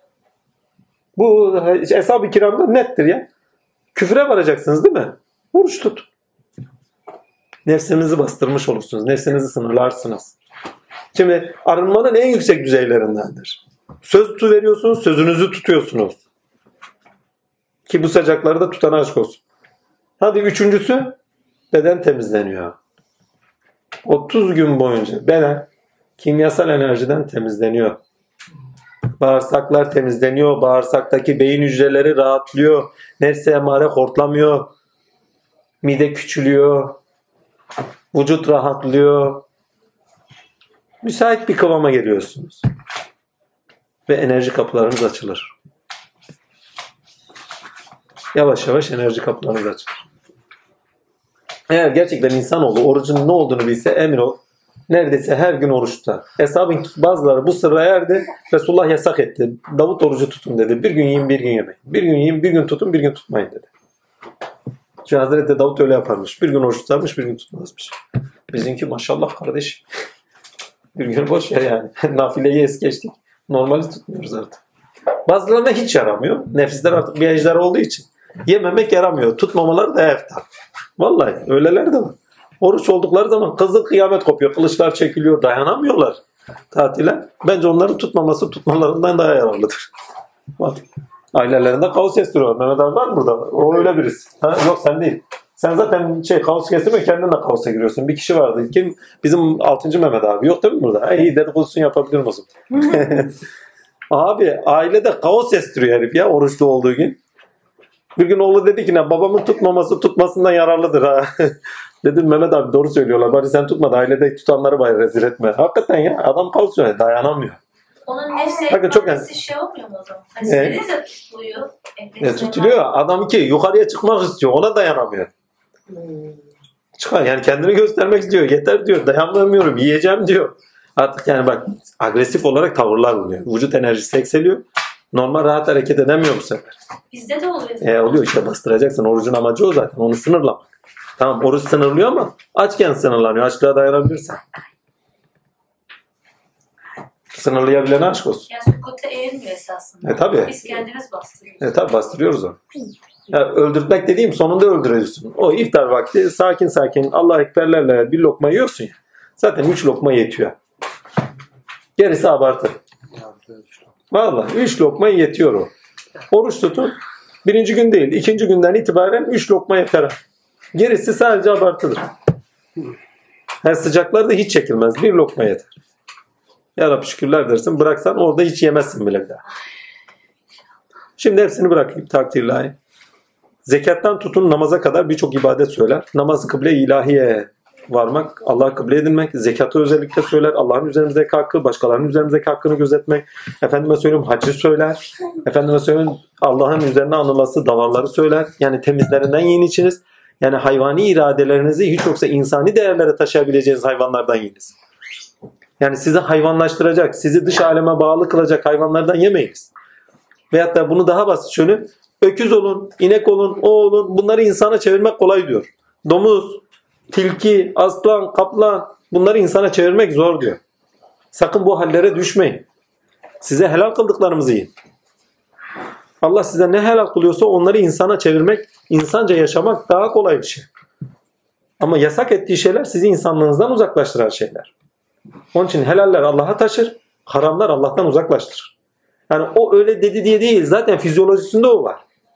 Bu Eshab-ı Kiram'da nettir ya. Küfre varacaksınız değil mi? Oruç tut. Nefsinizi bastırmış olursunuz. Nefsinizi sınırlarsınız. Şimdi arınmanın en yüksek düzeylerindendir. Söz tutu veriyorsunuz, sözünüzü tutuyorsunuz. Ki bu sıcakları da tutana aşk olsun. Hadi üçüncüsü beden temizleniyor. 30 gün boyunca beden kimyasal enerjiden temizleniyor. Bağırsaklar temizleniyor. Bağırsaktaki beyin hücreleri rahatlıyor. Nefs-i emare hortlamıyor. Mide küçülüyor. Vücut rahatlıyor. Müsait bir kıvama geliyorsunuz. Ve enerji kapılarınız açılır. Yavaş yavaş enerji kapılarınız açılır. Eğer gerçekten insanoğlu orucun ne olduğunu bilse emin ol neredeyse her gün oruçta. Eshab-ın bazıları bu sırra erdi. Resulullah yasak etti. Davut orucu tutun dedi. Bir gün yiyin bir gün yemeyin. Bir gün yiyin bir gün tutun bir gün tutmayın dedi. Çünkü Hazreti Davut öyle yaparmış. Bir gün oruç tutarmış bir gün tutmazmış. Bizimki maşallah kardeşim. Bir gün boş ver yani. Nafileyi es geçtik. Normali tutmuyoruz artık. Bazılarına hiç yaramıyor. Nefisler artık bir ejder olduğu için. Yememek yaramıyor. Tutmamaları da eftar. Vallahi öyleler de var. Oruç oldukları zaman kızıl kıyamet kopuyor. Kılıçlar çekiliyor. Dayanamıyorlar tatile. Bence onların tutmalarından daha yararlıdır. Bak. Ailelerinde kaos kestiriyor. Mehmet abi var mı burada? O öyle birisi. Ha? Yok sen değil. Sen zaten kaos kestirme kendin de kaosa giriyorsun. Bir kişi vardı. Kim? Bizim 6. Mehmet abi. Yok değil mi burada? İyi dedikodusunu yapabilirim o zaman. Abi ailede kaos kestiriyor herif ya oruçlu olduğu gün. Bir gün oğlu dedi ki ne babamın tutmasından yararlıdır ha. Dedim Mehmet abi doğru söylüyorlar. Bari sen tutma da ailede tutanları bari rezil etme. Hakikaten ya adam kaos yönetiyor. Dayanamıyor. Onun nefsi şey olmuyor mu o zaman? Hani söyleyince tutuluyor. Tutuluyor. Adam yukarıya çıkmak istiyor. Ona dayanamıyor. Çıkar yani kendini göstermek istiyor. Yeter diyor. Dayanamıyorum. Yiyeceğim diyor. Artık yani bak agresif olarak tavırlar buluyor. Vücut enerjisi ekseliyor. Normal rahat hareket edemiyor bu sefer. Bizde de oluyor. Oluyor işte bastıracaksın. Orucun amacı o zaten. Onu sınırlamak. Tamam oruç sınırlıyor ama açken sınırlanıyor. Açlığa dayanabilirsen. Sınırlayabilene aşk olsun. Yani sukota eğilmiyor esasında. Tabii. Biz kendimiz bastırıyoruz. Tabii bastırıyoruz onu. Yani öldürtmek dediğim sonunda öldürüyorsun. O iftar vakti sakin sakin Allah ekberlerle bir lokma yiyorsun ya. Zaten 3 lokma yetiyor. Gerisi abartı. Vallahi 3 lokma yetiyor o. Oruç tutun. Birinci gün değil. 2. günden itibaren 3 lokma yeter. Gerisi sadece abartıdır. Her sıcaklarda hiç çekilmez. 1 lokma yeter. Ya Rabbi şükürler dersin. Bıraksan orada hiç yemezsin bile daha. Şimdi hepsini bırakayım takdirle. Zekattan tutun namaza kadar birçok ibadet söyler. Namaz kıble ilahiye varmak, Allah'a kıble edinmek, zekatı özellikle söyler. Allah'ın üzerimizdeki hakkı, başkalarının üzerimizdeki hakkını gözetmek. Efendime söyleyeyim haccı söyler. Efendime söyleyeyim Allah'ın üzerine anılası davarları söyler. Yani temizlerinden yiyin içiniz. Yani hayvani iradelerinizi hiç yoksa insani değerlere taşıyabileceğiniz hayvanlardan yiyiniz. Yani sizi hayvanlaştıracak, sizi dış aleme bağlı kılacak hayvanlardan yemeyiniz. Veyahut da bunu daha basit şöyle, öküz olun, inek olun, o olun, bunları insana çevirmek kolay diyor. Domuz, tilki, aslan, kaplan, bunları insana çevirmek zor diyor. Sakın bu hallere düşmeyin. Size helal kıldıklarımızı yiyin. Allah size ne helal kılıyorsa onları insana çevirmek, insanca yaşamak daha kolay bir şey. Ama yasak ettiği şeyler sizi insanlığınızdan uzaklaştıran şeyler. Onun için helaller Allah'a taşır, haramlar Allah'tan uzaklaştırır. Yani o öyle dedi diye değil, zaten fizyolojisinde o var.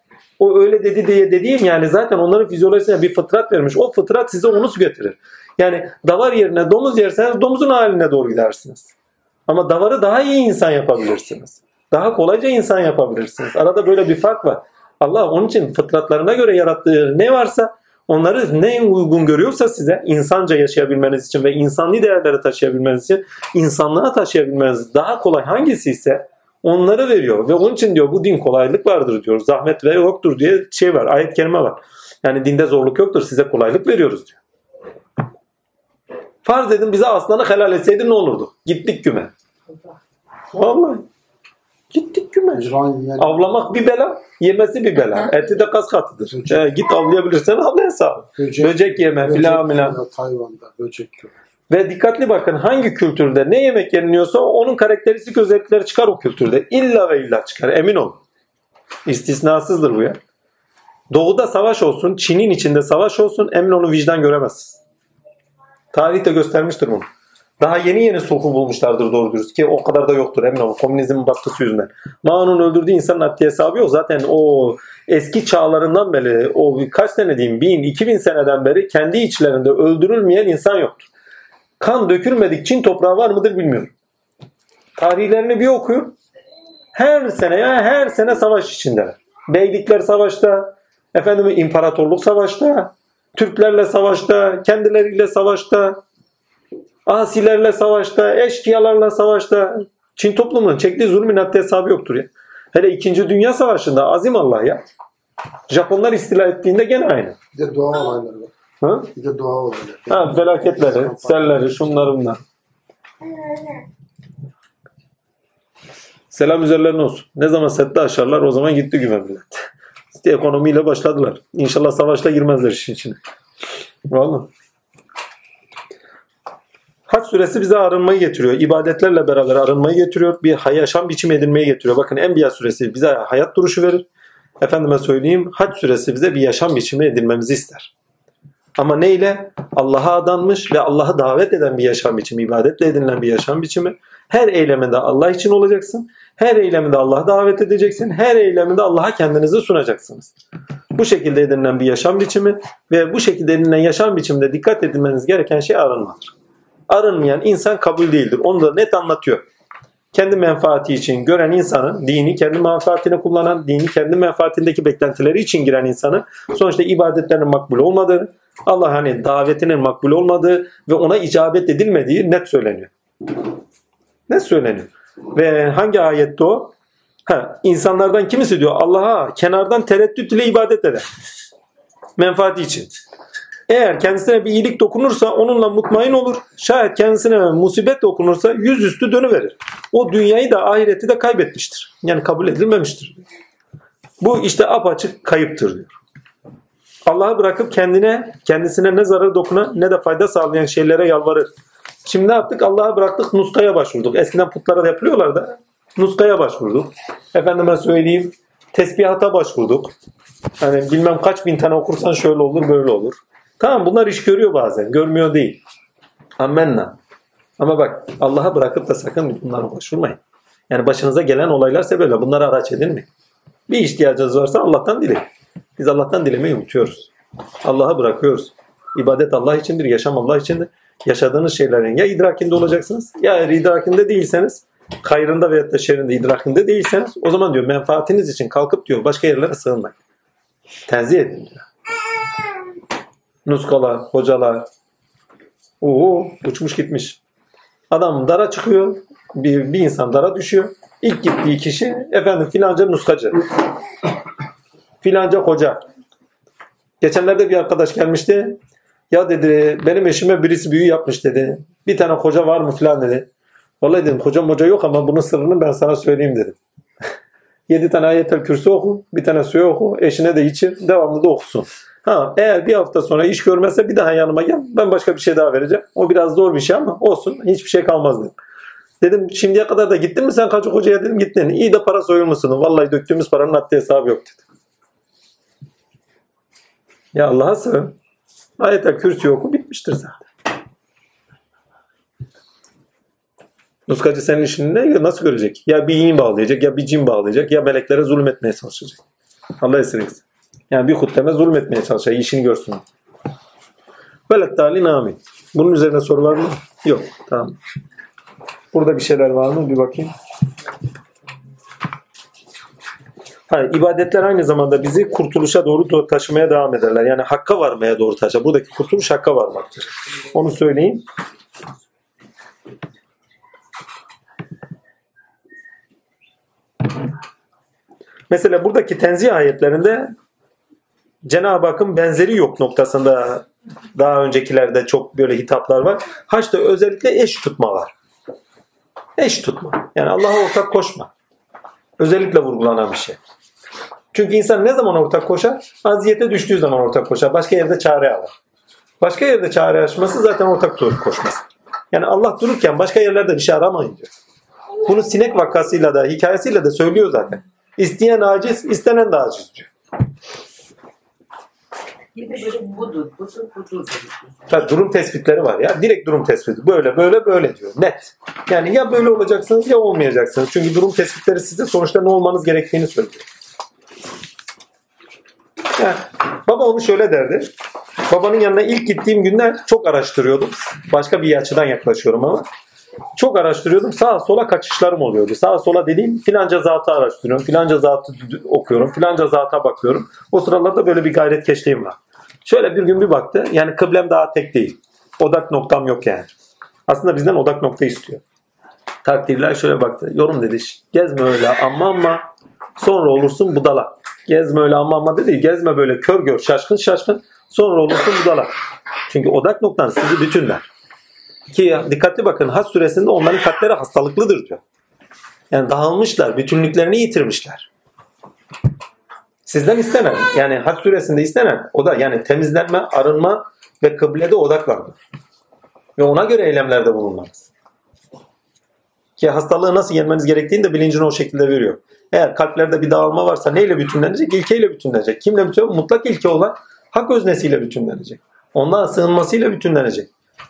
O öyle dedi diye dediğim yani zaten onların fizyolojisine bir fıtrat vermiş. O fıtrat size onu getirir. Yani davar yerine domuz yerseniz domuzun haline doğru gidersiniz. Ama davarı daha iyi insan yapabilirsiniz. Daha kolayca insan yapabilirsiniz. Arada böyle bir fark var. Allah onun için fıtratlarına göre yarattığı ne varsa onları ne uygun görüyorsa size insanca yaşayabilmeniz için ve insani değerleri taşıyabilmeniz için, insanlığa taşıyabilmeniz daha kolay hangisi ise onları veriyor. Ve onun için diyor bu din kolaylık vardır diyor. Zahmet ve yoktur diye şey var. Ayet-i kerime var. Yani dinde zorluk yoktur. Size kolaylık veriyoruz diyor. Farz edin bize aslanı helal etseydi ne olurdu? Gittik güme. Vallahi. Gittik güme. Avlamak bir bela, yemesi bir bela. Eti de kas katıdır. Git avlayabilirsen avla hesabı. Böcek yeme filan filan. Tayvan'da böcek yok. Ve dikkatli bakın hangi kültürde ne yemek yeniliyorsa onun karakteristik özellikleri çıkar o kültürde. İlla ve illa çıkar. Emin olun. İstisnasızdır bu ya. Doğuda savaş olsun, Çin'in içinde savaş olsun emin olun vicdan göremezsiniz. Tarih de göstermiştir bunu. Daha yeni sulhu bulmuşlardır doğru dürüst ki o kadar da yoktur emin olun komünizmin baskısı yüzünden. Mao'nun öldürdüğü insanın haddi hesabı yok. Zaten o eski çağlarından beri o kaç sene diyeyim 1000-2000 seneden beri kendi içlerinde öldürülmeyen insan yoktur. Kan dökülmedik Çin toprağı var mıdır bilmiyorum. Tarihlerini bir okuyun. Her sene savaş içindeler. Beylikler savaşta, imparatorluk savaşta, Türklerle savaşta, kendileriyle savaşta, asilerle savaşta, eşkıyalarla savaşta. Çin toplumunun çektiği zulmün haddi hesabı yoktur ya. Hele 2. Dünya Savaşı'nda azim Allah ya. Japonlar istila ettiğinde gene aynı. Bir de doğa olayları var. Ha? Bir de doğa olayları. Felaketleri, selleri, şunlar bunlar. Selam üzerlerine olsun. Ne zaman sette aşarlar o zaman gitti güven millet. İşte ekonomiyle başladılar. İnşallah savaşla girmezler işin içine. Vallahi. Hac suresi bize arınmayı getiriyor. İbadetlerle beraber arınmayı getiriyor. Bir yaşam biçimi edinmeyi getiriyor. Bakın Enbiya suresi bize hayat duruşu verir. Efendime söyleyeyim Hac suresi bize bir yaşam biçimi edinmemizi ister. Ama neyle? Allah'a adanmış ve Allah'a davet eden bir yaşam biçimi, ibadetle edinilen bir yaşam biçimi. Her eyleminde Allah için olacaksın. Her eyleminde Allah'a davet edeceksin. Her eyleminde Allah'a kendinizi sunacaksınız. Bu şekilde edinilen bir yaşam biçimi ve bu şekilde edinilen yaşam biçiminde dikkat edilmeniz gereken şey arınmadır. Arınmayan insan kabul değildir. Onu da net anlatıyor. Kendi menfaati için gören insanın, dini kendi menfaatine kullanan, dini kendi menfaatindeki beklentileri için giren insanın sonuçta ibadetlerinin makbul olmadığı, Allah davetinin makbul olmadığı ve ona icabet edilmediği net söyleniyor. Net söyleniyor. Ve hangi ayette o? İnsanlardan kimisi diyor Allah'a kenardan tereddüt ile ibadet eder. Menfaati için. Eğer kendisine bir iyilik dokunursa onunla mutmain olur. Şayet kendisine musibet dokunursa yüzüstü dönüverir. O dünyayı da ahireti de kaybetmiştir. Yani kabul edilmemiştir. Bu işte apaçık kayıptır diyor. Allah'ı bırakıp kendisine ne zararı dokunan ne de fayda sağlayan şeylere yalvarır. Şimdi ne yaptık? Allah'a bıraktık, nuskaya başvurduk. Eskiden putlara da yapılıyorlar da nuskaya başvurduk. Efendime söyleyeyim tesbihata başvurduk. Bilmem kaç bin tane okursan şöyle olur böyle olur. Tamam bunlar iş görüyor bazen. Görmüyor değil. Ammenna. Ama bak Allah'a bırakıp da sakın bunlara başvurmayın. Yani başınıza gelen olaylarsa böyle bunlara araç edinmeyin. Bir ihtiyacınız varsa Allah'tan dileyin. Biz Allah'tan dilemeyi unutuyoruz. Allah'a bırakıyoruz. İbadet Allah içindir, yaşam Allah içindir. Yaşadığınız şeylerin ya idrakinde olacaksınız ya eğer idrakinde değilseniz, hayrında veyahut da şerrinde idrakinde değilseniz o zaman diyor menfaatiniz için kalkıp diyor başka yerlere sığınmayın. Tenzih edin diyor. Nuskalar, hocalar uçmuş gitmiş. Adam dara çıkıyor. Bir insan dara düşüyor. İlk gittiği kişi filanca nuskacı. Filanca hoca. Geçenlerde bir arkadaş gelmişti. Ya dedi benim eşime birisi büyü yapmış dedi. Bir tane hoca var mı filan dedi. Vallahi dedim hoca yok ama bunun sırrını ben sana söyleyeyim dedim. 7 tane ayet-el kürsü oku. Bir tane suyu oku. Eşine de içir. Devamlı da okusun. Eğer bir hafta sonra iş görmezse bir daha yanıma gel. Ben başka bir şey daha vereceğim. O biraz zor bir şey ama olsun. Hiçbir şey kalmaz dedim. Dedim şimdiye kadar da gittin mi sen Kacı Hoca'ya dedim gittin. İyi de para soyulmuşsun. Vallahi döktüğümüz paranın haddi hesabı yok dedi. Ya Allah'a sığın. Ayet-el kürsü oku bitmiştir zaten. Nuskacı senin işini nasıl görecek? Ya bir iğne bağlayacak ya bir cin bağlayacak ya meleklere zulmetmeye çalışacak. Allah esirgesin. Yani bir hutbeme zulmetmeye çalışıyor. İşini görsün. Velettâlin amin. Bunun üzerine soru var mı? Yok. Tamam. Burada bir şeyler var mı? Bir bakayım. Hayır, ibadetler aynı zamanda bizi kurtuluşa doğru taşımaya devam ederler. Yani hakka varmaya doğru taşır. Buradaki kurtuluş hakka varmaktır. Onu söyleyeyim. Mesela buradaki tenzih ayetlerinde Cenab-ı Hakk'ın benzeri yok noktasında daha öncekilerde çok böyle hitaplar var. Haçta özellikle eş tutma var. Eş tutma. Yani Allah'a ortak koşma. Özellikle vurgulanan bir şey. Çünkü insan ne zaman ortak koşar? Aziyete düştüğü zaman ortak koşar. Başka yerde çare alır. Başka yerde çare açması zaten ortak koşması. Yani Allah dururken başka yerlerde bir şey aramayın diyor. Bunu sinek vakasıyla da hikayesiyle de söylüyor zaten. İsteyen aciz, istenen de aciz diyor. Budur. Tabii durum tespitleri var ya. Direkt durum tespiti. Böyle diyor. Net. Yani ya böyle olacaksınız ya olmayacaksınız. Çünkü durum tespitleri size sonuçta ne olmanız gerektiğini söylüyor. Yani, baba onu şöyle derdi. Babanın yanına ilk gittiğim günler çok araştırıyordum. Başka bir açıdan yaklaşıyorum ama. Çok araştırıyordum. Sağa sola kaçışlarım oluyordu. Sağa sola dediğim filanca zatı araştırıyorum. Filanca zatı okuyorum. Filanca zata bakıyorum. O sıralarda böyle bir gayretkeşliğim var. Şöyle bir gün bir baktı. Yani kıblem daha tek değil. Odak noktam yok yani. Aslında bizden odak nokta istiyor. Takdirler şöyle baktı. Yorum dedi. Gezme öyle ama sonra olursun budala. Gezme öyle ama dedi. Gezme böyle kör gör şaşkın sonra olursun budala. Çünkü odak noktan sizi bütünler. Ki dikkatli bakın Hac suresinde onların kalpleri hastalıklıdır diyor. Yani dağılmışlar, bütünlüklerini yitirmişler. Sizden istenen, yani Hac suresinde istenen o da yani temizlenme, arınma ve kıblede odaklanma. Ve ona göre eylemlerde bulunmanız. Ki hastalığı nasıl yenmeniz gerektiğini de bilincini o şekilde veriyor. Eğer kalplerde bir dağılma varsa neyle bütünlenecek? İlkeyle bütünlenecek. Kimle bütünlenecek? Mutlak ilke olan hak öznesiyle bütünlenecek. Ondan sığınmasıyla bütünlenecek.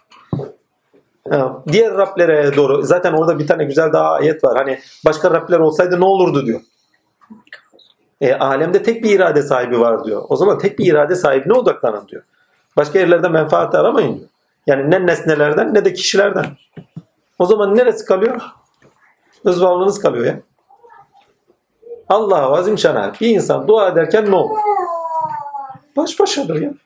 Diğer Rablere doğru. Zaten orada bir tane güzel daha ayet var. Hani başka Rabler olsaydı ne olurdu diyor. Alemde tek bir irade sahibi var diyor. O zaman tek bir irade sahibine odaklanın diyor. Başka yerlerde menfaat aramayın diyor. Yani ne nesnelerden ne de kişilerden. O zaman neresi kalıyor? Özvarlığınız kalıyor ya. Allah'a vazim şana. Bir insan dua ederken ne olur? Baş başadır ya.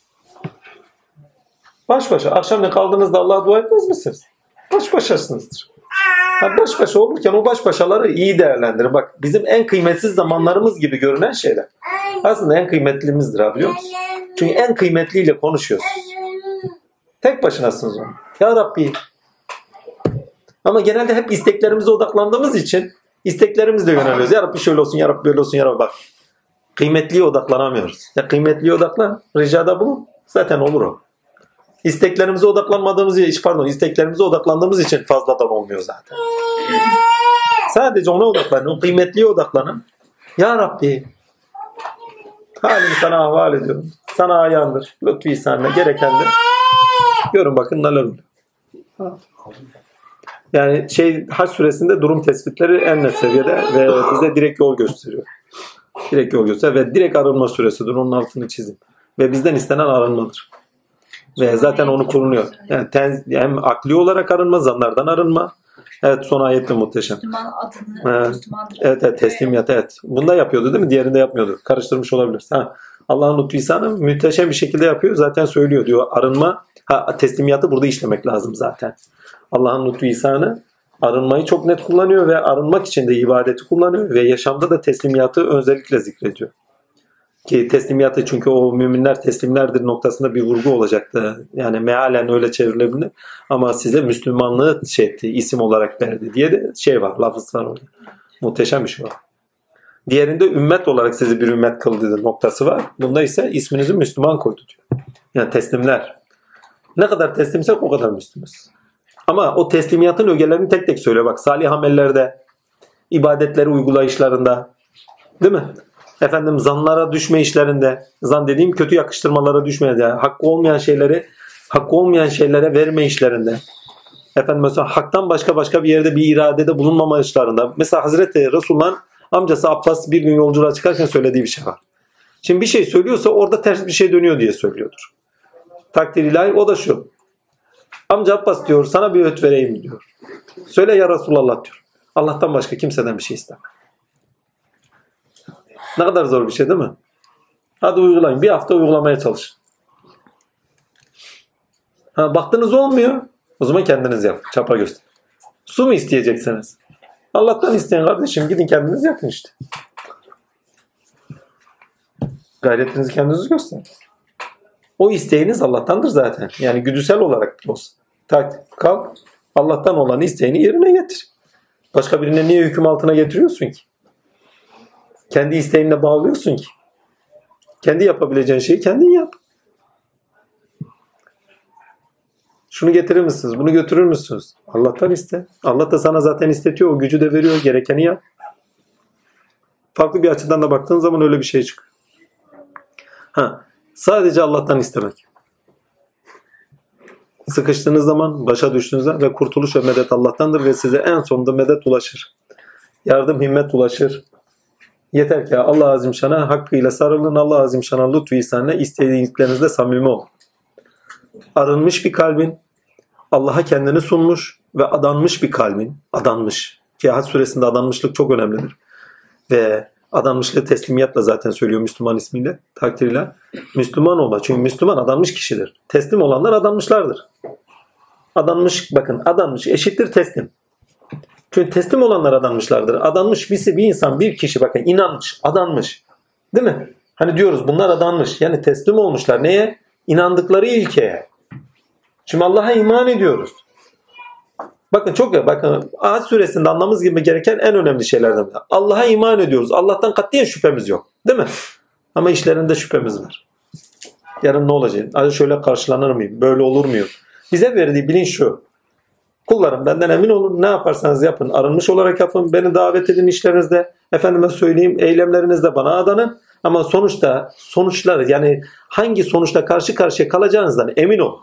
Baş başa. Akşamleyin kaldığınızda Allah'a dua etmez misiniz? Baş başasınızdır. Baş başa olurken o baş başaları iyi değerlendirin. Bak bizim en kıymetsiz zamanlarımız gibi görünen şeyler. Aslında en kıymetlimizdir ha biliyor musun? Çünkü en kıymetliyle konuşuyorsun. Tek başınasınız onu. Ya Rabbi. Ama genelde hep isteklerimize odaklandığımız için isteklerimizle yöneliyoruz. Ya Rabbi şöyle olsun, ya Rabbi böyle olsun, ya Rabbi bak. Kıymetliye odaklanamıyoruz. Ya kıymetliye odaklan, ricada bulun. Zaten olur o. İsteklerimize odaklandığımız için fazladan olmuyor zaten. Sadece ona odaklanın, o kıymetliye odaklanın. Ya Rabbi, halimi sana havale ediyorum. Sana ayağındır, lütfü ihsanına gerekendir. Görün bakın neler oluyor. Yani Hac suresinde durum tespitleri en net seviyede ve bize direkt yol gösteriyor. Direkt yol gösteriyor ve direkt arınma suresidir. Onun altını çizin. Ve bizden istenen arınmadır. Ve zaten onu korunuyor. Yani hem akli olarak arınma, zanlardan arınma. Evet son ayette muhteşem. Müslüman adını Müslümandır. Evet teslimiyat evet. Bunda yapıyordu değil mi? Diğerinde yapmıyordu. Karıştırmış olabilir. Allah'ın lütfü ihsanı muhteşem bir şekilde yapıyor. Zaten söylüyor diyor. Arınma, teslimiyatı burada işlemek lazım zaten. Allah'ın lütfü ihsanı arınmayı çok net kullanıyor ve arınmak için de ibadeti kullanıyor ve yaşamda da teslimiyatı özellikle zikrediyor. Ki teslimiyatı çünkü o müminler teslimlerdir noktasında bir vurgu olacaktı. Yani mealen öyle çevrilebilir ama size Müslümanlığı isim olarak verdi diye de var, lafız var orada. Muhteşem bir şey var. Diğerinde ümmet olarak sizi bir ümmet kıldığı noktası var. Bunda ise isminizi Müslüman koydu diyor. Yani teslimler. Ne kadar teslimsek o kadar Müslümüz. Ama o teslimiyatın ögelerini tek tek söylüyor. Bak salih amellerde, ibadetleri uygulayışlarında, değil mi? Efendim zanlara düşme işlerinde, zan dediğim kötü yakıştırmalara düşmeye de, hakkı olmayan şeylere verme işlerinde. Efendim mesela haktan başka bir yerde bir iradede bulunmama işlerinde. Mesela Hazreti Resulullah'ın amcası Abbas bir gün yolculuğa çıkarken söylediği bir şey var. Şimdi bir şey söylüyorsa orada ters bir şey dönüyor diye söylüyordur. Takdir ilahi o da şu. Amca Abbas diyor sana bir öğüt vereyim diyor. Söyle ya Resulallah diyor. Allah'tan başka kimseden bir şey istemem. Ne kadar zor bir şey değil mi? Hadi uygulayın. Bir hafta uygulamaya çalışın. Baktınız olmuyor. O zaman kendiniz yapın. Çapa göster. Su mu isteyeceksiniz? Allah'tan isteyin kardeşim. Gidin kendiniz yapın işte. Gayretinizi kendiniz gösterin. O isteğiniz Allah'tandır zaten. Yani güdüsel olarak da olsa. Kalk. Allah'tan olan isteğini yerine getir. Başka birine niye hüküm altına getiriyorsun ki? Kendi isteğinle bağlıyorsun ki. Kendi yapabileceğin şeyi kendin yap. Şunu getirir misiniz? Bunu götürür müsünüz? Allah'tan iste. Allah da sana zaten istetiyor. O gücü de veriyor. Gerekeni yap. Farklı bir açıdan da baktığın zaman öyle bir şey çıkıyor. Sadece Allah'tan istemek. Sıkıştığınız zaman, başa düştüğünüzde ve kurtuluş ve medet Allah'tandır ve size en sonunda medet ulaşır. Yardım, himmet ulaşır. Yeter ki Allah Azimşan'a hakkıyla sarılın. Allah Azimşan'a lütfu ihsanla istediklerinizde samimi olun. Arınmış bir kalbin, Allah'a kendini sunmuş ve adanmış bir kalbin, adanmış. Ki Hac suresinde adanmışlık çok önemlidir. Ve adanmışlığı teslimiyatla zaten söylüyor Müslüman ismiyle, takdirle. Müslüman olma. Çünkü Müslüman adanmış kişidir. Teslim olanlar adanmışlardır. Adanmış, bakın adanmış eşittir teslim. Çünkü teslim olanlar adanmışlardır. Adanmış bir insan, bir kişi bakın inanmış, adanmış. Değil mi? Hani diyoruz bunlar adanmış. Yani teslim olmuşlar. Neye? İnandıkları ilkeye. Şimdi Allah'a iman ediyoruz. Bakın Hac suresinde anlamamız gibi gereken en önemli şeylerden biri. Allah'a iman ediyoruz. Allah'tan katiyen şüphemiz yok. Değil mi? Ama işlerinde şüphemiz var. Yarın ne olacak? Acaba şöyle karşılanır mıyım? Böyle olur muyum? Bize verdiği bilinç şu. Kullarım benden emin olun. Ne yaparsanız yapın. Arınmış olarak yapın. Beni davet edin işlerinizde. Efendime söyleyeyim eylemlerinizde bana adanın. Ama sonuçlar yani hangi sonuçla karşı karşıya kalacağınızdan emin olun.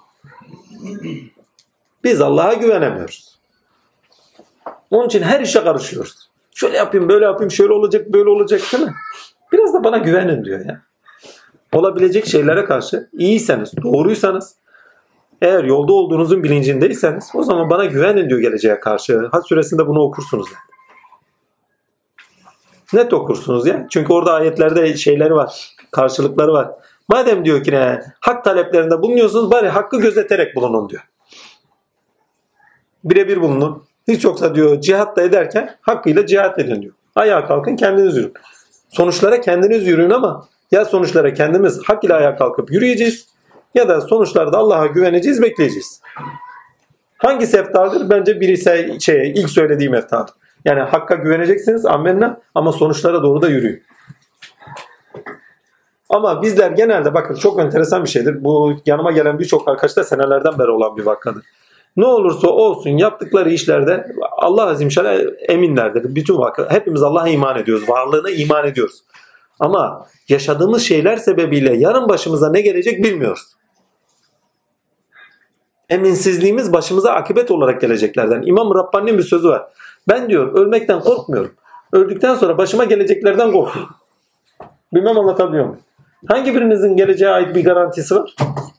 Biz Allah'a güvenemiyoruz. Onun için her işe karışıyoruz. Şöyle yapayım, böyle yapayım, şöyle olacak, böyle olacak değil mi? Biraz da bana güvenin diyor ya. Olabilecek şeylere karşı iyiyseniz, doğruysanız, eğer yolda olduğunuzun bilincindeyseniz o zaman bana güvenin diyor geleceğe karşı. Hac suresinde bunu okursunuz. Net okursunuz ya. Çünkü orada ayetlerde şeyleri var, karşılıkları var. Madem diyor ki hak taleplerinde bulunuyorsunuz bari hakkı gözeterek bulunun diyor. Birebir bulunun. Hiç yoksa diyor cihat da ederken hakkıyla cihat edin diyor. Ayağa kalkın kendiniz yürüyün. Sonuçlara kendiniz yürüyün ama ya sonuçlara kendimiz hak ile ayağa kalkıp yürüyeceğiz ya da sonuçlarda Allah'a güveneceğiz, bekleyeceğiz. Hangisi eftaldır? Bence birisi ilk söylediğim eftaldır. Yani hakka güveneceksiniz amenna ama sonuçlara doğru da yürüyün. Ama bizler genelde bakın çok enteresan bir şeydir. Bu yanıma gelen birçok arkadaşta senelerden beri olan bir vakadır. Ne olursa olsun yaptıkları işlerde Allah Azimşan'a eminlerdir. Bütün hepimiz Allah'a iman ediyoruz. Varlığına iman ediyoruz. Ama yaşadığımız şeyler sebebiyle yarın başımıza ne gelecek bilmiyoruz. Eminsizliğimiz başımıza akıbet olarak geleceklerden. İmam Rabbani'nin bir sözü var. Ben diyor ölmekten korkmuyorum. Öldükten sonra başıma geleceklerden korkuyorum. Bilmem anlatabiliyor muyum? Hangi birinizin geleceğe ait bir garantisi var?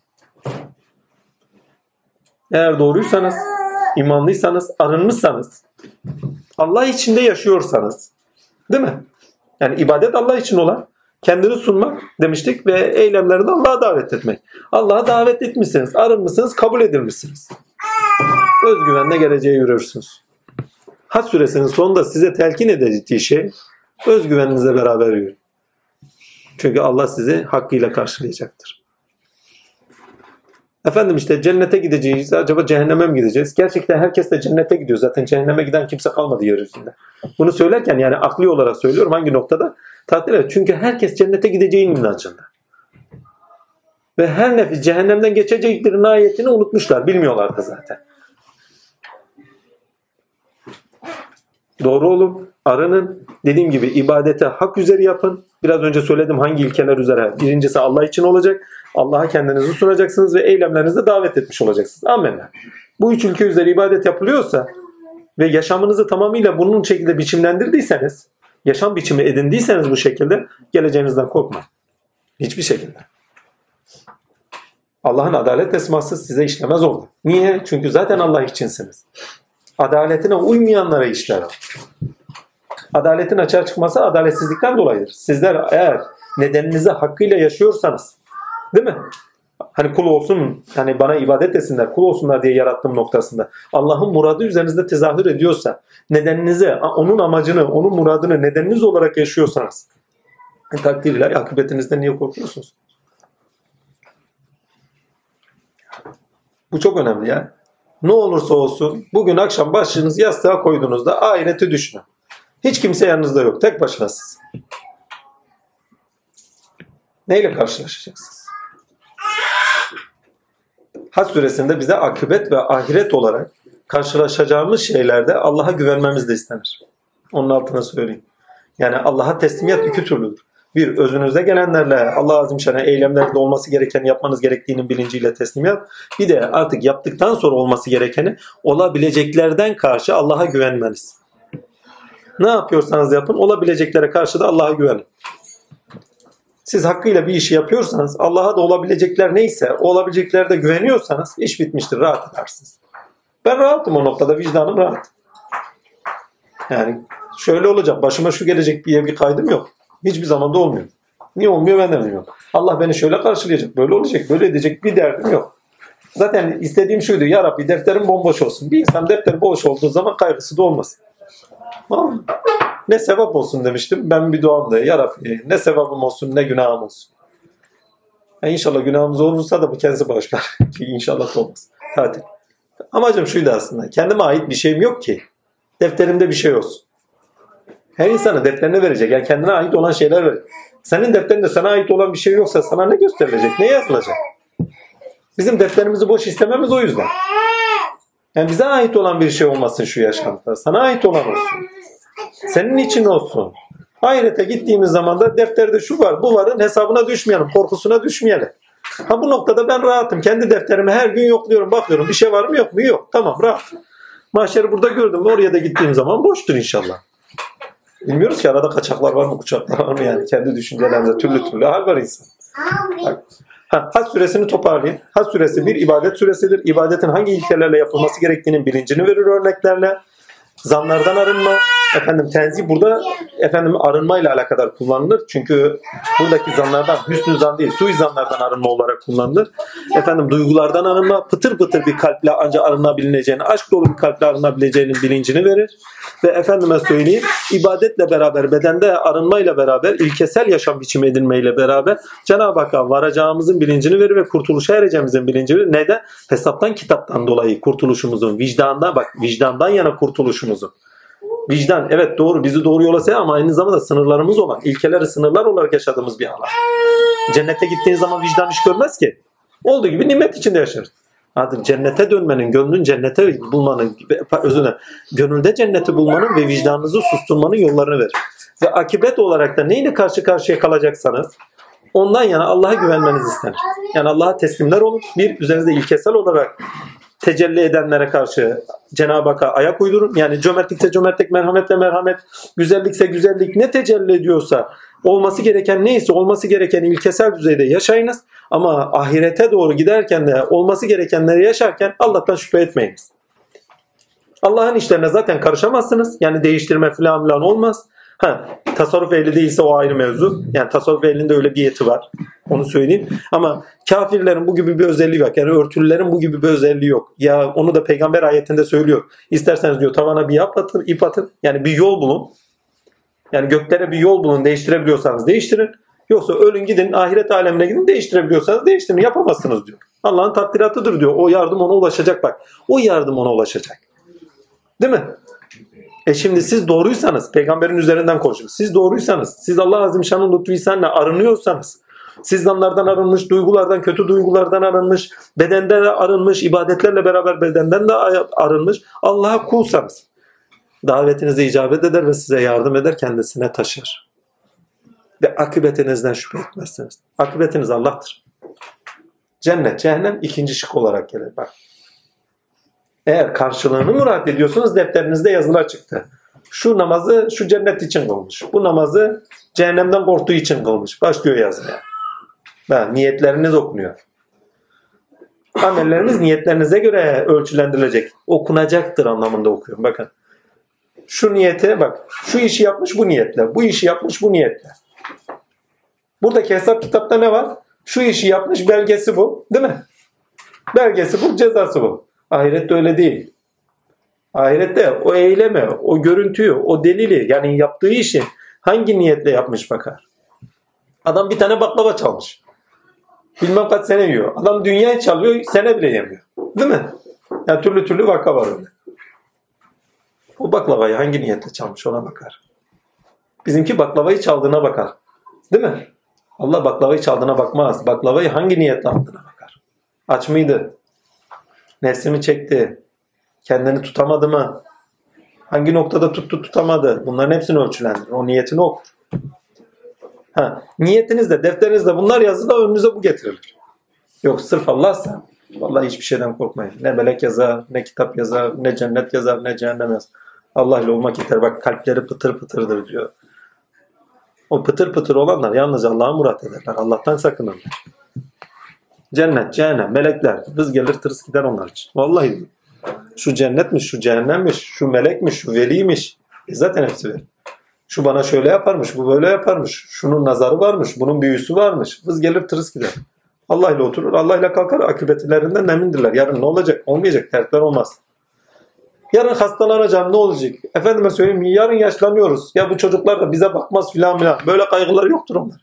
Eğer doğruysanız, imanlıysanız, arınmışsanız, Allah içinde yaşıyorsanız, değil mi? Yani ibadet Allah için olan, kendini sunmak demiştik ve eylemlerini Allah'a davet etmek. Allah'a davet etmişsiniz, arınmışsınız, kabul edilmişsiniz. Özgüvenle geleceğe yürürsünüz. Hac suresinin sonunda size telkin edeceği şey, özgüveninizle beraber yürüyün. Çünkü Allah sizi hakkıyla karşılayacaktır. Efendim işte cennete gideceğiz. Acaba cehenneme mi gideceğiz? Gerçekten herkes de cennete gidiyor. Zaten cehenneme giden kimse kalmadı yeryüzünde. Bunu söylerken yani akli olarak söylüyorum. Hangi noktada? Çünkü herkes cennete gideceğinin inancında. Ve her nefis cehennemden geçeceklerin ayetini unutmuşlar. Bilmiyorlardı zaten. Doğru olun. Arının. Dediğim gibi ibadete hak üzere yapın. Biraz önce söyledim hangi ilkeler üzere. Birincisi Allah için olacak. Allah'a kendinizi sunacaksınız ve eylemlerinizde davet etmiş olacaksınız. Amenna. Bu üç ülke üzere ibadet yapılıyorsa ve yaşamınızı tamamıyla bunun şekilde biçimlendirdiyseniz, yaşam biçimi edindiyseniz bu şekilde geleceğinizden korkmayın. Hiçbir şekilde. Allah'ın adalet esması size işlemez orada. Niye? Çünkü zaten Allah içinsiniz. Adaletine uymayanlara işler. Adaletin açığa çıkması adaletsizlikten dolayıdır. Sizler eğer nedeninizi hakkıyla yaşıyorsanız, değil mi? Hani kul olsun, hani bana ibadet etsinler, kul olsunlar diye yarattığım noktasında Allah'ın muradı üzerinizde tezahür ediyorsa, nedeninizi, onun amacını, onun muradını nedeniniz olarak yaşıyorsanız, takdirle akıbetinizden niye korkuyorsunuz? Bu çok önemli ya. Ne olursa olsun bugün akşam başınızı yastığa koyduğunuzda ahireti düşünün. Hiç kimse yanınızda yok. Tek başınasınız. Neyle karşılaşacaksınız? Hac suresinde bize akıbet ve ahiret olarak karşılaşacağımız şeylerde Allah'a güvenmemiz de istenir. Onun altına söyleyeyim. Yani Allah'a teslimiyet iki türlüdür. Bir, özünüze gelenlerle Allah Azimşan'a eylemlerde olması gerekeni yapmanız gerektiğinin bilinciyle teslimiyet. Bir de artık yaptıktan sonra olması gerekeni olabileceklerden karşı Allah'a güvenmeniz. Ne yapıyorsanız yapın, olabileceklere karşı da Allah'a güvenin. Siz hakkıyla bir işi yapıyorsanız, Allah'a da olabilecekler neyse, o olabileceklerde güveniyorsanız iş bitmiştir, rahat edersiniz. Ben rahatım o noktada, vicdanım rahat. Yani şöyle olacak, başıma şu gelecek diye bir kaydım yok. Hiçbir zaman da olmuyor. Niye olmuyor ben de bilmiyorum. Allah beni şöyle karşılayacak, böyle olacak, böyle edecek bir derdim yok. Zaten istediğim şuydu, ya Rabbi defterim bomboş olsun. Bir insan defteri boş olduğu zaman kaygısı da olmasın. Tamam mı? Ne sevap olsun demiştim. Ben bir duamda, ya Rabbi ne sevabım olsun ne günahım olsun. Yani inşallah günahımız olursa da bu kendisi bağışlar. İnşallah da olmaz. Tatil. Amacım şuydu aslında. Kendime ait bir şeyim yok ki. Defterimde bir şey olsun. Her insana defterine verecek. Yani kendine ait olan şeyler verecek. Senin defterinde sana ait olan bir şey yoksa sana ne gösterilecek? Ne yazılacak? Bizim defterimizi boş istememiz o yüzden. Yani bize ait olan bir şey olmasın şu yaşamda. Sana ait olan olsun. Senin için olsun. Ahirete gittiğimiz zaman da defterde şu var, bu varın hesabına düşmeyelim, korkusuna düşmeyelim. Ha bu noktada ben rahatım. Kendi defterimi her gün yokluyorum, bakıyorum. Bir şey var mı yok mu? Yok. Tamam rahat. Mahşeri burada gördüm. Oraya da gittiğim zaman boştur inşallah. Bilmiyoruz ki arada kaçaklar var mı, kucaklar var mı yani. Kendi düşüncelerinde türlü türlü hal var insan. Hac suresini toparlayayım. Hac suresi bir ibadet suresidir. İbadetin hangi ilkelerle yapılması gerektiğinin bilincini verir örneklerle. Zanlardan arınma, tenzih burada arınmayla alakadar kullanılır. Çünkü buradaki zanlardan hüsnü zan değil, suizanlardan arınma olarak kullanılır. Duygulardan arınma, pıtır pıtır bir kalple ancak arınabileceğini, aşk dolu bir kalple arınabileceğinin bilincini verir. Ve efendime söyleyeyim, ibadetle beraber, bedende arınmayla beraber, ilkesel yaşam biçimi edinmeyle beraber Cenab-ı Hakk'a varacağımızın bilincini verir ve kurtuluşa ereceğimizin bilincini verir. Neden? Hesaptan, kitaptan dolayı kurtuluşumuzun, vicdandan yana kurtuluşumuzun. Vicdan, evet doğru, bizi doğru yola sever ama aynı zamanda sınırlarımız olan, ilkeleri sınırlar olarak yaşadığımız bir alan. Cennete gittiğiniz zaman vicdan iş görmez ki. Olduğu gibi nimet içinde yaşarız. Artık cennete dönmenin, gönlün cennete bulmanın, gönülde cenneti bulmanın ve vicdanınızı susturmanın yollarını verir. Ve akibet olarak da neyle karşı karşıya kalacaksanız ondan yana Allah'a güvenmeniz istenir. Yani Allah'a teslimler olun. Bir, üzerinizde ilkesel olarak tecelli edenlere karşı Cenab-ı Hakk'a ayak uydurun. Yani cömertlikse cömertlik, merhametle merhamet, güzellikse güzellik, ne tecelli ediyorsa, olması gereken neyse olması gereken ilkesel düzeyde yaşayınız. Ama ahirete doğru giderken de olması gerekenleri yaşarken Allah'tan şüphe etmeyiniz. Allah'ın işlerine zaten karışamazsınız. Yani değiştirme falan olmaz. Tasarruf ehli değilse o ayrı mevzu. Yani tasarruf ehlinde öyle bir yeti var. Onu söyleyeyim. Ama kafirlerin bu gibi bir özelliği yok. Yani örtülülerin bu gibi bir özelliği yok. Ya onu da peygamber ayetinde söylüyor. İsterseniz diyor tavana bir ip atın. Yani bir yol bulun. Yani göklere bir yol bulun. Değiştirebiliyorsanız değiştirin. Yoksa ölün gidin ahiret alemine gidin. Değiştirebiliyorsanız değiştirin. Yapamazsınız diyor. Allah'ın takdiratıdır diyor. O yardım ona ulaşacak bak. O yardım ona ulaşacak. Değil mi? Şimdi siz doğruysanız, peygamberin üzerinden konuşun. Siz doğruysanız, siz Allah Azimşan'ın lütfu ihsanıyla arınıyorsanız, siz zanlardan arınmış, duygulardan, kötü duygulardan arınmış, bedenden de arınmış, ibadetlerle beraber bedenden de arınmış, Allah'a kulsanız, davetinize icabet eder ve size yardım eder, kendisine taşır. Ve akıbetinizden şüphe etmezsiniz. Akıbetiniz Allah'tır. Cennet, cehennem ikinci şık olarak gelir. Bak. Eğer karşılığını murat ediyorsunuz defterinizde yazılar çıktı. Şu namazı şu cennet için kılmış. Bu namazı cehennemden korktuğu için kılmış. Başlıyor yazmaya. Niyetleriniz okunuyor. Amelleriniz niyetlerinize göre ölçülendirilecek. Okunacaktır anlamında okuyorum. Bakın. Şu niyete bak. Şu işi yapmış bu niyetle. Bu işi yapmış bu niyetle. Buradaki hesap kitapta ne var? Şu işi yapmış, belgesi bu. Değil mi? Belgesi bu, cezası bu. Ahirette öyle değil. Ahirette o eylemi, o görüntüyü, o delili, yani yaptığı işi hangi niyetle yapmış bakar. Adam bir tane baklava çalmış. Bilmem kaç sene yiyor. Adam dünyayı çalıyor, sene bile yemiyor. Değil mi? Yani türlü türlü vaka var öyle. O baklavayı hangi niyetle çalmış ona bakar. Bizimki baklavayı çaldığına bakar. Değil mi? Allah baklavayı çaldığına bakmaz. Baklavayı hangi niyetle aldığına bakar. Aç mıydı? Nefsimi çekti. Kendini tutamadı mı? Hangi noktada tuttu tutamadı? Bunların hepsini ölçülendirir. O niyetini okur. Niyetinizde, defterinizde bunlar yazıda önünüze bu getirilir. Yok sırf Allah'sa vallahi hiçbir şeyden korkmayın. Ne melek yazar, ne kitap yazar, ne cennet yazar, ne cehennem yazar. Allah ile olmak yeter. Bak kalpleri pıtır pıtırdır diyor. O pıtır pıtır olanlar yalnızca Allah'a murat ederler. Allah'tan sakınırlar. Cennet, cehennem, melekler. Hız gelir tırıs gider onlar için. Vallahi diyor. Şu cennetmiş, şu cehennemmiş, şu melekmiş, şu veliymiş. Zaten hepsi veli. Şu bana şöyle yaparmış, bu böyle yaparmış. Şunun nazarı varmış, bunun büyüsü varmış. Hız gelir tırıs gider. Allah ile oturur, Allah ile kalkar. Akıbetlerinden emindirler. Yarın ne olacak? Olmayacak. Dertler olmaz. Yarın hastalanacağım ne olacak? Efendime söyleyeyim yarın yaşlanıyoruz. Ya bu çocuklar da bize bakmaz filan filan. Böyle kaygılar yoktur onlar.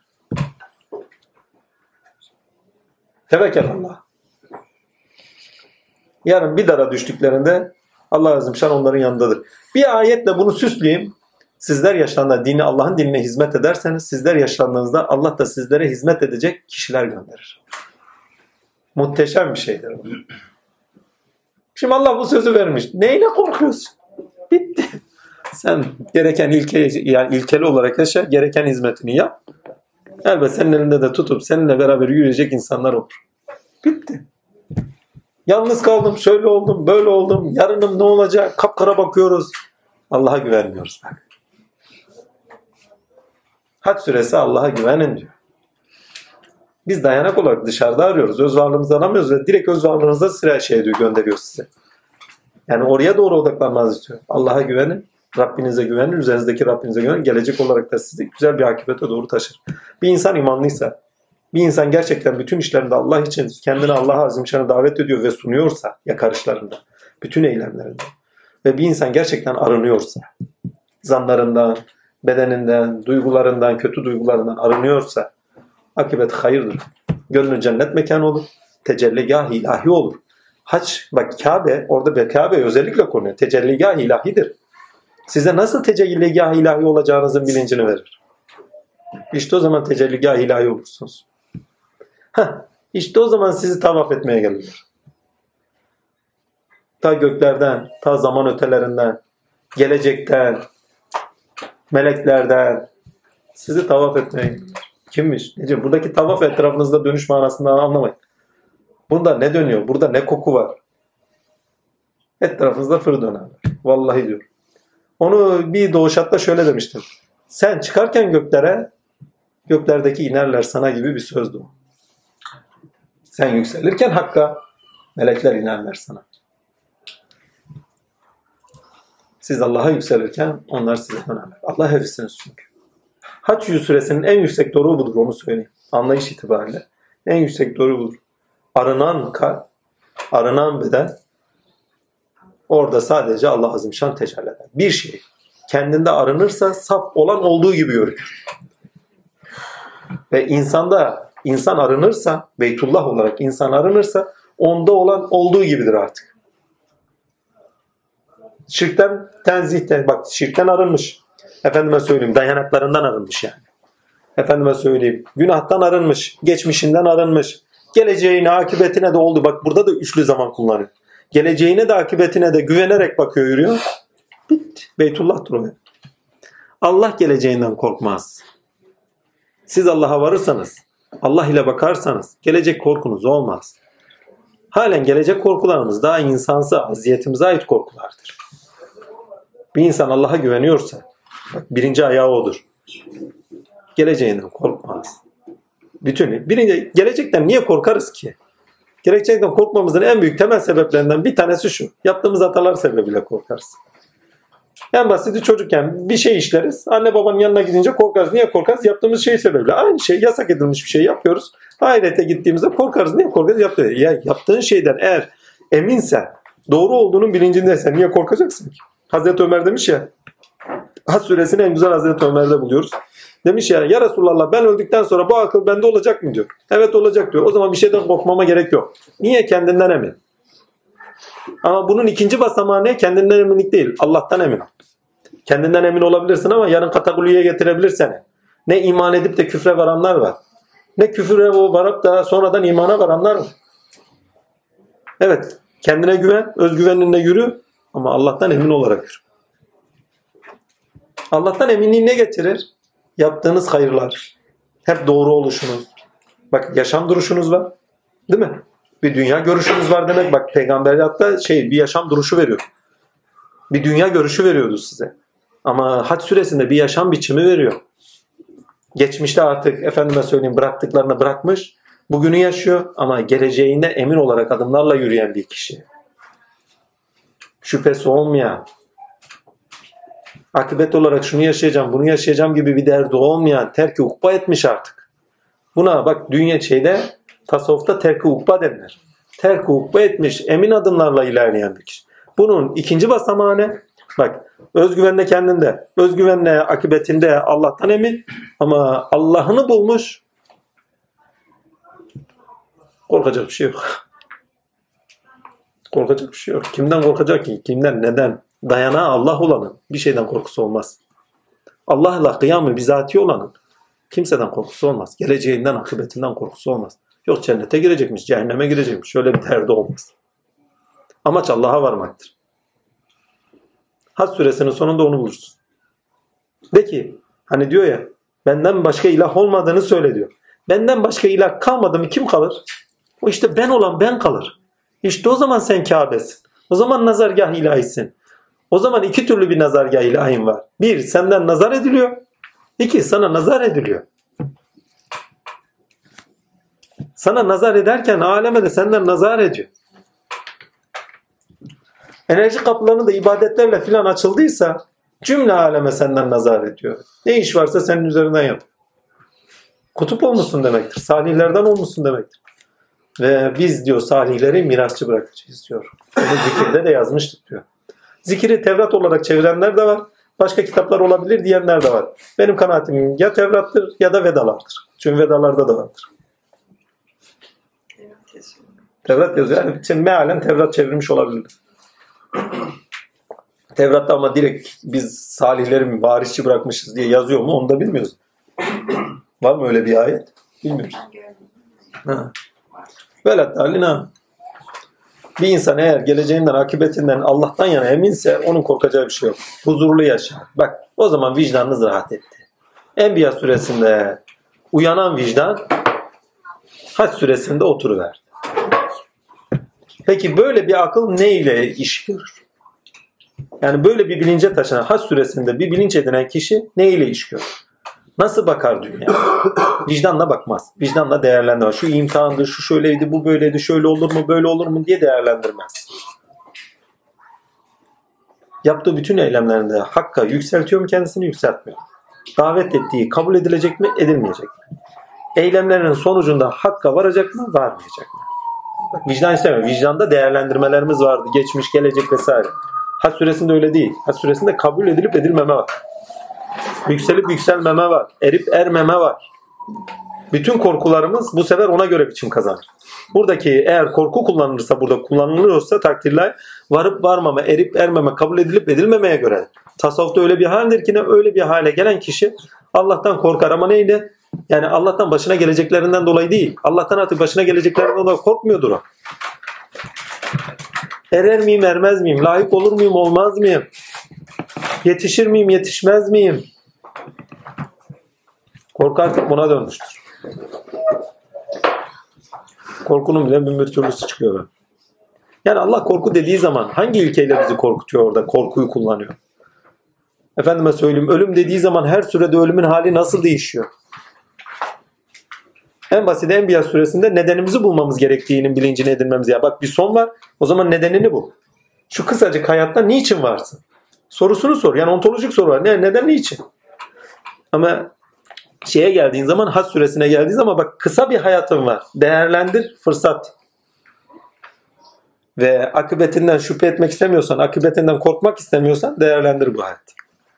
Tevekkül Allah. Yarın bir dara düştüklerinde Allah azimşan onların yanındadır. Bir ayetle bunu süsleyeyim. Sizler yaşlandığında dini Allah'ın dinine hizmet ederseniz sizler yaşlandığınızda Allah da sizlere hizmet edecek kişiler gönderir. Muhteşem bir şeydir bu. Şimdi Allah bu sözü vermiş. Neyle korkuyorsun? Bitti. Sen gereken ilkeli olarak yaşa, gereken hizmetini yap. Elbette senin elinde de tutup seninle beraber yürüyecek insanlar olur. Bitti. Yalnız kaldım, şöyle oldum, böyle oldum. Yarınım ne olacak? Kapkara bakıyoruz. Allah'a güvenmiyoruz bak. Hac suresi Allah'a güvenin diyor. Biz dayanak olarak dışarıda arıyoruz. Öz varlığımızı aramıyoruz ve direkt öz varlığınızda sıra diyor, gönderiyor size. Yani oraya doğru odaklanmanızı istiyor. Allah'a güvenin, Rabbinize güvenin, üzerinizdeki Rabbinize güvenin. Gelecek olarak da sizi güzel bir akibete doğru taşır. Bir insan imanlıysa, bir insan gerçekten bütün işlerinde Allah için kendini Allah'a azimşana davet ediyor ve sunuyorsa, yakarışlarında, bütün eylemlerinde ve bir insan gerçekten arınıyorsa, zanlarından, bedeninden, duygularından, kötü duygularından arınıyorsa, akıbet hayırdır. Gönlü cennet mekanı olur. Tecelligâh-ı ilahi olur. Hac, bak Kabe, orada Kabe özellikle konuyor. Tecelligâh-ı ilahidir. Size nasıl tecelligâh-ı ilahi olacağınızın bilincini verir. İşte o zaman tecelligâh-ı ilahi olursunuz. İşte o zaman sizi tavaf etmeye gelirler. Ta göklerden, ta zaman ötelerinden, gelecekten, meleklerden sizi tavaf etmeye gelirler. Kimmiş? Nece? Buradaki tavaf etrafınızda dönüş manasından anlamayın. Bunda ne dönüyor? Burada ne koku var? Etrafınızda fır dönerler. Vallahi diyor. Onu bir doğuşatta şöyle demiştim. Sen çıkarken göklere, göklerdeki inerler sana gibi bir sözdü o. Sen yükselirken Hakk'a, melekler inerler sana. Siz Allah'a yükselirken onlar size dönerler. Allah hepsiniz çünkü. Hac suresinin en yüksek doruğu budur, onu söyleyeyim. Anlayış itibariyle. En yüksek doruğu budur. Arınan kalp, arınan beden orada sadece Allah azimşan tecelli eder. Bir şey kendinde arınırsa saf olan olduğu gibi görünür. Ve insan arınırsa, Beytullah olarak insan arınırsa onda olan olduğu gibidir artık. Şirkten tenzihten, bak şirkten arınmış. Efendime söyleyeyim dayanaklarından arınmış yani. Efendime söyleyeyim günahtan arınmış, geçmişinden arınmış. Geleceğine, akıbetine de oldu. Bak burada da üçlü zaman kullanıyor. Geleceğine de akıbetine de güvenerek bakıyor, yürüyor. Bitti. Beytullah'tır o. Allah geleceğinden korkmaz. Siz Allah'a varırsanız, Allah ile bakarsanız gelecek korkunuz olmaz. Halen gelecek korkularımız daha insansı, aziyetimize ait korkulardır. Bir insan Allah'a güveniyorsa, bak birinci ayağı odur. Geleceğinden korkmaz. Bütünü. Birinci, gelecekten niye korkarız ki? Gelecekten korkmamızın en büyük temel sebeplerinden bir tanesi şu. Yaptığımız hatalar sebebiyle korkarız. En basiti çocukken bir şey işleriz. Anne babanın yanına gidince korkarız. Niye korkarız? Yaptığımız şey sebebiyle. Aynı şey, yasak edilmiş bir şey yapıyoruz. Ahirete gittiğimizde korkarız. Niye korkarız? Yaptığın şeyden eğer eminsen, doğru olduğunun bilincindeysen niye korkacaksın ki? Hazreti Ömer demiş ya, Hac suresini en güzel Hazreti Ömer'de buluyoruz. Demiş ya Resulallah, ben öldükten sonra bu akıl bende olacak mı diyor. Evet olacak diyor. O zaman bir şeyden korkmama gerek yok. Niye? Kendinden emin. Ama bunun ikinci basamağı ne? Kendinden eminlik değil. Allah'tan emin. Kendinden emin olabilirsin ama yarın katakulliye getirebilir seni. Ne iman edip de küfre varanlar var. Ne küfüre varıp da sonradan imana varanlar var. Evet. Kendine güven. Özgüveninle yürü. Ama Allah'tan emin olarak yürü. Allah'tan eminliği ne getirir? Yaptığınız hayırlar. Hep doğru oluşunuz. Bak yaşam duruşunuz var. Değil mi? Bir dünya görüşünüz var demek. Bak peygamber hatta bir yaşam duruşu veriyor. Bir dünya görüşü veriyordu size. Ama Hac suresinde bir yaşam biçimi veriyor. Geçmişte artık efendime söyleyeyim bıraktıklarını bırakmış. Bugünü yaşıyor ama geleceğine emin olarak adımlarla yürüyen bir kişi. Şüphesi olmayan, akıbet olarak şunu yaşayacağım, bunu yaşayacağım gibi bir derdi olmayan, terk-i ukba etmiş artık. Buna bak dünya tasavvufta terk-i ukba denir. Terk-i ukba etmiş, emin adımlarla ilerleyen bir kişi. Bunun ikinci basamağı ne? Bak özgüvenle kendinde, özgüvenle akıbetinde Allah'tan emin ama Allah'ını bulmuş. Korkacak bir şey yok. Korkacak bir şey yok. Kimden korkacak ki? Kimden? Neden? Dayanağı Allah olanın bir şeyden korkusu olmaz. Allah'la kıyamı bizatihi olanın kimseden korkusu olmaz. Geleceğinden, akıbetinden korkusu olmaz. Yok cennete girecekmiş, cehenneme girecekmiş. Şöyle bir derdi olmaz. Amaç Allah'a varmaktır. Hac suresinin sonunda onu bulursun. De ki, hani diyor ya, benden başka ilah olmadığını söyle diyor. Benden başka ilah kalmadı mı kim kalır? O işte ben olan ben kalır. İşte o zaman sen Kabe'sin. O zaman nazargah ilahisin. O zaman iki türlü bir nazargah ilahin var. Bir, senden nazar ediliyor. İki, sana nazar ediliyor. Sana nazar ederken aleme de senden nazar ediyor. Enerji kapılarını da ibadetlerle filan açıldıysa cümle aleme senden nazar ediyor. Ne iş varsa senin üzerinden yap. Kutup olmuşsun demektir. Salihlerden olmuşsun demektir. Ve biz diyor salihleri mirasçı bırakacağız diyor. Bunu zikirde de yazmıştık diyor. Zikiri Tevrat olarak çevirenler de var. Başka kitaplar olabilir diyenler de var. Benim kanaatim ya Tevrat'tır ya da Vedalardır. Çünkü Vedalarda da vardır. Tevrat yazıyor. Yani için mealen Tevrat çevirmiş olabilir. Tevrat'ta ama direkt biz salihleri mi varisçi bırakmışız diye yazıyor mu onu da bilmiyoruz. Var mı öyle bir ayet? Bilmiyoruz. Velat alina. Bir insan eğer geleceğinden, akıbetinden Allah'tan yana eminse onun korkacağı bir şey yok. Huzurlu yaşar. Bak o zaman vicdanınız rahat etti. Enbiya suresinde uyanan vicdan Hac suresinde oturuverdi. Peki böyle bir akıl ne ile iş görür? Yani böyle bir bilince taşınan Hac suresinde bir bilinç edinen kişi ne ile iş görür? Nasıl bakar dünya? Vicdanla bakmaz. Vicdanla değerlendirmez. Şu imtihandır, şu şöyleydi, bu böyleydi, şöyle olur mu, böyle olur mu diye değerlendirmez. Yaptığı bütün eylemlerinde hakka yükseltiyor mu kendisini, yükseltmiyor. Davet ettiği kabul edilecek mi, edilmeyecek mi? Eylemlerinin sonucunda hakka varacak mı, varmayacak mı? Bak, vicdan istemiyor. Vicdanda değerlendirmelerimiz vardı. Geçmiş, gelecek vesaire. Hac suresinde öyle değil. Hac suresinde kabul edilip edilmeme var. Yükselip yükselmeme var. Erip ermeme var. Bütün korkularımız bu sefer ona göre biçim kazanır. Buradaki eğer korku kullanılırsa, burada kullanılıyorsa takdirler varıp varmama, erip ermeme, kabul edilip edilmemeye göre. Tasavvufta öyle bir haldir ki öyle bir hale gelen kişi Allah'tan korkar ama neyle? Yani Allah'tan başına geleceklerinden dolayı değil. Allah'tan artık başına geleceklerinden dolayı korkmuyordur o. Erer miyim, ermez miyim? Layık olur muyum, olmaz mıyım? Yetişir miyim, yetişmez miyim? Korku artık buna dönmüştür. Korkunun bile bin bir türlüsü çıkıyor. Yani Allah korku dediği zaman hangi ilkeyle bizi korkutuyor orada? Korkuyu kullanıyor. Efendime söyleyeyim, ölüm dediği zaman her sürede ölümün hali nasıl değişiyor? En basit Enbiya suresinde nedenimizi bulmamız gerektiğinin bilincini edinmemiz. Ya bak bir son var. O zaman nedenini bul. Şu kısacık hayatta niçin varsın? Sorusunu sor. Yani ontolojik soru var. Neden niçin? Ama şeye geldiğin zaman, Hac suresine geldiğin zaman bak kısa bir hayatın var. Değerlendir, fırsat. Ve akıbetinden şüphe etmek istemiyorsan, akıbetinden korkmak istemiyorsan değerlendir bu hayatı.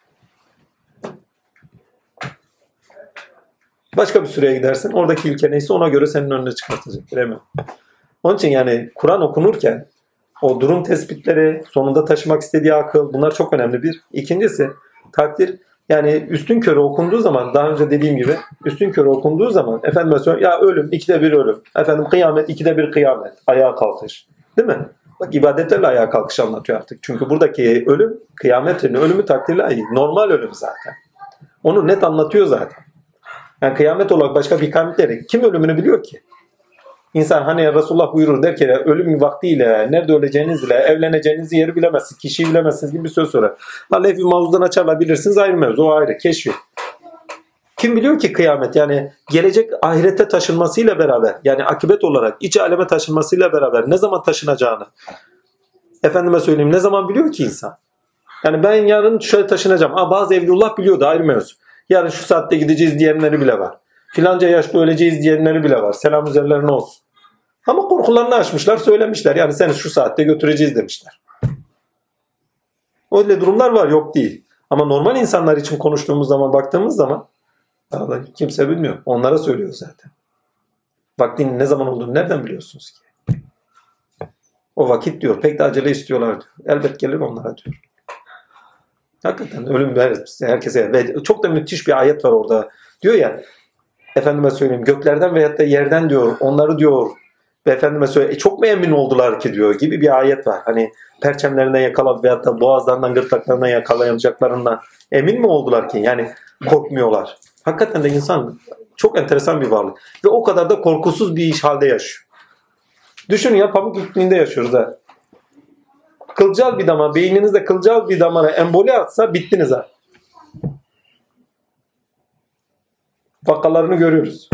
Başka bir süreye gidersin. Oradaki ilke neyse ona göre senin önüne çıkartacak. Bilemiyorum. Onun için yani Kur'an okunurken o durum tespitleri, sonunda taşımak istediği akıl, bunlar çok önemli bir. İkincisi takdir. Yani üstünkörü okunduğu zaman, daha önce dediğim gibi üstünkörü okunduğu zaman efendim mesela ya ölüm 2'de 1 ölüm. Efendim kıyamet 2'de 1 kıyamet. Ayağa kalkış. Değil mi? Bak ibadetlerle ayağa kalkış anlatıyor artık. Çünkü buradaki ölüm kıyametin ölümü takdirle ayı. Normal ölüm zaten. Onu net anlatıyor zaten. Yani kıyamet olarak başka bir kıyametleri kim ölümünü biliyor ki? İnsan hani Resulullah buyurur der ki ölüm vaktiyle, nerede öleceğinizle, evleneceğiniz yeri bilemezsiniz, kişiyi bilemezsiniz gibi bir söz sorar. Lef-i mavzudan açarlar bilirsiniz ayrı mevzu, o ayrı, keşfi. Kim biliyor ki kıyamet yani gelecek ahirete taşınmasıyla beraber yani akıbet olarak iç aleme taşınmasıyla beraber ne zaman taşınacağını efendime söyleyeyim ne zaman biliyor ki insan? Yani ben yarın şöyle taşınacağım. Bazı Evliullah biliyordu ayrı mevzu. Yarın şu saatte gideceğiz diyenleri bile var. Filanca yaşta öleceğiz diyenleri bile var. Selam üzerlerine olsun. Ama korkularını aşmışlar, söylemişler. Yani seni şu saatte götüreceğiz demişler. Öyle durumlar var, yok değil. Ama normal insanlar için konuştuğumuz zaman, baktığımız zaman kimse bilmiyor. Onlara söylüyor zaten. Vaktinin ne zaman olduğunu nereden biliyorsunuz ki? O vakit diyor, pek de acele istiyorlar diyor. Elbet gelir onlara diyor. Hakikaten ölüm herkese. Ve çok da müthiş bir ayet var orada. Diyor ya, efendime söyleyeyim göklerden veyahut da yerden diyor, onları diyor ve efendime söyleyeyim çok mu emin oldular ki diyor gibi bir ayet var. Hani perçemlerinden yakalayıp veyahut da boğazlarından, gırtlaklarından yakalayacaklarından emin mi oldular ki? Yani korkmuyorlar. Hakikaten de insan çok enteresan bir varlık. Ve o kadar da korkusuz bir iş halde yaşıyor. Düşünün ya, pamuk ikliminde yaşıyoruz ha. Kılcal bir damar, beyninizde kılcal bir damara emboli atsa bittiniz ha. Vakalarını görüyoruz.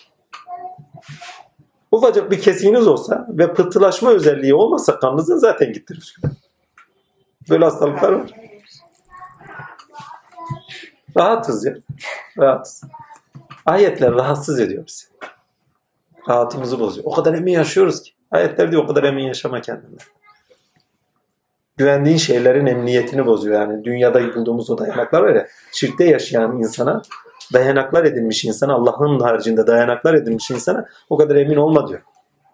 Ufacık bir kesiğiniz olsa ve pıhtılaşma özelliği olmasa kanınızın zaten gittiniz. Böyle hastalıklar var. Rahatız ya. Rahatız. Ayetler rahatsız ediyor bizi. Rahatımızı bozuyor. O kadar emin yaşıyoruz ki. Ayetler diyor o kadar emin yaşama kendine. Güvendiğin şeylerin emniyetini bozuyor. Yani dünyada bulduğumuz o dayanaklar var ya. Şirkte yaşayan insana, dayanaklar edilmiş insana, Allah'ın haricinde dayanaklar edilmiş insana o kadar emin olma diyor.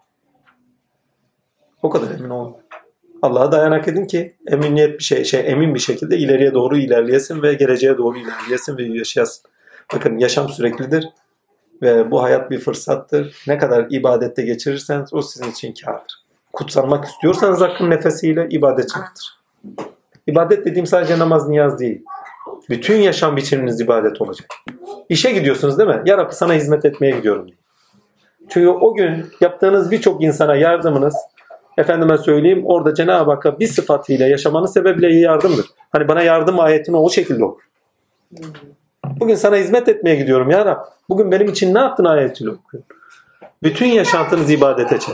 O kadar emin olma. Allah'a dayanak edin ki emniyet bir emin bir şekilde ileriye doğru ilerleyesin ve geleceğe doğru ilerleyesin ve yaşayasın. Bakın yaşam süreklidir ve bu hayat bir fırsattır. Ne kadar ibadette geçirirseniz o sizin için kârdır. Kutsanmak istiyorsanız hakkın nefesiyle ibadet yaptır. İbadet dediğim sadece namaz, niyaz değil. Bütün yaşam biçiminiz ibadet olacak. İşe gidiyorsunuz değil mi? Ya Rabbi sana hizmet etmeye gidiyorum diye. Çünkü o gün yaptığınız birçok insana yardımınız, efendime söyleyeyim, orada Cenab-ı Hakk'a bir sıfatıyla yaşamanın sebebiyle yardımdır. Hani bana yardım ayetini o şekilde okur. Bugün sana hizmet etmeye gidiyorum ya Rabbi. Bugün benim için ne yaptın ayetiyle okuyorum. Bütün yaşantınızı ibadete çevir.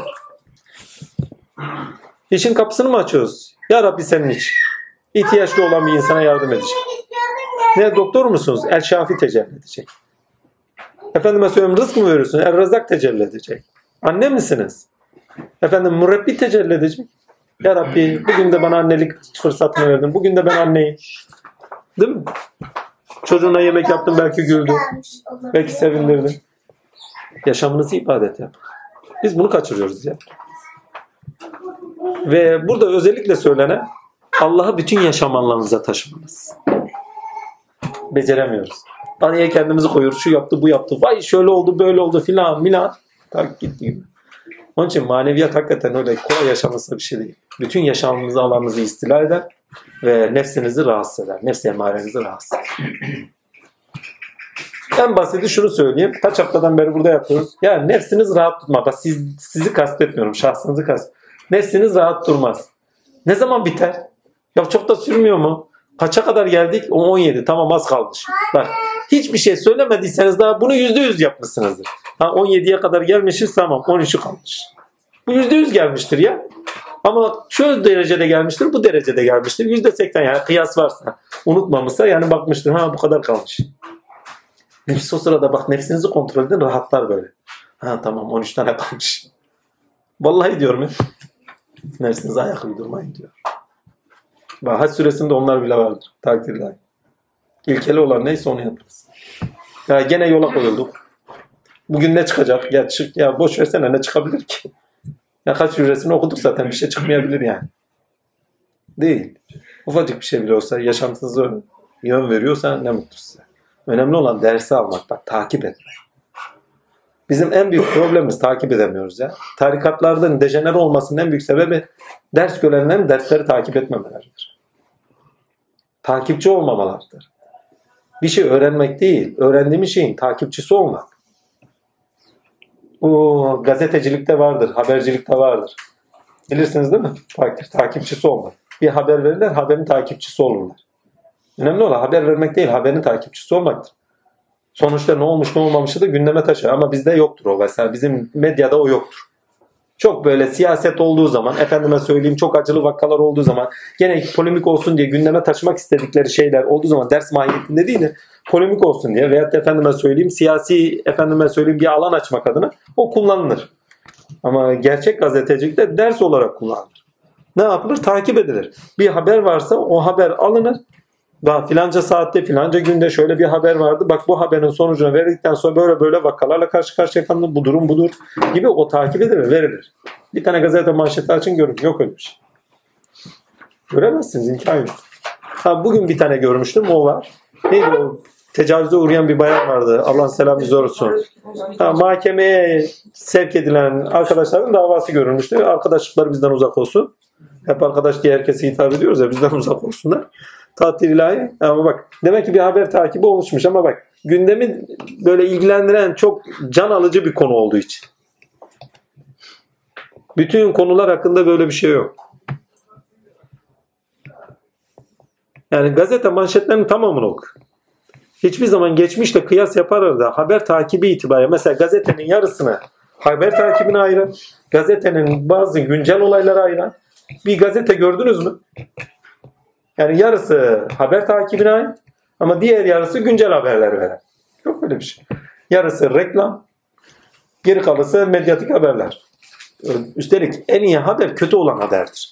İşin kapısını mı açıyoruz? Ya Rabbi senin için. İhtiyaçlı olan bir insana yardım edecek. Ne doktor musunuz? El Şafi tecelli edecek. Efendime söyleyeyim rızk mı veriyorsunuz? El Razak tecelli edecek. Anne misiniz? Efendim mürebbi tecelli edecek. Ya Rabbi bugün de bana annelik fırsatını verdin. Bugün de ben anneyim. Değil mi? Çocuğuna yemek yaptım, belki güldü. Belki sevindirdin. Yaşamınızı ibadet yap. Biz bunu kaçırıyoruz ya. Ve burada özellikle söylenen Allah'ı bütün yaşam alanınıza taşımanız. Beceremiyoruz. Araya kendimizi koyuyoruz. Şu yaptı, bu yaptı. Vay şöyle oldu, böyle oldu filan milan. Tak gitti gibi. Onun için maneviyat hakikaten öyle kolay yaşaması bir şey değil. Bütün yaşamınızı alanınızı istila eder ve nefsinizi rahatsız eder. Nefs emarenizi rahatsız eder. En basiti şunu söyleyeyim. Kaç haftadan beri burada yapıyoruz. Ya nefsiniz rahat tutmaz. Bak sizi kastetmiyorum. Şahsınızı kastetmiyorum. Nefsiniz rahat durmaz. Ne zaman biter? Ya çok da sürmüyor mu? Kaça kadar geldik? 17. Tamam az kalmış. Bak hiçbir şey söylemediyseniz daha bunu %100 yapmışsınızdır. Ha 17'ye kadar gelmişiz, tamam 13'ü kalmış. Bu %100 gelmiştir ya. Ama şu derecede gelmiştir, bu derecede gelmiştir. %80 yani kıyas varsa, unutmamışsa yani bakmıştır. Ha bu kadar kalmış. Nefis o sırada bak nefsinizi kontrol edin, rahatlar böyle. Ha tamam 13 tane kalmış. Vallahi diyorum ya. Nefsinize ayak uydurmayın diyor. Bak Hac suresinde onlar bile vardır. Takdirler. İlkeli olan neyse onu yaparız. Ya gene yola koyulduk. Bugün ne çıkacak? Ya çık ya boş versene ne çıkabilir ki? Ya Hac suresini okuduk zaten bir şey çıkmayabilir yani. Değil. Ufacık bir şey bile olsa yaşantınıza yön veriyorsa ne mutlu size. Önemli olan dersi almak, bak takip etmek. Bizim en büyük problemimiz takip edemiyoruz ya. Tarikatlardan dejenere olmasının en büyük sebebi ders görenlerin dersleri takip etmemeleridir. Takipçi olmamalardır. Bir şey öğrenmek değil, öğrendiğimiz şeyin takipçisi olmak. Bu gazetecilikte vardır, habercilikte vardır. Bilirsiniz değil mi? Takipçisi olmak. Bir haber verirler, haberin takipçisi olurlar. Önemli olan haber vermek değil, haberin takipçisi olmaktır. Sonuçta ne olmuş ne olmamışı da gündeme taşır. Ama bizde yoktur o mesela. Bizim medyada o yoktur. Çok böyle siyaset olduğu zaman, efendime söyleyeyim çok acılı vakalar olduğu zaman, gene polemik olsun diye gündeme taşımak istedikleri şeyler olduğu zaman ders mahiyetinde değil de polemik olsun diye veyahut da efendime söyleyeyim siyasi bir alan açmak adına o kullanılır. Ama gerçek gazetecilikte ders olarak kullanılır. Ne yapılır? Takip edilir. Bir haber varsa o haber alınır. Daha filanca saatte filanca günde şöyle bir haber vardı. Bak bu haberin sonucunu verdikten sonra böyle böyle vakalarla karşı karşıya kalınır. Bu durum budur gibi o takip edilir, verilir. Bir tane gazete manşeti açın görün. Yok öyle bir şey. Göremezsiniz. İmkan yok. Ha, bugün bir tane görmüştüm. O var. Neydi o? Tecavüze uğrayan bir bayan vardı. Allah'ın selamı zor olsun. Ha, mahkemeye sevk edilen arkadaşların davası görülmüştü. Arkadaşlıkları bizden uzak olsun. Hep arkadaş diye herkese hitap ediyoruz ya, bizden uzak olsunlar. Tatil ilahi. Ama bak demek ki bir haber takibi oluşmuş ama bak gündemi böyle ilgilendiren çok can alıcı bir konu olduğu için. Bütün konular hakkında böyle bir şey yok. Yani gazete manşetlerinin tamamını oku. Hiçbir zaman geçmişle kıyas yaparlar da haber takibi itibariyle mesela gazetenin yarısını haber takibine ayıran, gazetenin bazı güncel olaylara ayıran bir gazete gördünüz mü? Yani yarısı haber takibine ait ama diğer yarısı güncel haberler veren. Yok öyle bir şey. Yarısı reklam, geri kalısı medyatik haberler. Üstelik en iyi haber kötü olan haberdir.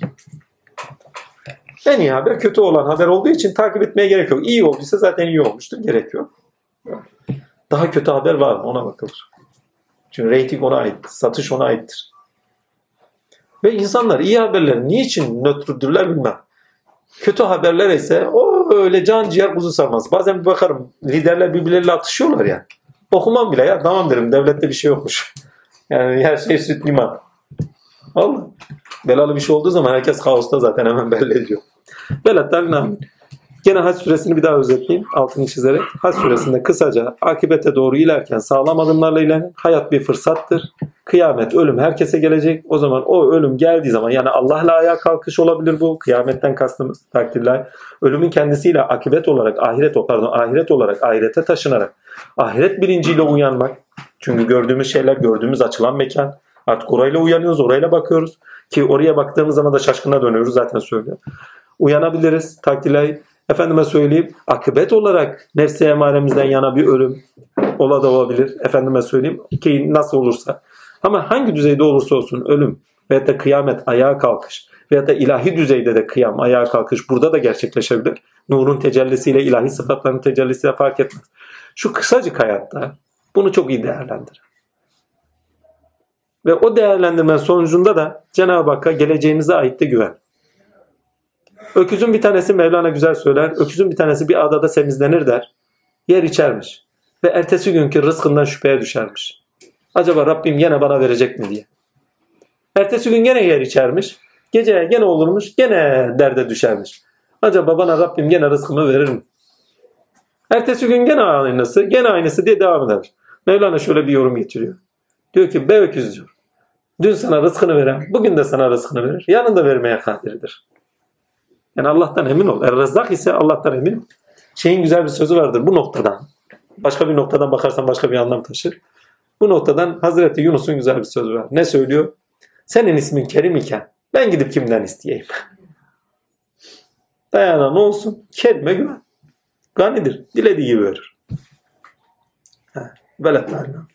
En iyi haber kötü olan haber olduğu için takip etmeye gerek yok. İyi olduysa zaten iyi olmuştur. Gerek yok. Daha kötü haber var mı? Ona bakılır. Çünkü reyting ona ait. Satış ona aittir. Ve insanlar iyi haberleri niçin nötrdürler bilmem. Kötü haberler ise o öyle can ciğer kuzu sarmaz. Bazen bir bakarım liderler birbirleriyle atışıyorlar ya. Okumam bile ya. Tamam derim devlette bir şey yokmuş. Yani her şey süt liman. Vallahi. Belalı bir şey olduğu zaman herkes kaosta zaten hemen belli ediyor. Velatlar ne yapayım? Gene Hac suresini bir daha özetleyeyim. Altını çizerek. Hac suresinde kısaca akibete doğru ilerken sağlam adımlarla ilerleyin. Hayat bir fırsattır. Kıyamet, ölüm herkese gelecek. O zaman o ölüm geldiği zaman yani Allah'la ayağa kalkış olabilir bu. Kıyametten kastımız takdirler. Ölümün kendisiyle ahiret olarak ahirete taşınarak ahiret bilinciyle uyanmak. Çünkü gördüğümüz şeyler gördüğümüz açılan mekan. Artık orayla uyanıyoruz, orayla bakıyoruz. Ki oraya baktığımız zaman da şaşkına dönüyoruz zaten söylüyor. Uyanabiliriz takdirler. Efendime söyleyeyim akıbet olarak nefs-i emaremizden yana bir ölüm olabilir. Efendime söyleyeyim ki nasıl olursa. Ama hangi düzeyde olursa olsun ölüm veyahut da kıyamet ayağa kalkış veyahut da ilahi düzeyde de kıyam ayağa kalkış burada da gerçekleşebilir. Nurun tecellisiyle ilahi sıfatların tecellisiyle fark etmez. Şu kısacık hayatta bunu çok iyi değerlendirin. Ve o değerlendirme sonucunda da Cenab-ı Hakk'a geleceğinize ait de güven. Öküzün bir tanesi Mevlana güzel söyler. Öküzün bir tanesi bir adada semizlenir der. Yer içermiş. Ve ertesi günkü rızkından şüpheye düşermiş. Acaba Rabbim gene bana verecek mi diye. Ertesi gün gene yer içermiş. Gece gene olurmuş. Gene derde düşermiş. Acaba bana Rabbim gene rızkımı verir mi? Ertesi gün gene aynısı diye devam eder. Mevlana şöyle bir yorum getiriyor. Diyor ki be öküz diyor. Dün sana rızkını veren bugün de sana rızkını verir. Yarın da vermeye kadirdir. Yani Allah'tan emin ol. Er-Rezzak ise Allah'tan emin ol. Şeyin güzel bir sözü vardır bu noktadan. Başka bir noktadan bakarsan başka bir anlam taşır. Bu noktadan Hazreti Yunus'un güzel bir sözü var. Ne söylüyor? Senin ismin Kerim iken ben gidip kimden isteyeyim? Dayanan olsun. Kerim'e güven. Ganidir. Dilediği gibi verir. Veletlerine.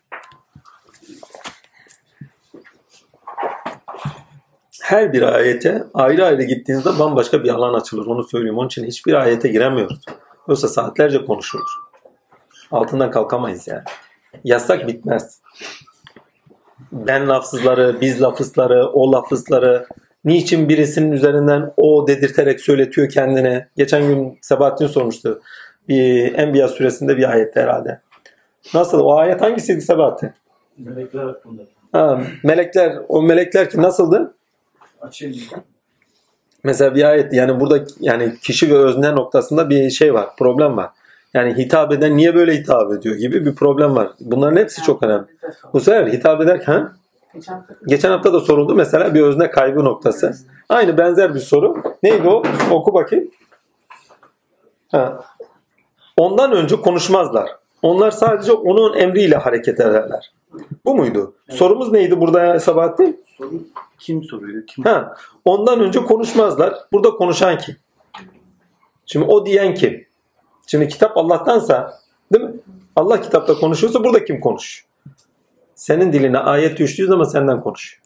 Her bir ayete ayrı ayrı gittiğinizde bambaşka bir alan açılır. Onu söyleyeyim. Onun için hiçbir ayete giremiyoruz. Yoksa saatlerce konuşuruz. Altından kalkamayız yani. Yasak bitmez. Ben lafızları, biz lafızları, o lafızları niçin birisinin üzerinden o dedirterek söyletiyor kendine. Geçen gün Sebahattin sormuştu. Bir Enbiya suresinde bir ayette herhalde. Nasıl? O ayet hangisiydi Sebahattin? Melekler hakkında. Melekler. O melekler ki nasıldı? Açayım. Mesela bir ayet yani burada yani kişi ve özne noktasında bir şey var. Problem var. Yani hitap eden niye böyle hitap ediyor gibi bir problem var. Bunların hepsi çok önemli. Bu sefer hitap ederken geçen hafta da soruldu mesela bir özne kaybı noktası. Aynı benzer bir soru. Neydi o? Oku bakayım. Ondan önce konuşmazlar. Onlar sadece onun emriyle hareket ederler. Bu muydu? Evet. Sorumuz neydi burada Sabahattin? Soru kim soruyor? Kim? Ondan önce konuşmazlar. Burada konuşan kim? Şimdi o diyen kim? Şimdi kitap Allah'tansa, değil mi? Allah kitapta konuşuyorsa burada kim konuşuyor? Senin diline ayet düştüğü zaman senden konuşuyor.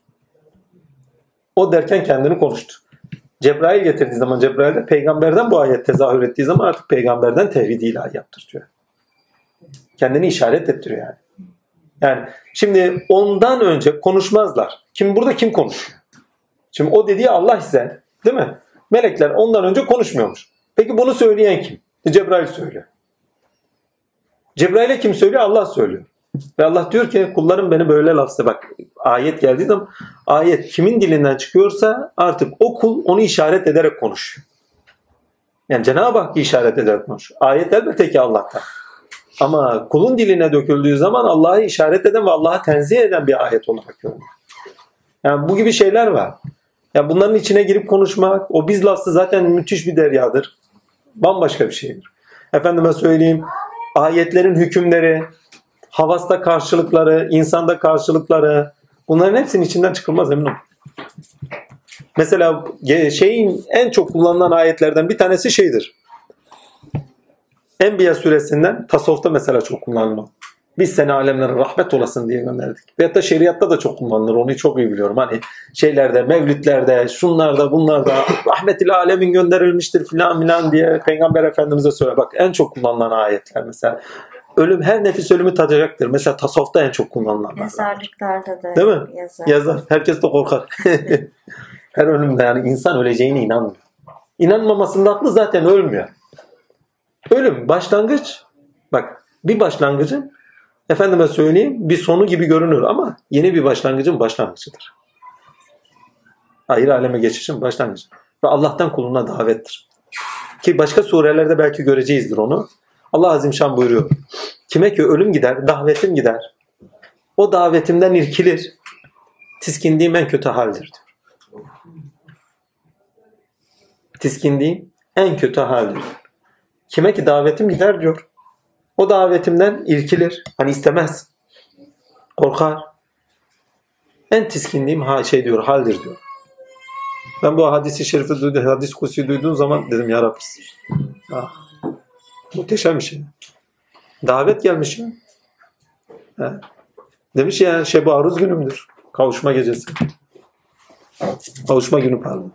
O derken kendini konuştu. Cebrail getirdiği zaman Cebrail'de peygamberden bu ayet tezahür ettiği zaman artık peygamberden tevhid-i ilahi yaptırtıyor. Kendini işaret ettiriyor yani. Yani şimdi ondan önce konuşmazlar. Burada kim konuşuyor? Şimdi o dediği Allah ise, değil mi? Melekler ondan önce konuşmuyormuş. Peki bunu söyleyen kim? Cebrail söylüyor. Cebrail'e kim söylüyor? Allah söylüyor. Ve Allah diyor ki kullarım beni böyle lafza bak ayet geldiği zaman ayet kimin dilinden çıkıyorsa artık o kul onu işaret ederek konuşuyor. Yani Cenab-ı Hakk'ı işaret ederek konuşuyor. Ayet elbette ki Allah'tan. Ama kulun diline döküldüğü zaman Allah'ı işaret eden ve Allah'ı tenzih eden bir ayet olarak görünüyor. Yani bu gibi şeyler var. Yani bunların içine girip konuşmak, o biz lafzı zaten müthiş bir deryadır. Bambaşka bir şeydir. Efendime söyleyeyim, ayetlerin hükümleri, havasta karşılıkları, insanda karşılıkları, bunların hepsinin içinden çıkılmaz emin olun. Mesela şeyin en çok kullanılan ayetlerden bir tanesi şeydir. Enbiya suresinden tasavvufta mesela çok kullanılıyor. Biz seni alemlere rahmet olasın diye gönderdik. Veyahut da şeriatta da çok kullanılır. Onu çok iyi biliyorum. Hani şeylerde, mevlütlerde, şunlarda, bunlarda rahmetil alemin gönderilmiştir filan diye Peygamber Efendimiz'e söyle. Bak en çok kullanılan ayetler mesela. Ölüm, her nefis ölümü tadacaktır. Mesela tasavvufta en çok kullanılanlar. Yazarlıklarda da. Değil mi? Yazar. Herkes de korkar. Her ölümde yani insan öleceğine inanmıyor. İnanmamasının aklı zaten ölmüyor. Ölüm başlangıç. Bak bir başlangıcın efendime söyleyeyim bir sonu gibi görünür ama yeni bir başlangıcın başlangıcıdır. Ayrı aleme geçişin başlangıcı. Ve Allah'tan kuluna davettir. Ki başka surelerde belki göreceğizdir onu. Allah Azimşan buyuruyor. Kime ki ölüm gider, davetim gider. O davetimden irkilir. Tiskindiğim en kötü haldir diyor. Tiskindiğim en kötü haldir. Kime ki davetim gider diyor. O davetimden irkilir. Hani istemez. Korkar. En tiskindiğim diyor, haldir diyor. Ben bu hadisi şerifi duydum, hadis kusuyu duyduğum zaman dedim ya Rabbi. Muhteşem bir şey. Davet gelmiş ya. Demiş ya Şeb-i Aruz günümdür. Kavuşma gecesi. Kavuşma günü pardon.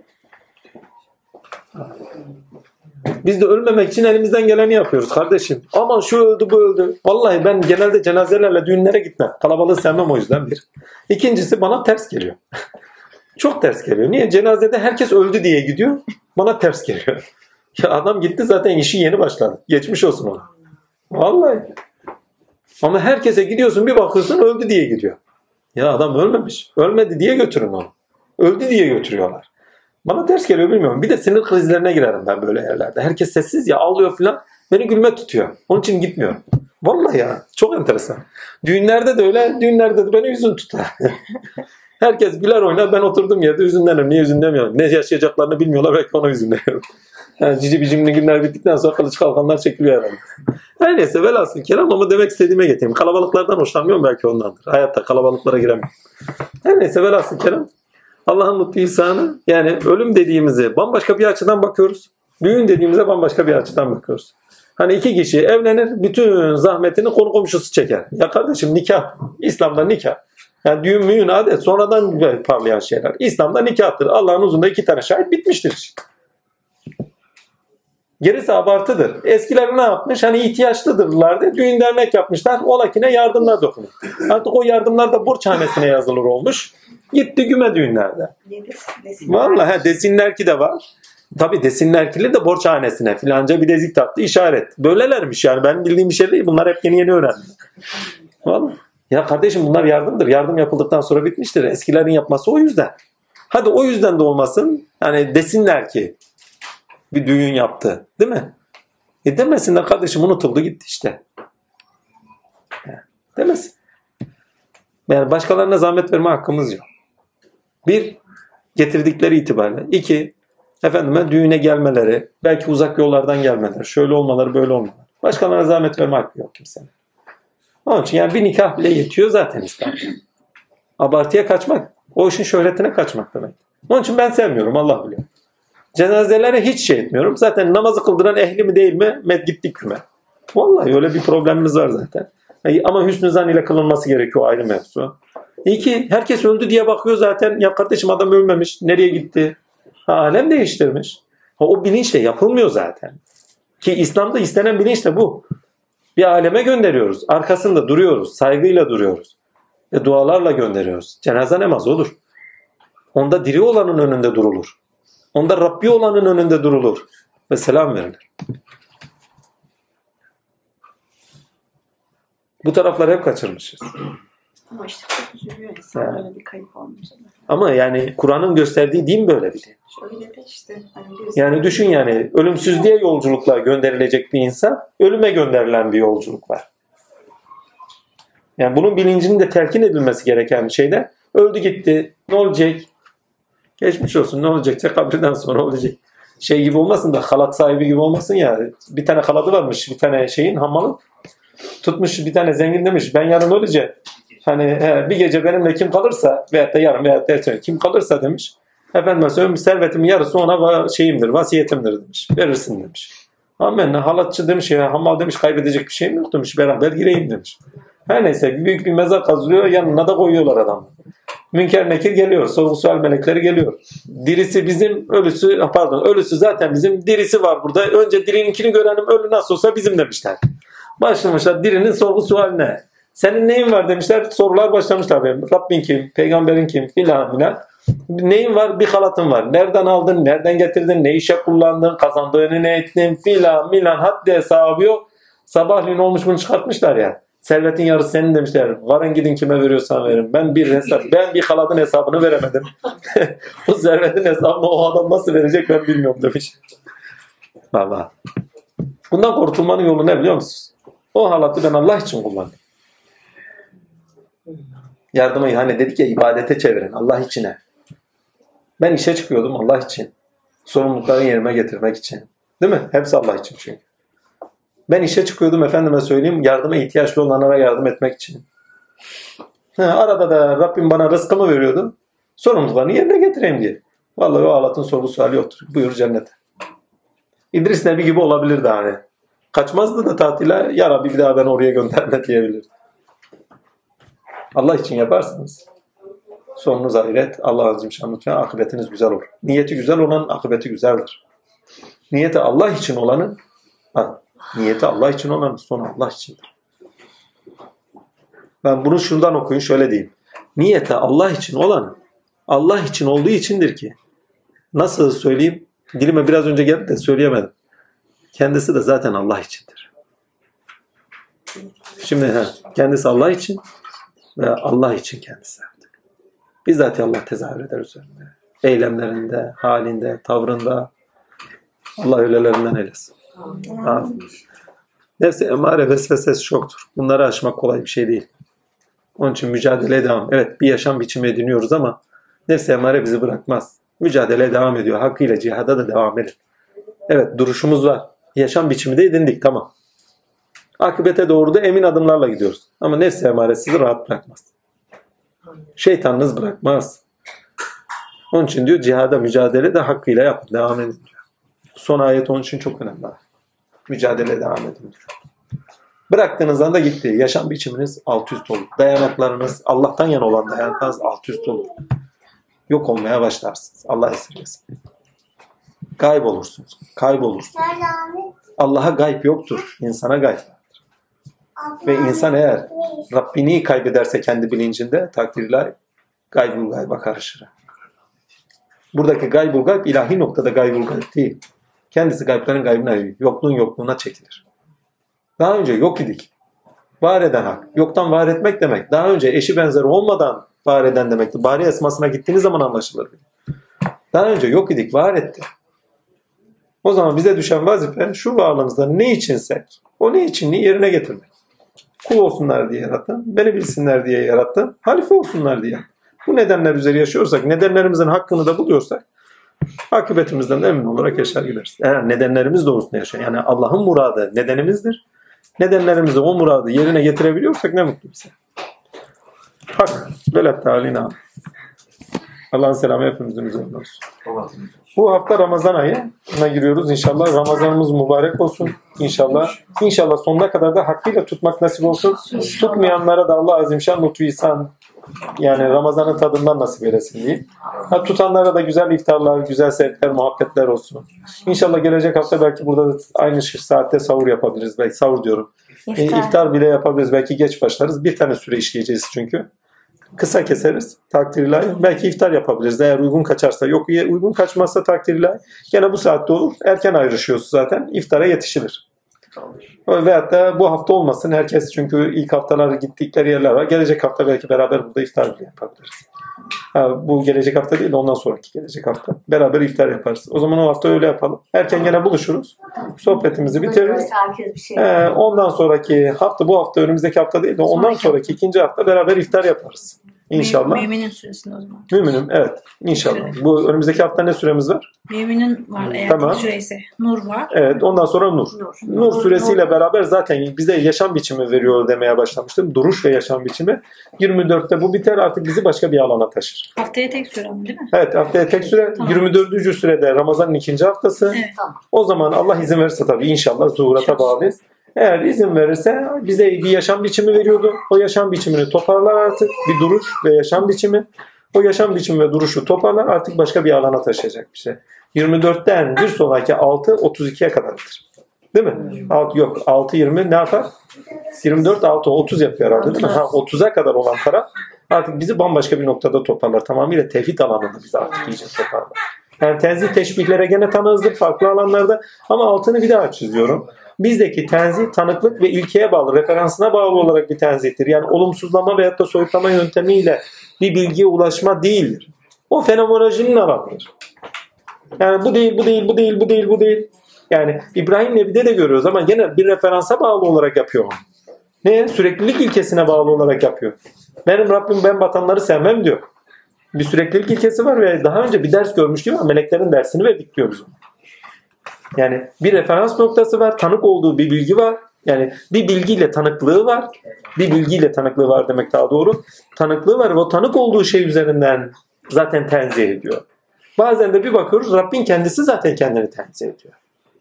Biz de ölmemek için elimizden geleni yapıyoruz kardeşim. Aman şu öldü bu öldü. Vallahi ben genelde cenazelerle düğünlere gitmem. Kalabalığı sevmem o yüzden bir. İkincisi bana ters geliyor. Çok ters geliyor. Niye? Cenazede herkes öldü diye gidiyor. Bana ters geliyor. Ya adam gitti zaten işi yeni başladı. Geçmiş olsun ona. Vallahi. Ama herkese gidiyorsun bir bakıyorsun öldü diye gidiyor. Ya adam ölmemiş. Ölmedi diye götürün onu. Öldü diye götürüyorlar. Bana ters geliyor bilmiyorum. Bir de sinir krizlerine girerim ben böyle yerlerde. Herkes sessiz ya ağlıyor falan. Beni gülme tutuyor. Onun için gitmiyorum. Vallahi ya çok enteresan. Düğünlerde de öyle. Düğünlerde de beni hüzün tutar. Herkes güler oynar. Ben oturduğum yerde hüzünlenirim. Niye hüzünlemiyorum? Ne yaşayacaklarını bilmiyorlar. Belki ona hüzünleniyorum. Yani cici bicimli günler bittikten sonra kılıç kalkanlar çekiliyor herhalde. Her neyse velhasıl kelam ama demek istediğime getireyim. Kalabalıklardan hoşlanmıyorum belki ondandır. Hayatta kalabalıklara giremem. Her neyse velhasıl kelam Allah'ın mutlu ihsanı yani ölüm dediğimizi bambaşka bir açıdan bakıyoruz. Düğün dediğimize bambaşka bir açıdan bakıyoruz. Hani iki kişi evlenir bütün zahmetini konu komşusu çeker. Ya kardeşim nikah, İslam'da nikah. Yani düğün müğün adet sonradan parlayan şeyler. İslam'da nikahtır. Allah'ın huzurunda 2 tane şahit bitmiştir. Gerisi abartıdır. Eskiler ne yapmış? Hani ihtiyaçlıdırlardı. Düğün dernek yapmışlar. Olakine yardımlar dokunuyor. Artık o yardımlar da borçhanesine yazılır olmuş. Gitti güme düğünlerde. Vallahi desinler ki de var. Tabii desinler ki de borçhanesine filanca bir dezik taktı işaret. Böylelermiş yani. Ben bildiğim bir şey değil. Bunlar hep yeni yeni öğrendim. Vallahi. Ya kardeşim bunlar yardımdır. Yardım yapıldıktan sonra bitmiştir. Eskilerin yapması o yüzden. Hadi o yüzden de olmasın. Yani desinler ki bir düğün yaptı. Değil mi? Demesinler kardeşim unutuldu gitti işte. Demesin. Yani başkalarına zahmet verme hakkımız yok. Bir, getirdikleri itibariyle. İki, efendime düğüne gelmeleri, belki uzak yollardan gelmeleri, şöyle olmaları, böyle olmaları. Başkalarına zahmet verme hakkı yok kimsenin. Onun için yani bir nikah bile yetiyor zaten İslam'da. Abartıya kaçmak, o işin şöhretine kaçmak demek. Onun için ben sevmiyorum, Allah biliyor. Cenazelere hiç şey etmiyorum. Zaten namazı kıldıran ehli mi değil mi? Gittik küme. Vallahi öyle bir problemimiz var zaten. Ama hüsnü zan ile kılınması gerekiyor, ayrı mevzu. İyi ki herkes öldü diye bakıyor zaten. Ya kardeşim adam ölmemiş. Nereye gitti? Alem değiştirmiş. O bilinçle yapılmıyor zaten. Ki İslam'da istenen bilinç de bu. Bir aleme gönderiyoruz. Arkasında duruyoruz. Saygıyla duruyoruz. Ve dualarla gönderiyoruz. Cenaze namazı olur. Onda diri olanın önünde durulur. Onda Rabbi olanın önünde durulur. Ve selam verilir. Bu tarafları hep kaçırmışız. Ama işte çok üzülüyor insan böyle bir kayıp olunca. Ama yani Kur'an'ın gösterdiği din böyle bir din. Şöyle de işte. Hani yani düşün yani ölümsüzlüğe yolculukla gönderilecek bir insan, ölüme gönderilen bir yolculuk var. Yani bunun bilincinin de telkin edilmesi gereken bir şey de öldü gitti, ne olacak? Geçmiş olsun, ne olacaksa kabirden sonra olacak. Şey gibi olmasın da halat sahibi gibi olmasın ya. Bir tane haladı varmış, bir tane şeyin hammalı. Tutmuş bir tane zengin demiş ben yarın öleceğim. Hani bir gece benimle kim kalırsa veyahut da yarın veyahut da ertesi kim kalırsa demiş. Efendim söyleyeyim servetimin yarısı ona şeyimdir, vasiyetimdir demiş. Verirsin demiş. Amen. Halatçı demiş ya hammal demiş kaybedecek bir şeyim yok demiş. Beraber gireyim demiş. Her neyse büyük bir mezar kazılıyor yanına da koyuyorlar adamı. Münker nekir geliyor. Sorgu sual melekleri geliyor. Dirisi bizim, ölüsü zaten bizim. Dirisi var burada. Önce dirininkini görelim ölü nasıl olsa bizim demişler. Başlamışlar dirinin sorgu sualine. Senin neyin var demişler. Sorular başlamışlar benim. Rabbin kim? Peygamberin kim? Filan filan. Neyin var? Bir halatın var. Nereden aldın? Nereden getirdin? Ne işe kullandın? Kazandığını ne ettin? Filan milan. Haddi hesabı yok. Sabahleyin olmuş bunu çıkartmışlar ya. Servetin yarısı senin demişler. Varın gidin kime veriyorsan verin. Ben bir halatın hesabını veremedim. Bu servetin hesabını o adam nasıl verecek ben bilmiyorum demiş. Vallahi. Bundan kurtulmanın yolu ne biliyor musunuz? O halatı ben Allah için kullandım. Yardımı hani dedik ya ibadete çevirin Allah içine. Ben işe çıkıyordum Allah için. Sorumlulukları yerine getirmek için. Değil mi? Hepsi Allah için çünkü. Ben işe çıkıyordum efendime söyleyeyim yardıma ihtiyaçlı olanlara yardım etmek için. Arada da Rabbim bana rızkımı veriyordu. Sorumluluklarını yerine getireyim diye. Vallahi o halatın sorgu suali yoktur. Buyur cennete. İdris Nebi gibi olabilirdi hani. Kaçmazdı da tatile ya Rabbi bir daha ben oraya gönderme diyebilirdi. Allah için yaparsınız. Sonunuz ahiret. Allah azim şan lütfen akıbetiniz güzel olur. Niyeti güzel olanın akıbeti güzeldir. Niyeti Allah için olanın niyeti Allah için olanın sonu Allah içindir. Ben bunu şundan okuyun şöyle diyeyim. Niyeti Allah için olanın Allah için olduğu içindir ki nasıl söyleyeyim dilime biraz önce geldi de söyleyemedim. Kendisi de zaten Allah içindir. Şimdi kendisi Allah için ve Allah için kendisi artık. Bizzat Allah tezahür eder üzerinde. Eylemlerinde, halinde, tavrında. Allah öylelerinden eylesin. Amin. Nefsi emare vesvesesi çoktur. Bunları aşmak kolay bir şey değil. Onun için mücadeleye devam. Evet bir yaşam biçimi ediniyoruz ama nefsi emare bizi bırakmaz. Mücadeleye devam ediyor. Hakkıyla cihada da devam edin. Evet, duruşumuz var. Yaşam biçimi de edindik, tamam. Akıbete doğru da emin adımlarla gidiyoruz. Ama nefs emaresi sizi rahat bırakmaz. Şeytanınız bırakmaz. Onun için diyor cihada mücadele de hakkıyla yapın. Devam edin diyor. Son ayet onun için çok önemli. Mücadele devam edin diyor. Bıraktığınız anda gitti. Yaşam biçiminiz alt üst olur. Dayanaklarınız, Allah'tan yana olan dayanaklarınız alt üst olur. Yok olmaya başlarsınız. Allah esirgesin. Kaybolursunuz. Kaybolursunuz. Allah'a gayb yoktur. İnsana gayb vardır. Ve insan eğer Rabbini kaybederse kendi bilincinde takdirler gaybul gayba karışır. Buradaki gaybul gayb ilahi noktada gaybul gayb değil. Kendisi gayblerin gaybına, yokluğun yokluğuna çekilir. Daha önce yok idik. Var eden hak. Yoktan var etmek demek. Daha önce eşi benzeri olmadan var eden demekti. Bari esmasına gittiğiniz zaman anlaşılır. Daha önce yok idik, var etti. O zaman bize düşen vazife şu varlığımızda ne içinsek, o ne içinliği yerine getirmek. Kul olsunlar diye yarattın, beni bilsinler diye yarattın, halife olsunlar diye. Bu nedenler üzeri yaşıyorsak, nedenlerimizin hakkını da buluyorsak, akıbetimizden de emin olarak yaşar gideriz. Eğer nedenlerimiz doğrusunda yaşıyor. Yani Allah'ın muradı nedenimizdir. Nedenlerimizi o muradı yerine getirebiliyorsak ne mutlu bize. Hak. Velet talina. Allah'ın selamı hepimizin üzerine olsun. Bu hafta Ramazan ayına giriyoruz. İnşallah Ramazanımız mübarek olsun. İnşallah sonuna kadar da hakkıyla tutmak nasip olsun. Tutmayanlara da Allah azimşan lütfü ihsan, yani Ramazan'ın tadından nasip eylesin diyeyim. Tutanlara da güzel iftarlar, güzel sevgiler, muhabbetler olsun. İnşallah gelecek hafta belki burada aynı saatte sahur yapabiliriz. Belki sahur diyorum. İftar bile yapabiliriz. Belki geç başlarız. Bir tane süre işleyeceğiz çünkü. Kısa keseriz takdirler. Belki iftar yapabiliriz. Eğer uygun kaçarsa. Yok uygun kaçmazsa takdirler. Gene bu saatte olur. Erken ayrışıyoruz zaten. İftara yetişilir. Veyahut da bu hafta olmasın. Herkes çünkü ilk haftalar gittikleri yerler var. Gelecek hafta belki beraber burada iftar bile yapabiliriz. Bu gelecek hafta değil de ondan sonraki gelecek hafta. Beraber iftar yaparız. O zaman o hafta öyle yapalım. Erken gene buluşuruz. Sohbetimizi bitiririz. Ondan sonraki hafta, bu hafta önümüzdeki hafta değil de ondan sonraki ikinci hafta beraber iftar yaparız. İnşallah. Müminin süresinde o zaman. Müminim, evet. İnşallah. Bu önümüzdeki hafta ne süremiz var? Müminin var eğer tamam. Süreyse. Nur var. Evet, ondan sonra Nur. Nur suresiyle beraber zaten bize yaşam biçimi veriyor demeye başlamıştım. Duruş ve yaşam biçimi. 24'te bu biter, artık bizi başka bir alana taşır. Haftaya tek süre mi değil mi? Evet, haftaya tek süre. Tamam. 24. sürede Ramazan'ın ikinci haftası. Evet. O zaman Allah izin verirse tabii inşallah zuhurata bağlıyız. Eğer izin verirse bize bir yaşam biçimi veriyordu. O yaşam biçimini toparlar artık. Bir duruş ve yaşam biçimi. O yaşam biçimi ve duruşu toparlar, artık başka bir alana taşıyacak bir şey. 24'ten bir sonraki 6 32'ye kadardır. Değil mi? 6 20 ne yapar? 24 6 30 yapıyor herhalde değil mi? 30'a kadar olan taraf artık bizi bambaşka bir noktada toparlar. Tamamıyla tevhid alanında bizi artık iyice toparlar. Yani tenzih teşbihlere gene tanığızdır farklı alanlarda, ama altını bir daha çiziyorum. Bizdeki tenzih tanıklık ve ilkeye bağlı, referansına bağlı olarak bir tenzihtir. Yani olumsuzlama veyahut da soyutlama yöntemiyle bir bilgiye ulaşma değildir. O fenomenolojinin alanıdır. Yani bu değil. Yani İbrahim Nebi'de de görüyoruz ama gene bir referansa bağlı olarak yapıyor. Ne? Süreklilik ilkesine bağlı olarak yapıyor. Benim Rabbim ben batanları sevmem diyor. Bir süreklilik ilkesi var ve daha önce bir ders görmüş gibi meleklerin dersini verdik diyoruz onu. Yani bir referans noktası var, tanık olduğu bir bilgi var. Yani bir bilgiyle tanıklığı var. Bir bilgiyle tanıklığı var demek daha doğru. Tanıklığı var ve o tanık olduğu şey üzerinden zaten tenzih ediyor. Bazen de bir bakıyoruz Rabbin kendisi zaten kendini tenzih ediyor.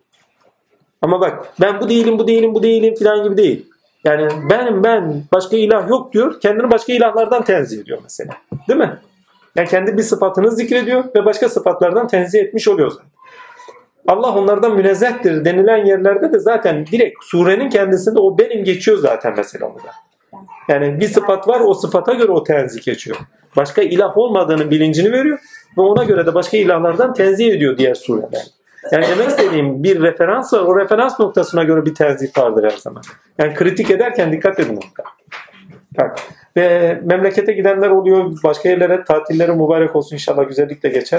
Ama bak ben bu değilim falan gibi değil. Yani ben başka ilah yok diyor. Kendini başka ilahlardan tenzih ediyor mesela. Değil mi? Yani kendi bir sıfatını zikrediyor ve başka sıfatlardan tenzih etmiş oluyor zaten. Allah onlardan münezzehtir denilen yerlerde de zaten direkt surenin kendisinde o benim geçiyor zaten mesela orada. Yani bir sıfat var, o sıfata göre o tenzih geçiyor. Başka ilah olmadığının bilincini veriyor ve ona göre de başka ilahlardan tenzih ediyor diğer sureler. Yani demek istediğim bir referans var, o referans noktasına göre bir tenzih vardır her zaman. Yani kritik ederken dikkat edin orada. Bak. Ve memlekete gidenler oluyor, başka yerlere tatilleri mübarek olsun inşallah güzellikle geçer.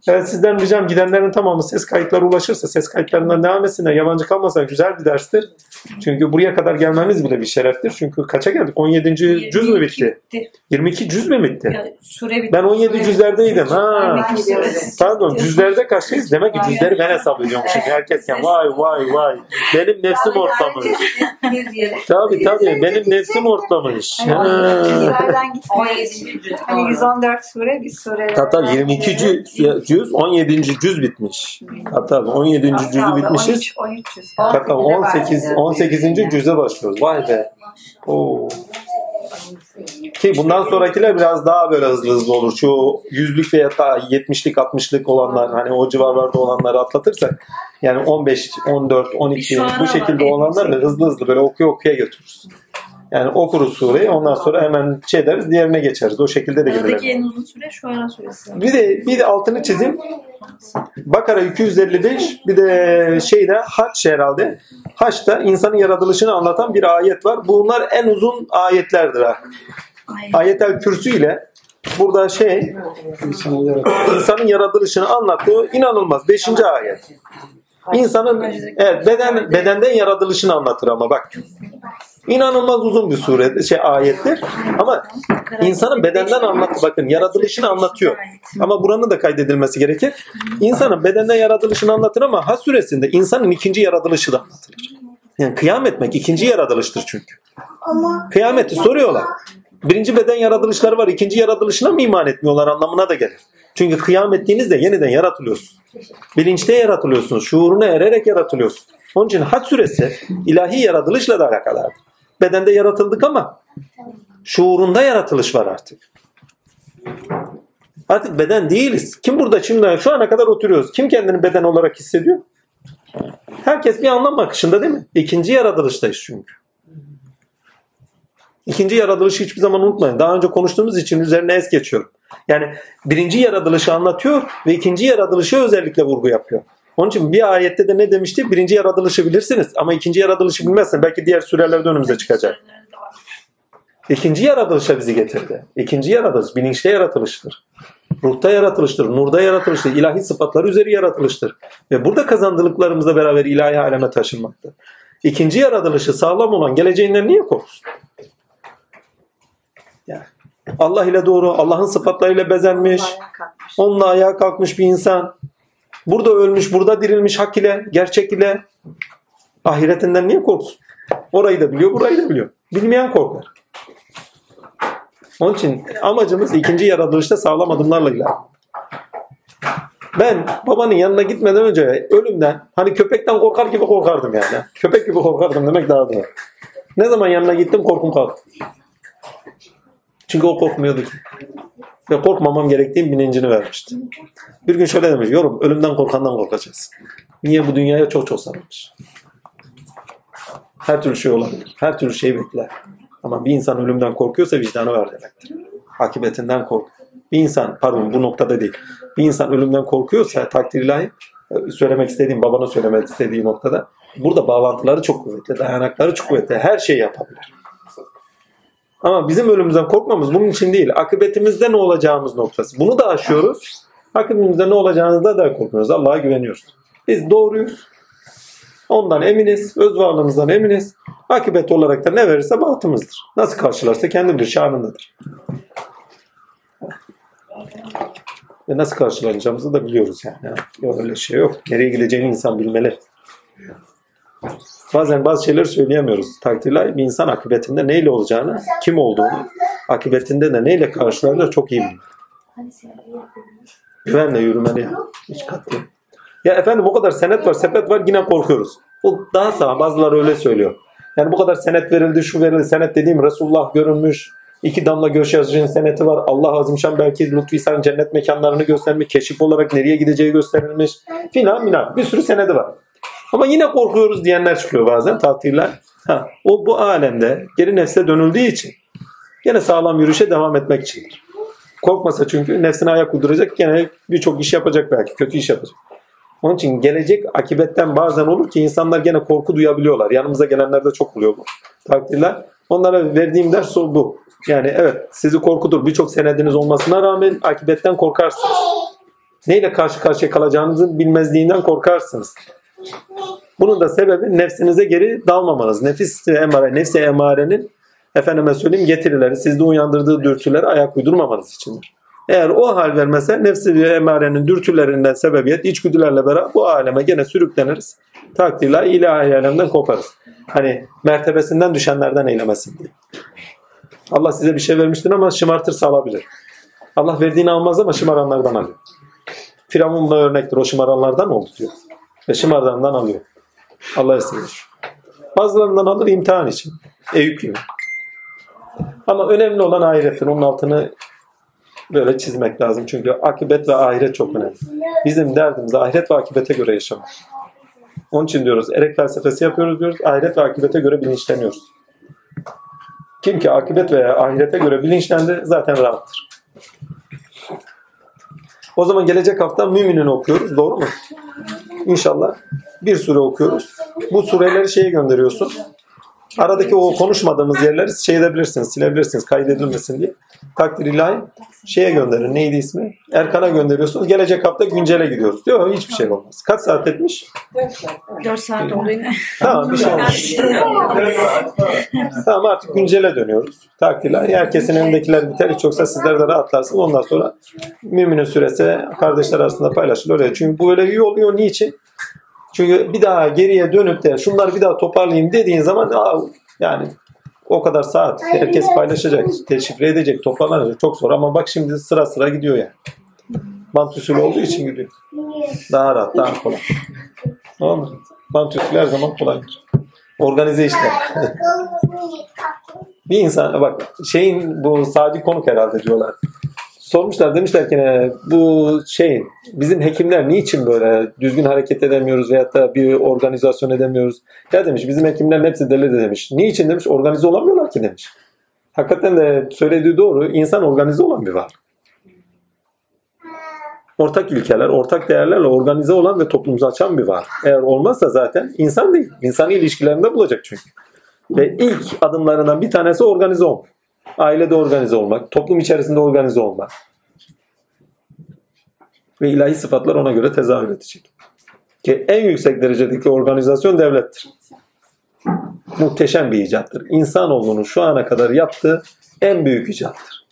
Evet, sizden ricam gidenlerin tamamı ses kayıtları ulaşırsa ses kayıtlarından devam etsinler. Yabancı kalmasa güzel bir derstir. Çünkü buraya kadar gelmeniz bile bir şereftir. Çünkü kaça geldik? 17. cüz mü bitti? 22 cüz mü bitti? Ya, süre bitti. Ben 17 cüzlerdeydim. Ha. 22 süresi. Pardon, cüzlerde kaçtayız? Demek ki cüzleri ben hesaplıyormuşum. Herkesken vay vay vay. Benim nefsim ortlamış. Tabii benim nefsim ortlamış. Nereden gitmiyor? 17. Hani 114 sure bir sure. Hatta 22. cüz 17. cüz bitmiş. Hatta 17. cüzü bitmişiz. 13 cüz. Hatta 18. cüze başlıyoruz. Vay be. Oo. Ki bundan sonrakiler biraz daha böyle hızlı olur. Şu 100'lük veya 70'lik 60'lık olanlar, hani o civarlarda olanları atlatırsak, yani 15, 14, 12 bu şekilde olanlar hızlı böyle okuya götürürüz. Yani okuruz sureyi, ondan sonra hemen deriz, diğerine geçeriz. O şekilde de Aradaki gidelim. en uzun süre şu ara süresi. Bir de altını çizeyim. Bakara 255, bir de Haç herhalde. Haç'ta insanın yaratılışını anlatan bir ayet var. Bunlar en uzun ayetlerdir ha. Ayetel Kürsü ile burada insanın yaratılışını anlattığı inanılmaz 5. ayet. İnsanın bedenden yaratılışını anlatır ama bak. İnanılmaz uzun bir ayettir. Ama insanın bedenden bakın yaratılışını anlatıyor. Ama buranın da kaydedilmesi gerekir. İnsanın bedenden yaratılışını anlatır ama Haç suresinde insanın ikinci yaratılışı da anlatılır. Yani kıyam etmek ikinci yaratılıştır çünkü. Kıyameti soruyorlar. Birinci beden yaratılışları var. İkinci yaratılışına mı iman etmiyorlar anlamına da gelir. Çünkü kıyam ettiğinizde yeniden yaratılıyorsunuz. Bilinçte yaratılıyorsunuz. Şuuruna ererek yaratılıyorsunuz. Onun için Haç suresi ilahi yaratılışla da alakalıdır. Bedende yaratıldık ama şuurunda yaratılış var artık. Artık beden değiliz. Kim burada şimdi şu ana kadar oturuyoruz? Kim kendini beden olarak hissediyor? Herkes bir anlam akışında değil mi? İkinci yaratılıştayız çünkü. İkinci yaratılışı hiçbir zaman unutmayın. Daha önce konuştuğumuz için üzerine es geçiyorum. Yani birinci yaratılışı anlatıyor ve ikinci yaratılışı özellikle vurgu yapıyor. Onun için bir ayette de ne demişti? Birinci yaratılışı bilirsiniz ama ikinci yaratılışı bilmezseniz belki diğer sürelerde önümüze çıkacak. İkinci yaratılışa bizi getirdi. İkinci yaratılış bilinçte yaratılıştır. Ruhta yaratılıştır, nurda yaratılıştır, ilahi sıfatlar üzeri yaratılıştır. Ve burada kazandıklarımızla beraber ilahi aleme taşınmaktır. İkinci yaratılışı sağlam olan geleceğinden niye korksun? Yani Allah ile doğru, Allah'ın sıfatlarıyla bezenmiş, onunla ayağa kalkmış bir insan. Burada ölmüş, burada dirilmiş hak ile, gerçek ile. Ahiretinden niye korksun? Orayı da biliyor, burayı da biliyor. Bilmeyen korkar. Onun için amacımız ikinci yaratılışta sağlam adımlarla ilerlemek. Ben babanın yanına gitmeden önce ölümden, hani köpekten korkar gibi korkardım yani. Köpek gibi korkardım demek daha doğru. Ne zaman yanına gittim korkum kalktı. Çünkü o korkmuyordu ki. Ve korkmamam gerektiğim bilincini vermişti. Bir gün şöyle demiş, yorum ölümden korkandan korkacağız. Niye bu dünyaya çok sarılmış? Her türlü şey olabilir. Her türlü şeyi bekler. Ama bir insan ölümden korkuyorsa vicdanı var demektir. Akıbetinden kork. Bir insan, bu noktada değil. Bir insan ölümden korkuyorsa takdir ilahi, söylemek istediğim, babana söylemek istediği noktada, burada bağlantıları çok kuvvetli, dayanakları çok kuvvetli. Her şeyi yapabilir. Ama bizim ölümümüzden korkmamız bunun için değil. Akıbetimizde ne olacağımız noktası. Bunu da aşıyoruz. Akıbetimizde ne olacağınızda da korkmuyoruz. Allah'a güveniyoruz. Biz doğruyuz. Ondan eminiz. Öz varlığımızdan eminiz. Akıbet olarak da ne verirse bahtımızdır. Nasıl karşılarsa kendi bir şanındadır. Ve nasıl karşılanacağımızı da biliyoruz yani. Yok öyle şey yok. Nereye gideceğini insan bilmeli. Bazen bazı şeyleri söyleyemiyoruz. Takdirler bir insan akıbetinde neyle olacağını, kim olduğunu, akıbetinde de neyle karşılarını çok iyi bilir. Güvenle yürümeli. Hiç katlı. Ya efendim o kadar senet var, sepet var yine korkuyoruz. O daha sağ. Bazıları öyle söylüyor. Yani bu kadar senet verildi, şu verildi. Senet dediğim Resulullah görünmüş. 2 damla gözyaşının seneti var. Allah Azimşan belki Lütfü İsa'nın cennet mekanlarını göstermiş. Keşif olarak nereye gideceği gösterilmiş. Filan. Bir sürü senedi var. Ama yine korkuyoruz diyenler çıkıyor bazen takdirler. O bu alemde geri nefse dönüldüğü için yine sağlam yürüyüşe devam etmek içindir. Korkmasa çünkü nefsine ayak uyduracak, gene birçok iş yapacak belki, kötü iş yapacak. Onun için gelecek akibetten bazen olur ki insanlar gene korku duyabiliyorlar. Yanımıza gelenlerde çok oluyor bu takdirler. Onlara verdiğim ders bu. Yani evet sizi korkutur. Birçok senediniz olmasına rağmen akibetten korkarsınız. Neyle karşı karşıya kalacağınızın bilmezliğinden korkarsınız. Bunun da sebebi nefsinize geri dalmamanız. Nefsi emarenin efendime söyleyeyim getirileri, sizde uyandırdığı dürtülere ayak uydurmamanız içindir. Eğer o hal vermese nefsi emarenin dürtülerinden sebebiyet içgüdülerle beraber bu aleme gene sürükleniriz. Takdirle ilahi alemden koparız. Hani mertebesinden düşenlerden eylemesin diye. Allah size bir şey vermiştir ama şımartırsa alabilir. Allah verdiğini almaz ama şımaranlardan alıyor. Firavun buna örnektir. O şımaranlardan oldu diyor. Ve şımardandan alıyor. Allah esirgesin. Bazılarından alır imtihan için. Eyüp gibi. Ama önemli olan ahirettir. Onun altını böyle çizmek lazım. Çünkü akıbet ve ahiret çok önemli. Bizim derdimiz ahiret ve akibete göre yaşamak. Onun için diyoruz erek felsefesi yapıyoruz diyoruz. Ahiret ve akibete göre bilinçleniyoruz. Kim ki akibet veya ahirete göre bilinçlendi zaten rahattır. O zaman gelecek hafta Mümin'ini okuyoruz. Doğru mu? İnşallah bir sure okuyoruz. Bu sureleri şeye gönderiyorsun. Aradaki o konuşmadığımız yerleri şey edebilirsiniz, silebilirsiniz kaydedilmesin diye. Takdir ilahi şeye gönderin. Neydi ismi? Erkan'a gönderiyorsunuz. Gelecek hafta güncele gidiyoruz. Diyor hiçbir şey olmaz. Kaç saat etmiş? 4 saat oldu yine. Tamam bir şey olmaz. Tamam artık güncele dönüyoruz. Takdir ilahi. Herkesin elindekiler biter. Hiç yoksa sizler de rahatlarsınız. Ondan sonra Müminin suresi kardeşler arasında paylaşılır. Öyle. Çünkü bu öyle iyi oluyor. Niçin? Çünkü bir daha geriye dönüp de şunları bir daha toparlayayım dediğin zaman yani o kadar saat herkes paylaşacak, teşifre edecek, toparlanacak çok zor ama bak şimdi sıra sıra gidiyor yani. Bant usulü olduğu için gidiyor. Daha rahat, daha kolay. Tamam mı? Bant usulü her zaman kolaydır. Organize işler. Bir insan bak bu Sadi Konuk herhalde diyorlar. Sormuşlar demişler ki bu bizim hekimler niçin böyle düzgün hareket edemiyoruz veyahut da bir organizasyon edemiyoruz. Ya demiş bizim hekimlerin hepsi deli de demiş. Niçin demiş organize olamıyorlar ki demiş. Hakikaten de söylediği doğru. İnsan organize olan bir var. Ortak ilkeler, ortak değerlerle organize olan ve toplumuzu açan bir var. Eğer olmazsa zaten insan değil. İnsani ilişkilerinde bulacak çünkü. Ve ilk adımlarından bir tanesi organize olmak. Ailede organize olmak, toplum içerisinde organize olmak. Ve ilahi sıfatlar ona göre tezahür edecek. Ki en yüksek derecedeki organizasyon devlettir. Muhteşem bir icattır. İnsanoğlunun şu ana kadar yaptığı en büyük icattır.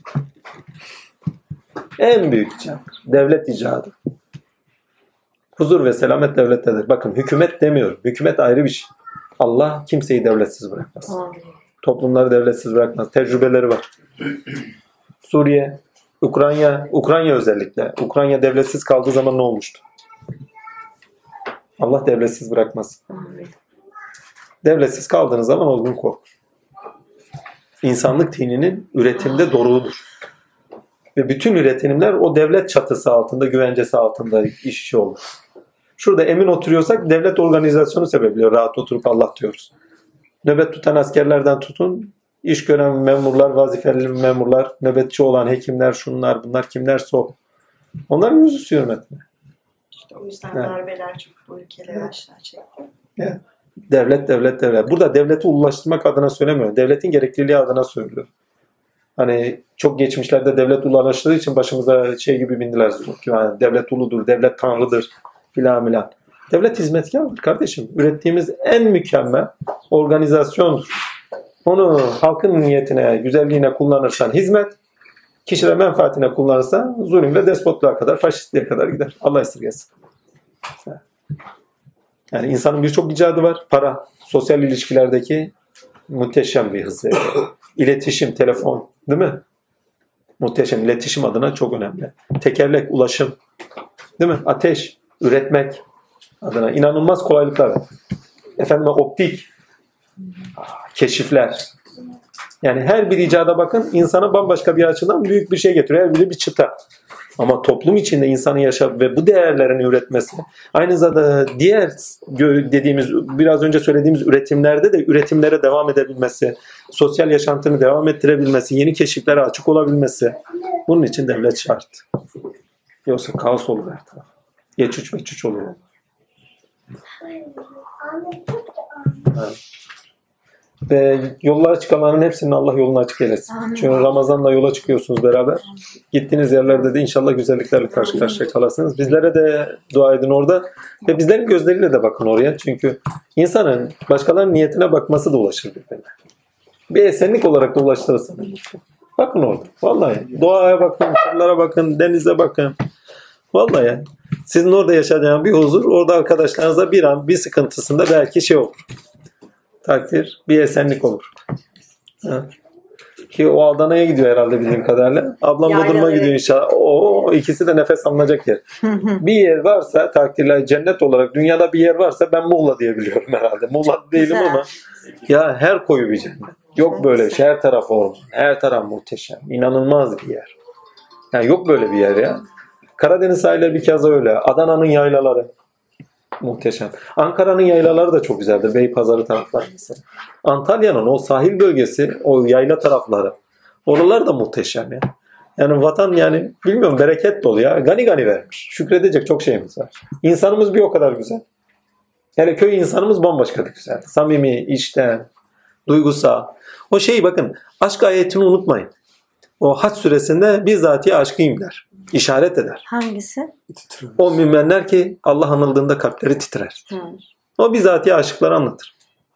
En büyük icattır. Devlet icadı. Huzur ve selamet devlettedir. Bakın hükümet demiyorum. Hükümet ayrı bir şey. Allah kimseyi devletsiz bırakmaz. Toplumları devletsiz bırakmaz. Tecrübeleri var. Suriye, Ukrayna özellikle. Ukrayna devletsiz kaldığı zaman ne olmuştu? Allah devletsiz bırakmaz. Devletsiz kaldığınız zaman olgun kork. İnsanlık dininin üretimde doruğudur. Ve bütün üretimler o devlet çatısı altında, güvencesi altında işçi olur. Şurada emin oturuyorsak devlet organizasyonu sebebiyle rahat oturup Allah diyoruz. Nöbet tutan askerlerden tutun, iş gören memurlar, vazifeli memurlar, nöbetçi olan hekimler, şunlar, bunlar kimlerse o. Onların yüzü su hürmetine. İşte o yüzden darbeler çok bu ülkeleri aşağı çekiyor. Evet. Devlet. Burada devleti ulaştırmak adına söylemiyor. Devletin gerekliliği adına söylüyor. Hani çok geçmişlerde devlet ululaştığı için başımıza gibi bindiler. Yani devlet uludur, devlet tanrıdır filan. Devlet hizmetkardır kardeşim. Ürettiğimiz en mükemmel organizasyondur. Onu halkın niyetine, güzelliğine kullanırsan hizmet, kişiler menfaatine kullanırsan zulüm ve despotluğa kadar, faşistliğe kadar gider. Allah esirgesin. Yani insanın birçok icadı var. Para, sosyal ilişkilerdeki muhteşem bir hız. İletişim, telefon, değil mi? Muhteşem. İletişim adına çok önemli. Tekerlek, ulaşım, değil mi? Ateş, üretmek adına inanılmaz kolaylıklar var. Optik, keşifler. Yani her bir icada bakın insana bambaşka bir açıdan büyük bir şey getiriyor. Her biri bir çıta. Ama toplum içinde insanın yaşayıp ve bu değerlerini üretmesi, aynı zamanda diğer dediğimiz, biraz önce söylediğimiz üretimlerde de üretimlere devam edebilmesi, sosyal yaşantını devam ettirebilmesi, yeni keşiflere açık olabilmesi, bunun için devlet şart. Yoksa kaos olur her taraf. Geçüç oluyor. Evet. Ve yollara çıkanların hepsinin Allah yolunu açık eylesin. Çünkü Ramazan'la yola çıkıyorsunuz beraber. Gittiğiniz yerlerde de inşallah güzelliklerle karşı karşıya kalasınız. Bizlere de dua edin orada. Ve bizlerin gözleriyle de bakın oraya. Çünkü insanın başkalarının niyetine bakması da ulaşır birbirine. Bir esenlik olarak da ulaştırırsanız. Bakın orada. Vallahi. Doğaya bakın, kırlara bakın, denize bakın. Vallahi yani. Sizin orada yaşayacağınız bir huzur, orada arkadaşlarınızla bir an bir sıkıntısında belki şey olur. Takdir, bir esenlik olur. Ha. Ki o Adana'ya gidiyor herhalde bildiğim kadarıyla. Ablam Bodrum'a gidiyor inşallah. O ikisi de nefes alınacak yer. Bir yer varsa takdirler cennet olarak dünyada bir yer varsa ben Muğla diye biliyorum herhalde. Muğla değilim ama ya her koyu bir cennet. Yok böyle şey. Her taraf orman. Her taraf muhteşem. İnanılmaz bir yer. Yani yok böyle bir yer ya. Karadeniz sahilleri bir kez öyle. Adana'nın yaylaları. Muhteşem. Ankara'nın yaylaları da çok güzeldir. Beypazarı tarafları mesela. Antalya'nın o sahil bölgesi, o yayla tarafları. Oralar da muhteşem ya. Yani vatan yani bilmiyorum bereket dolu ya. Gani gani vermiş. Şükredecek çok şeyimiz var. İnsanımız bir o kadar güzel. Yani köy insanımız bambaşka bir güzel. Samimi, içten, duygusal. O şeyi bakın aşk ayetini unutmayın. O Hac suresinde bizzatihi aşkıyım der. İşaret eder. Hangisi? O müminler ki Allah anıldığında kalpleri titrer. O bizatihi aşıkları anlatır.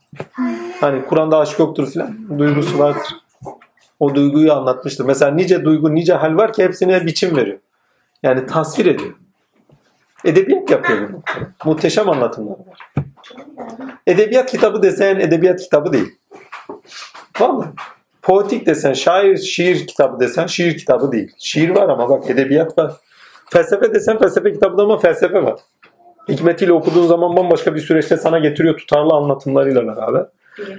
Hani Kur'an'da aşk yoktur filan. Duygusu vardır. O duyguyu anlatmıştır. Mesela nice duygu, nice hal var ki hepsine biçim veriyor. Yani tasvir ediyor. Edebiyat yapıyor bunu. Muhteşem anlatımlar var. Edebiyat kitabı desen edebiyat kitabı değil. Vallahi. Poetik desen, şiir kitabı desen şiir kitabı değil. Şiir var ama bak edebiyat var. Felsefe desen felsefe kitabı da ama felsefe var. Hikmetiyle okuduğun zaman bambaşka bir süreçte sana getiriyor tutarlı anlatımlarıyla beraber.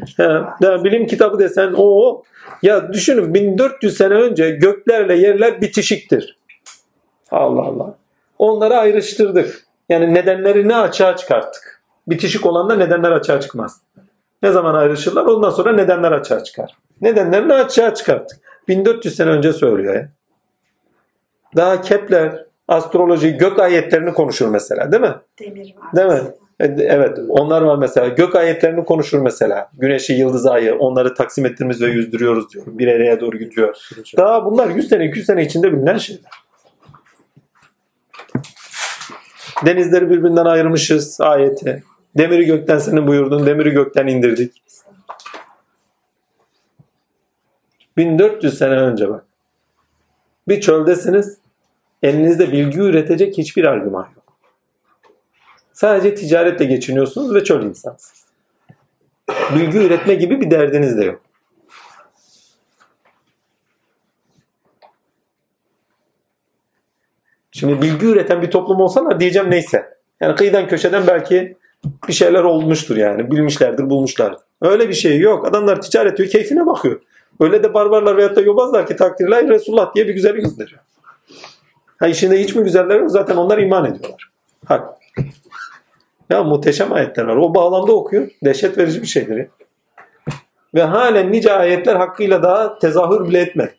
Bilim kitabı desen o. Ya düşünün 1400 sene önce göklerle yerler bitişiktir. Allah Allah. Onları ayrıştırdık. Yani nedenlerini açığa çıkarttık. Bitişik olan da nedenler açığa çıkmaz. Ne zaman ayrışırlar? Ondan sonra nedenler açığa çıkar. Nedenlerini açığa çıkarttık. 1400 sene önce söylüyor ya. Daha Kepler astroloji, gök ayetlerini konuşur mesela değil mi? Demir var. Değil mi? Evet. Onlar var mesela. Gök ayetlerini konuşur mesela. Güneşi, yıldızı, ayı. Onları taksim ettiğimiz ve yüzdürüyoruz diyor. Bir araya doğru gidiyor. Daha bunlar 100 sene, 200 sene içinde bilinen şeyler. Denizleri birbirinden ayırmışız ayeti. Demiri gökten senin buyurdun. Demiri gökten indirdik. 1400 sene önce bak. Bir çöldesiniz. Elinizde bilgi üretecek hiçbir argüman yok. Sadece ticaretle geçiniyorsunuz ve çöl insansınız. Bilgi üretme gibi bir derdiniz de yok. Şimdi bilgi üreten bir toplum olsalar diyeceğim neyse. Yani kıyıdan köşeden belki bir şeyler olmuştur yani. Bilmişlerdir, bulmuşlardır. Öyle bir şey yok. Adamlar ticaret ediyor, keyfine bakıyor. Öyle de barbarlar veyahut da yobazlar ki takdirler Resulullah diye bir güzellik gösteriyor. Ha işinde hiç mi güzeller yok? Zaten onlar iman ediyorlar. Hak. Ya muhteşem ayetler var. O bağlamda okuyor. Dehşet verici bir şeydir ya. Ve halen nice ayetler hakkıyla daha tezahür bile etmedi.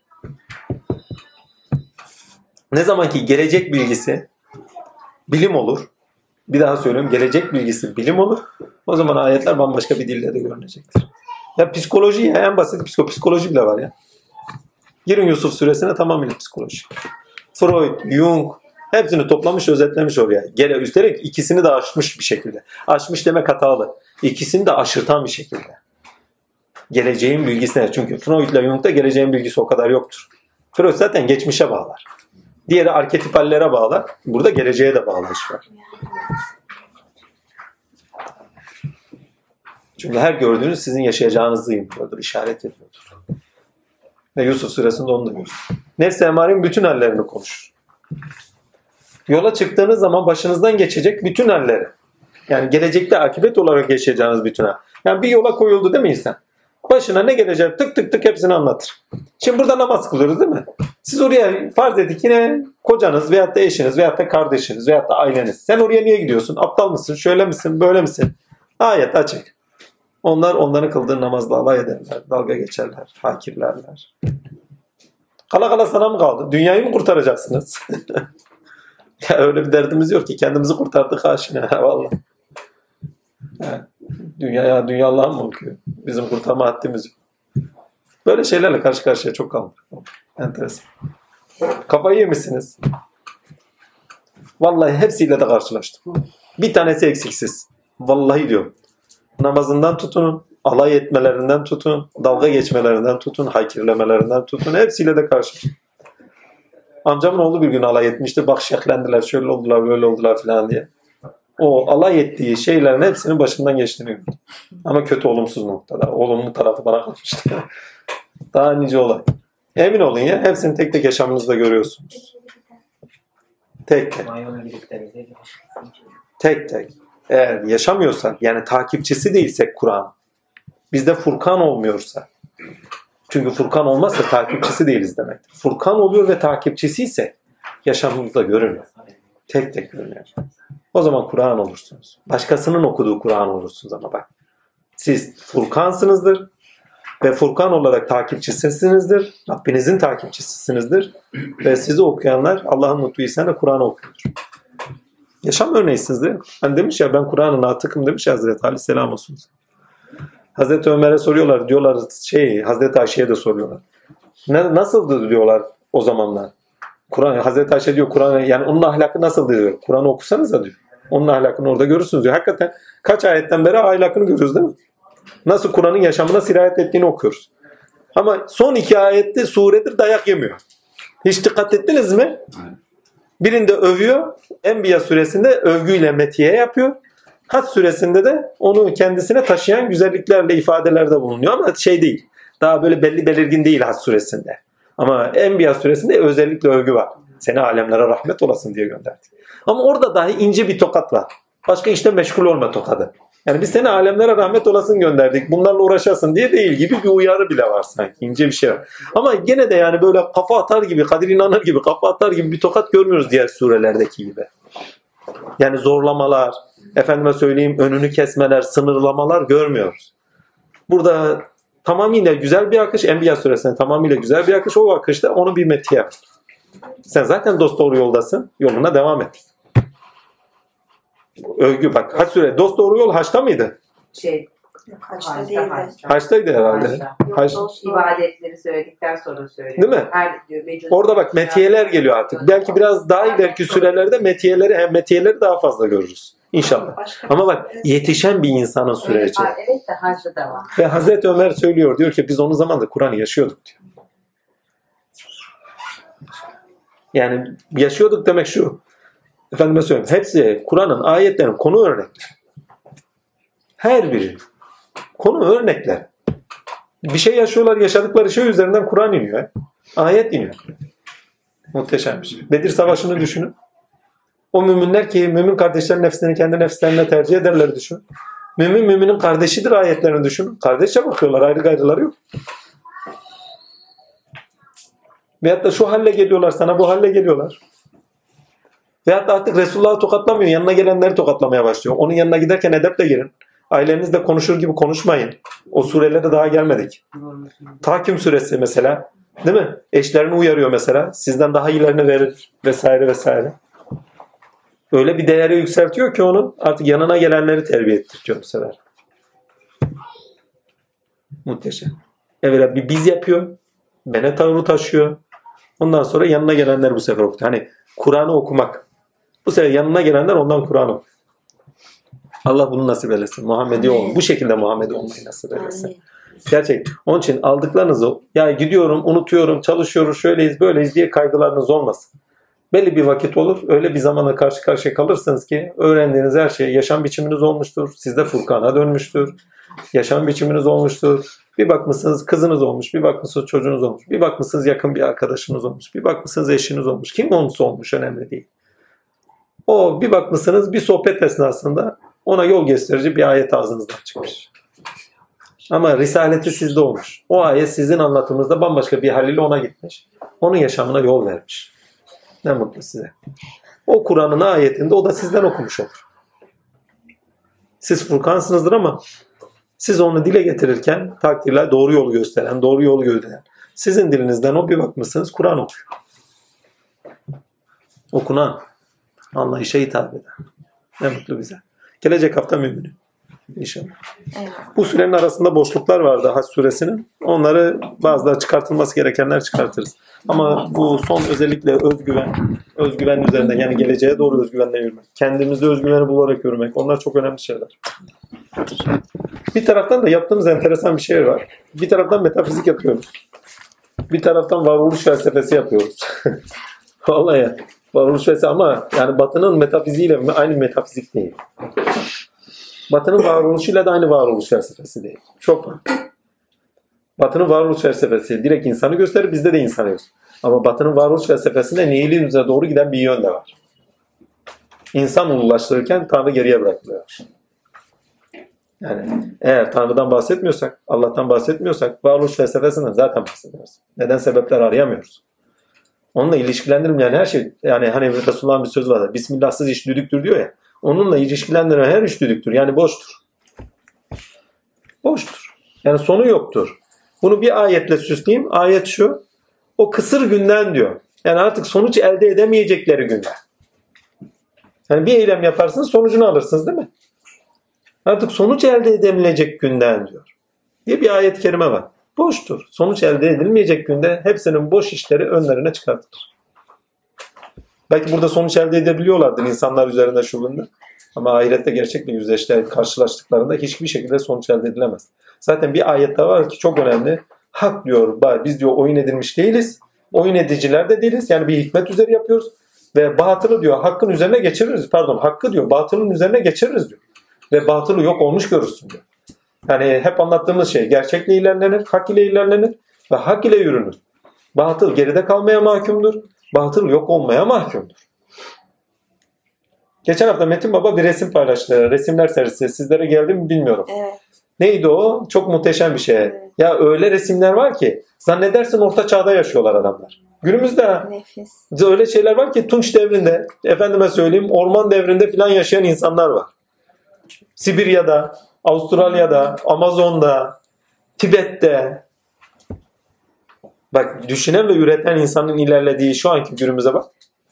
Ne zaman ki gelecek bilgisi bilim olur. Bir daha söylüyorum. Gelecek bilgisi bilim olur. O zaman ayetler bambaşka bir dille de görünecektir. Ya psikoloji ya en basit psikoloji bile var ya. Girin Yusuf suresine tamamıyla psikoloji. Freud, Jung hepsini toplamış, özetlemiş oraya. Üstelik ikisini de aşmış bir şekilde. Aşmış demek hatalı. İkisini de aşırtan bir şekilde. Geleceğin bilgisine. Çünkü Freud ile Jung'da geleceğin bilgisi o kadar yoktur. Freud zaten geçmişe bağlar. Diğeri arketipallere bağlar. Burada geleceğe de bağlayış var. Çünkü her gördüğünüz sizin yaşayacağınızı imliyordur, işaret ediyordur. Ve Yusuf suresinde onu da görürüz. Nefs-i emarenin bütün hallerini konuşur. Yola çıktığınız zaman başınızdan geçecek bütün halleri. Yani gelecekte akıbet olarak yaşayacağınız bütün hal. Yani bir yola koyuldu değil mi insan? Başına ne gelecek tık tık tık hepsini anlatır. Şimdi burada namaz kılıyoruz değil mi? Siz oraya farz edin yine kocanız veyahut da eşiniz veyahut da kardeşiniz veyahut da aileniz. Sen oraya niye gidiyorsun? Aptal mısın? Şöyle misin? Böyle misin? Ayet açık. Onlar onların kıldığı namazla alay ederler. Dalga geçerler. Hakirlerler. Kala kala sana mı kaldı? Dünyayı mı kurtaracaksınız? Ya öyle bir derdimiz yok ki. Kendimizi kurtardık haşine. Vallahi. Dünya Allah'ın mı okuyor? Bizim kurtarma haddimiz yok. Böyle şeylerle karşı karşıya çok kaldık. Enteresan. Kafayı yemişsiniz. Vallahi hepsiyle de karşılaştım. Bir tanesi eksiksiz. Vallahi diyorum. Namazından tutun, alay etmelerinden tutun, dalga geçmelerinden tutun, haykirlemelerinden tutun. Hepsiyle de karşı. Amcamın oğlu bir gün alay etmişti. Bak şeklendiler, şöyle oldular, böyle oldular falan diye. O alay ettiği şeylerin hepsinin başından geçtiğini gördüm. Ama kötü, olumsuz noktada. Olumlu tarafı bana kalmıştı. Daha nice olay. Emin olun ya, hepsini tek tek yaşamınızda görüyorsunuz. Tek tek. Tek tek. Eğer yaşamıyorsak, yani takipçisi değilsek Kur'an, bizde Furkan olmuyorsa, çünkü Furkan olmazsa takipçisi değiliz demektir. Furkan oluyor ve takipçisi ise yaşamımızda görünüyor. Tek tek görünüyor. O zaman Kur'an olursunuz. Başkasının okuduğu Kur'an olursunuz ama bak. Siz Furkansınızdır ve Furkan olarak takipçisisinizdir. Rabbinizin takipçisisinizdir. Ve sizi okuyanlar Allah'ın mutlu isen Kur'an okuyordur. Yaşam örneğisinizdir. Hani demiş ya, ben Kur'an'ın atıkım demiş ya Hazreti Ali, selam olsun. Hazreti Ömer'e soruyorlar, diyorlar Hazreti Ayşe'ye de soruyorlar. Nasıldı diyorlar o zamanlar. Kur'an, Hazreti Ayşe diyor Kur'an, yani onun ahlakı nasıldı diyor. Kur'an'ı okusanıza diyor. Onun ahlakını orada görürsünüz diyor. Hakikaten kaç ayetten beri ahlakını görüyoruz değil mi? Nasıl Kur'an'ın yaşamına sirayet ettiğini okuyoruz. Ama son 2 ayette suredir dayak yemiyor. Hiç dikkat ettiniz mi? Birinde övüyor. Enbiya suresinde övgüyle metiye yapıyor. Hac suresinde de onu kendisine taşıyan güzelliklerle ifadelerde bulunuyor ama değil. Daha böyle belirgin değil Hac suresinde. Ama Enbiya suresinde özellikle övgü var. Seni alemlere rahmet olasın diye gönderdi. Ama orada dahi ince bir tokat var. Başka işte meşgul olma tokadı. Yani biz seni alemlere rahmet olasın gönderdik. Bunlarla uğraşasın diye değil gibi bir uyarı bile var sanki. İnce bir şey var. Ama gene de yani böyle kafa atar gibi, Kadir İnanır gibi kafa atar gibi bir tokat görmüyoruz diğer surelerdeki gibi. Yani zorlamalar, efendime söyleyeyim önünü kesmeler, sınırlamalar görmüyoruz. Burada tamamıyla güzel bir akış. Enbiya suresinde tamamıyla güzel bir akış. O akışta onu bir metiye yap. Sen zaten dosdoğru yoldasın. Yoluna devam et. Övgü bak. Haç sure. Dosdoğru yol Haç'ta mıydı? Haçta değildi. Haç'taydı herhalde. Haç. İbadetleri söyledikten sonra söylüyor. Değil mi? Orada bak metiyeler geliyor artık. Belki biraz daha ileriki sürelerde metiyeleri daha fazla görürüz. İnşallah. Ama bak yetişen bir insanın süreci. Evet de Haç'ta da var. Ve Hazreti Ömer söylüyor. Diyor ki biz onun zamanında Kur'an'ı yaşıyorduk diyor. Yani yaşıyorduk demek şu. Efendime söyleyeyim. Hepsi Kur'an'ın ayetlerinin konu örnekleri. Her biri. Konu örnekler. Bir şey yaşıyorlar, yaşadıkları şey üzerinden Kur'an iniyor. Ayet iniyor. Muhteşem bir şey. Bedir Savaşı'nı düşünün. O müminler ki mümin kardeşlerin nefsini kendi nefslerine tercih ederler düşün. Müminin kardeşidir ayetlerini düşünün. Kardeşçe bakıyorlar, ayrı gayrıları yok. Veyahut da şu halle geliyorlar, sana bu halle geliyorlar. Veyahut da artık Resulullah'ı tokatlamıyor, yanına gelenleri tokatlamaya başlıyor. Onun yanına giderken edeple girin. Ailenizle konuşur gibi konuşmayın. O surelere daha gelmedik. Tahkim suresi mesela, değil mi? Eşlerini uyarıyor mesela. Sizden daha iyilerini verir vesaire vesaire. Öyle bir değeri yükseltiyor ki onun artık yanına gelenleri terbiye ettiriyor bu sefer. Muhteşem. Evet bir biz yapıyor. Bene tavrı taşıyor. Ondan sonra yanına gelenler bu sefer okuyor. Hani Kur'an'ı okumak. Bu sefer yanına gelenler ondan Kur'an okuyor. Allah bunu nasip eylesin. Muhammedi olun. Bu şekilde Muhammedi olmayı nasip eylesin. Gerçekten. Onun için aldıklarınızı ya gidiyorum, unutuyorum, çalışıyoruz, şöyleyiz, böyleyiz diye kaygılarınız olmasın. Belli bir vakit olur. Öyle bir zamana karşı karşıya kalırsınız ki öğrendiğiniz her şey yaşam biçiminiz olmuştur. Sizde Furkan'a dönmüştür. Yaşam biçiminiz olmuştur. Bir bakmışsınız kızınız olmuş, bir bakmışsınız çocuğunuz olmuş, bir bakmışsınız yakın bir arkadaşınız olmuş, bir bakmışsınız eşiniz olmuş. Kim olursa olmuş önemli değil. O bir bakmışsınız bir sohbet esnasında ona yol gösterici bir ayet ağzınızdan çıkmış. Ama risaleti sizde olmuş. O ayet sizin anlatımınızda bambaşka bir haliyle ona gitmiş. Onun yaşamına yol vermiş. Ne mutlu size. O Kur'an'ın ayetinde o da sizden okumuş olur. Siz Furkansınızdır ama siz onu dile getirirken takdirler doğru yolu gösteren, doğru yolu gösteren. Sizin dilinizden o bir bakmışsınız Kur'an okuyor. Okunan anlayışa hitap eder. Ne mutlu bize. Gelecek hafta mümini. İnşallah. Evet. Bu sürenin arasında boşluklar vardı Hac suresinin. Onları bazıları çıkartılması gerekenler çıkartırız. Ama bu son özellikle özgüven üzerinden yani geleceğe doğru özgüvenle yürümek. Kendimizde özgüveni bularak yürümek. Onlar çok önemli şeyler. Bir taraftan da yaptığımız enteresan bir şey var. Bir taraftan metafizik yapıyoruz. Bir taraftan varoluş felsefesi yapıyoruz. Vallahi ya. Varoluş felsefesi ama yani Batı'nın metafiziğiyle aynı metafizik değil. Batı'nın varoluşuyla da aynı varoluş felsefesi değil. Çok farklı. Batı'nın varoluş felsefesi direkt insanı gösterir, bizde de insanı gösterir. Ama Batı'nın varoluş felsefesinde nihilizme doğru giden bir yön de var. İnsan ululaştırırken Tanrı geriye bırakılıyor. Yani eğer Tanrı'dan bahsetmiyorsak, Allah'tan bahsetmiyorsak varoluş felsefesinden zaten bahsediyoruz. Neden sebepler arayamıyoruz. Onunla ilişkilendirilmeyen her şey, yani hani Resulullah'ın bir sözü var. Bismillahsız iş düdüktür diyor ya. Onunla ilişkilendirilen her iş düdüktür. Yani boştur. Boştur. Yani sonu yoktur. Bunu bir ayetle süsleyeyim. Ayet şu. O kısır günden diyor. Yani artık sonuç elde edemeyecekleri günden. Yani bir eylem yaparsınız sonucunu alırsınız değil mi? Artık sonuç elde edilemeyecek günden diyor. Diye bir ayet-i kerime var. Boştur. Sonuç elde edilmeyecek günde hepsinin boş işleri önlerine çıkartılır. Belki burada sonuç elde edebiliyorlardır insanlar üzerinde şu bunda. Ama ahirette gerçekle karşılaştıklarında hiçbir şekilde sonuç elde edilemez. Zaten bir ayette var ki çok önemli. Hak diyor, biz diyor oyun edilmiş değiliz. Oyun ediciler de değiliz. Yani bir hikmet üzeri yapıyoruz. Ve batılı diyor hakkın üzerine geçiririz. Pardon hakkı diyor batılın üzerine geçiririz diyor. Ve batılı yok olmuş görürsün diyor. Yani hep anlattığımız şey gerçekle ilerlenir, hak ile ilerlenir ve hak ile yürünür. Batıl geride kalmaya mahkumdur. Batıl yok olmaya mahkumdur. Geçen hafta Metin Baba bir resim paylaştı. Resimler serisi. Sizlere geldi mi bilmiyorum. Evet. Neydi o? Çok muhteşem bir şey. Evet. Ya öyle resimler var ki zannedersin orta çağda yaşıyorlar adamlar. Günümüzde Nefis. öyle şeyler var ki Tunç devrinde, efendime söyleyeyim orman devrinde falan yaşayan insanlar var. Sibirya'da, Avustralya'da, Amazon'da, Tibet'te. Bak düşünen ve üreten insanın ilerlediği şu anki günümüze bak.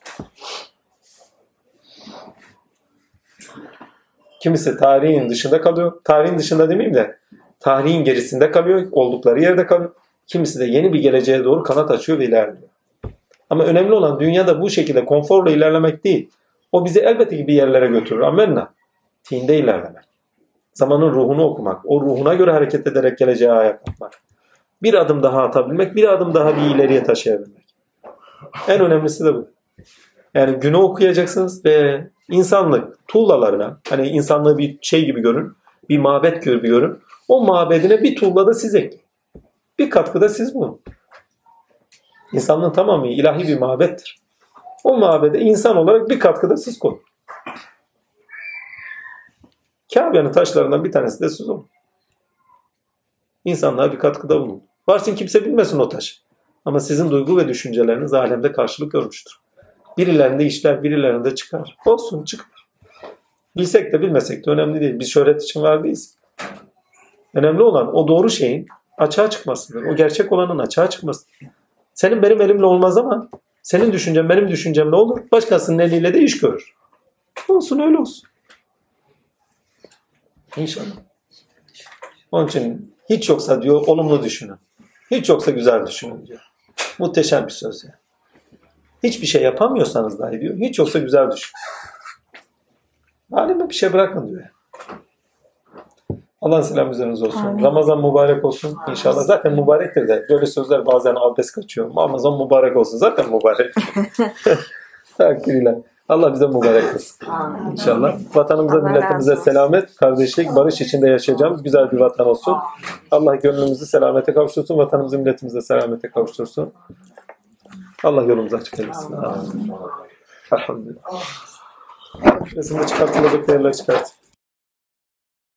Kimisi tarihin dışında kalıyor. Tarihin dışında demeyeyim de tarihin gerisinde kalıyor. Oldukları yerde kalıyor. Kimisi de yeni bir geleceğe doğru kanat açıyor ve ilerliyor. Ama önemli olan dünyada bu şekilde konforla ilerlemek değil. O bizi elbette ki bir yerlere götürür. Amenna. Tinde ilerlemek. Zamanın ruhunu okumak. O ruhuna göre hareket ederek geleceğe ayak atmak. Bir adım daha atabilmek. Bir adım daha bir ileriye taşıyabilmek. En önemlisi de bu. Yani günü okuyacaksınız ve insanlık tuğlalarına, hani insanlığı bir şey gibi görün, bir mabet gibi görün. O mabedine bir tuğla da siz ekleyin. Bir katkı da siz bulun. İnsanlığın tamamı ilahi bir mabettir. O mabede insan olarak bir katkı da siz koyun. Kabe'nin taşlarından bir tanesi de siz olun. İnsanlığa bir katkıda bulun. Varsın kimse bilmesin o taşı. Ama sizin duygu ve düşünceleriniz alemde karşılık görmüştür. Birilerinde işler, birilerinde çıkar. Olsun çıkar. Bilsek de bilmesek de önemli değil. Biz şöhret için var değiliz. Önemli olan o doğru şeyin açığa çıkmasıdır. O gerçek olanın açığa çıkmasıdır. Senin benim elimle olmaz ama senin düşüncen benim düşüncemle olur. Başkasının eliyle de iş görür. Olsun öyle olsun. İnşallah. Onun için hiç yoksa diyor olumlu düşünün. Hiç yoksa güzel düşünün diyor. Muhteşem bir söz ya. Hiçbir şey yapamıyorsanız dahi diyor. Hiç yoksa güzel düşünün. Halime bir şey bırakın diyor. Allah'ın selamı üzerinize olsun. Amin. Ramazan mübarek olsun inşallah. Zaten mübarektir de. Böyle sözler bazen abes kaçıyor. Ramazan mübarek olsun. Zaten mübarek. Takdiriyle. Allah bize mübarek olsun. İnşallah. Vatanımıza, milletimize selamet, kardeşlik, barış içinde yaşayacağımız güzel bir vatan olsun. Allah gönlümüzü selamete kavuştursun. Vatanımızı, milletimize selamete kavuştursun. Allah yolumuzu açık eylesin. Elhamdülillah. Resimde çıkartılacak değerler çıkart.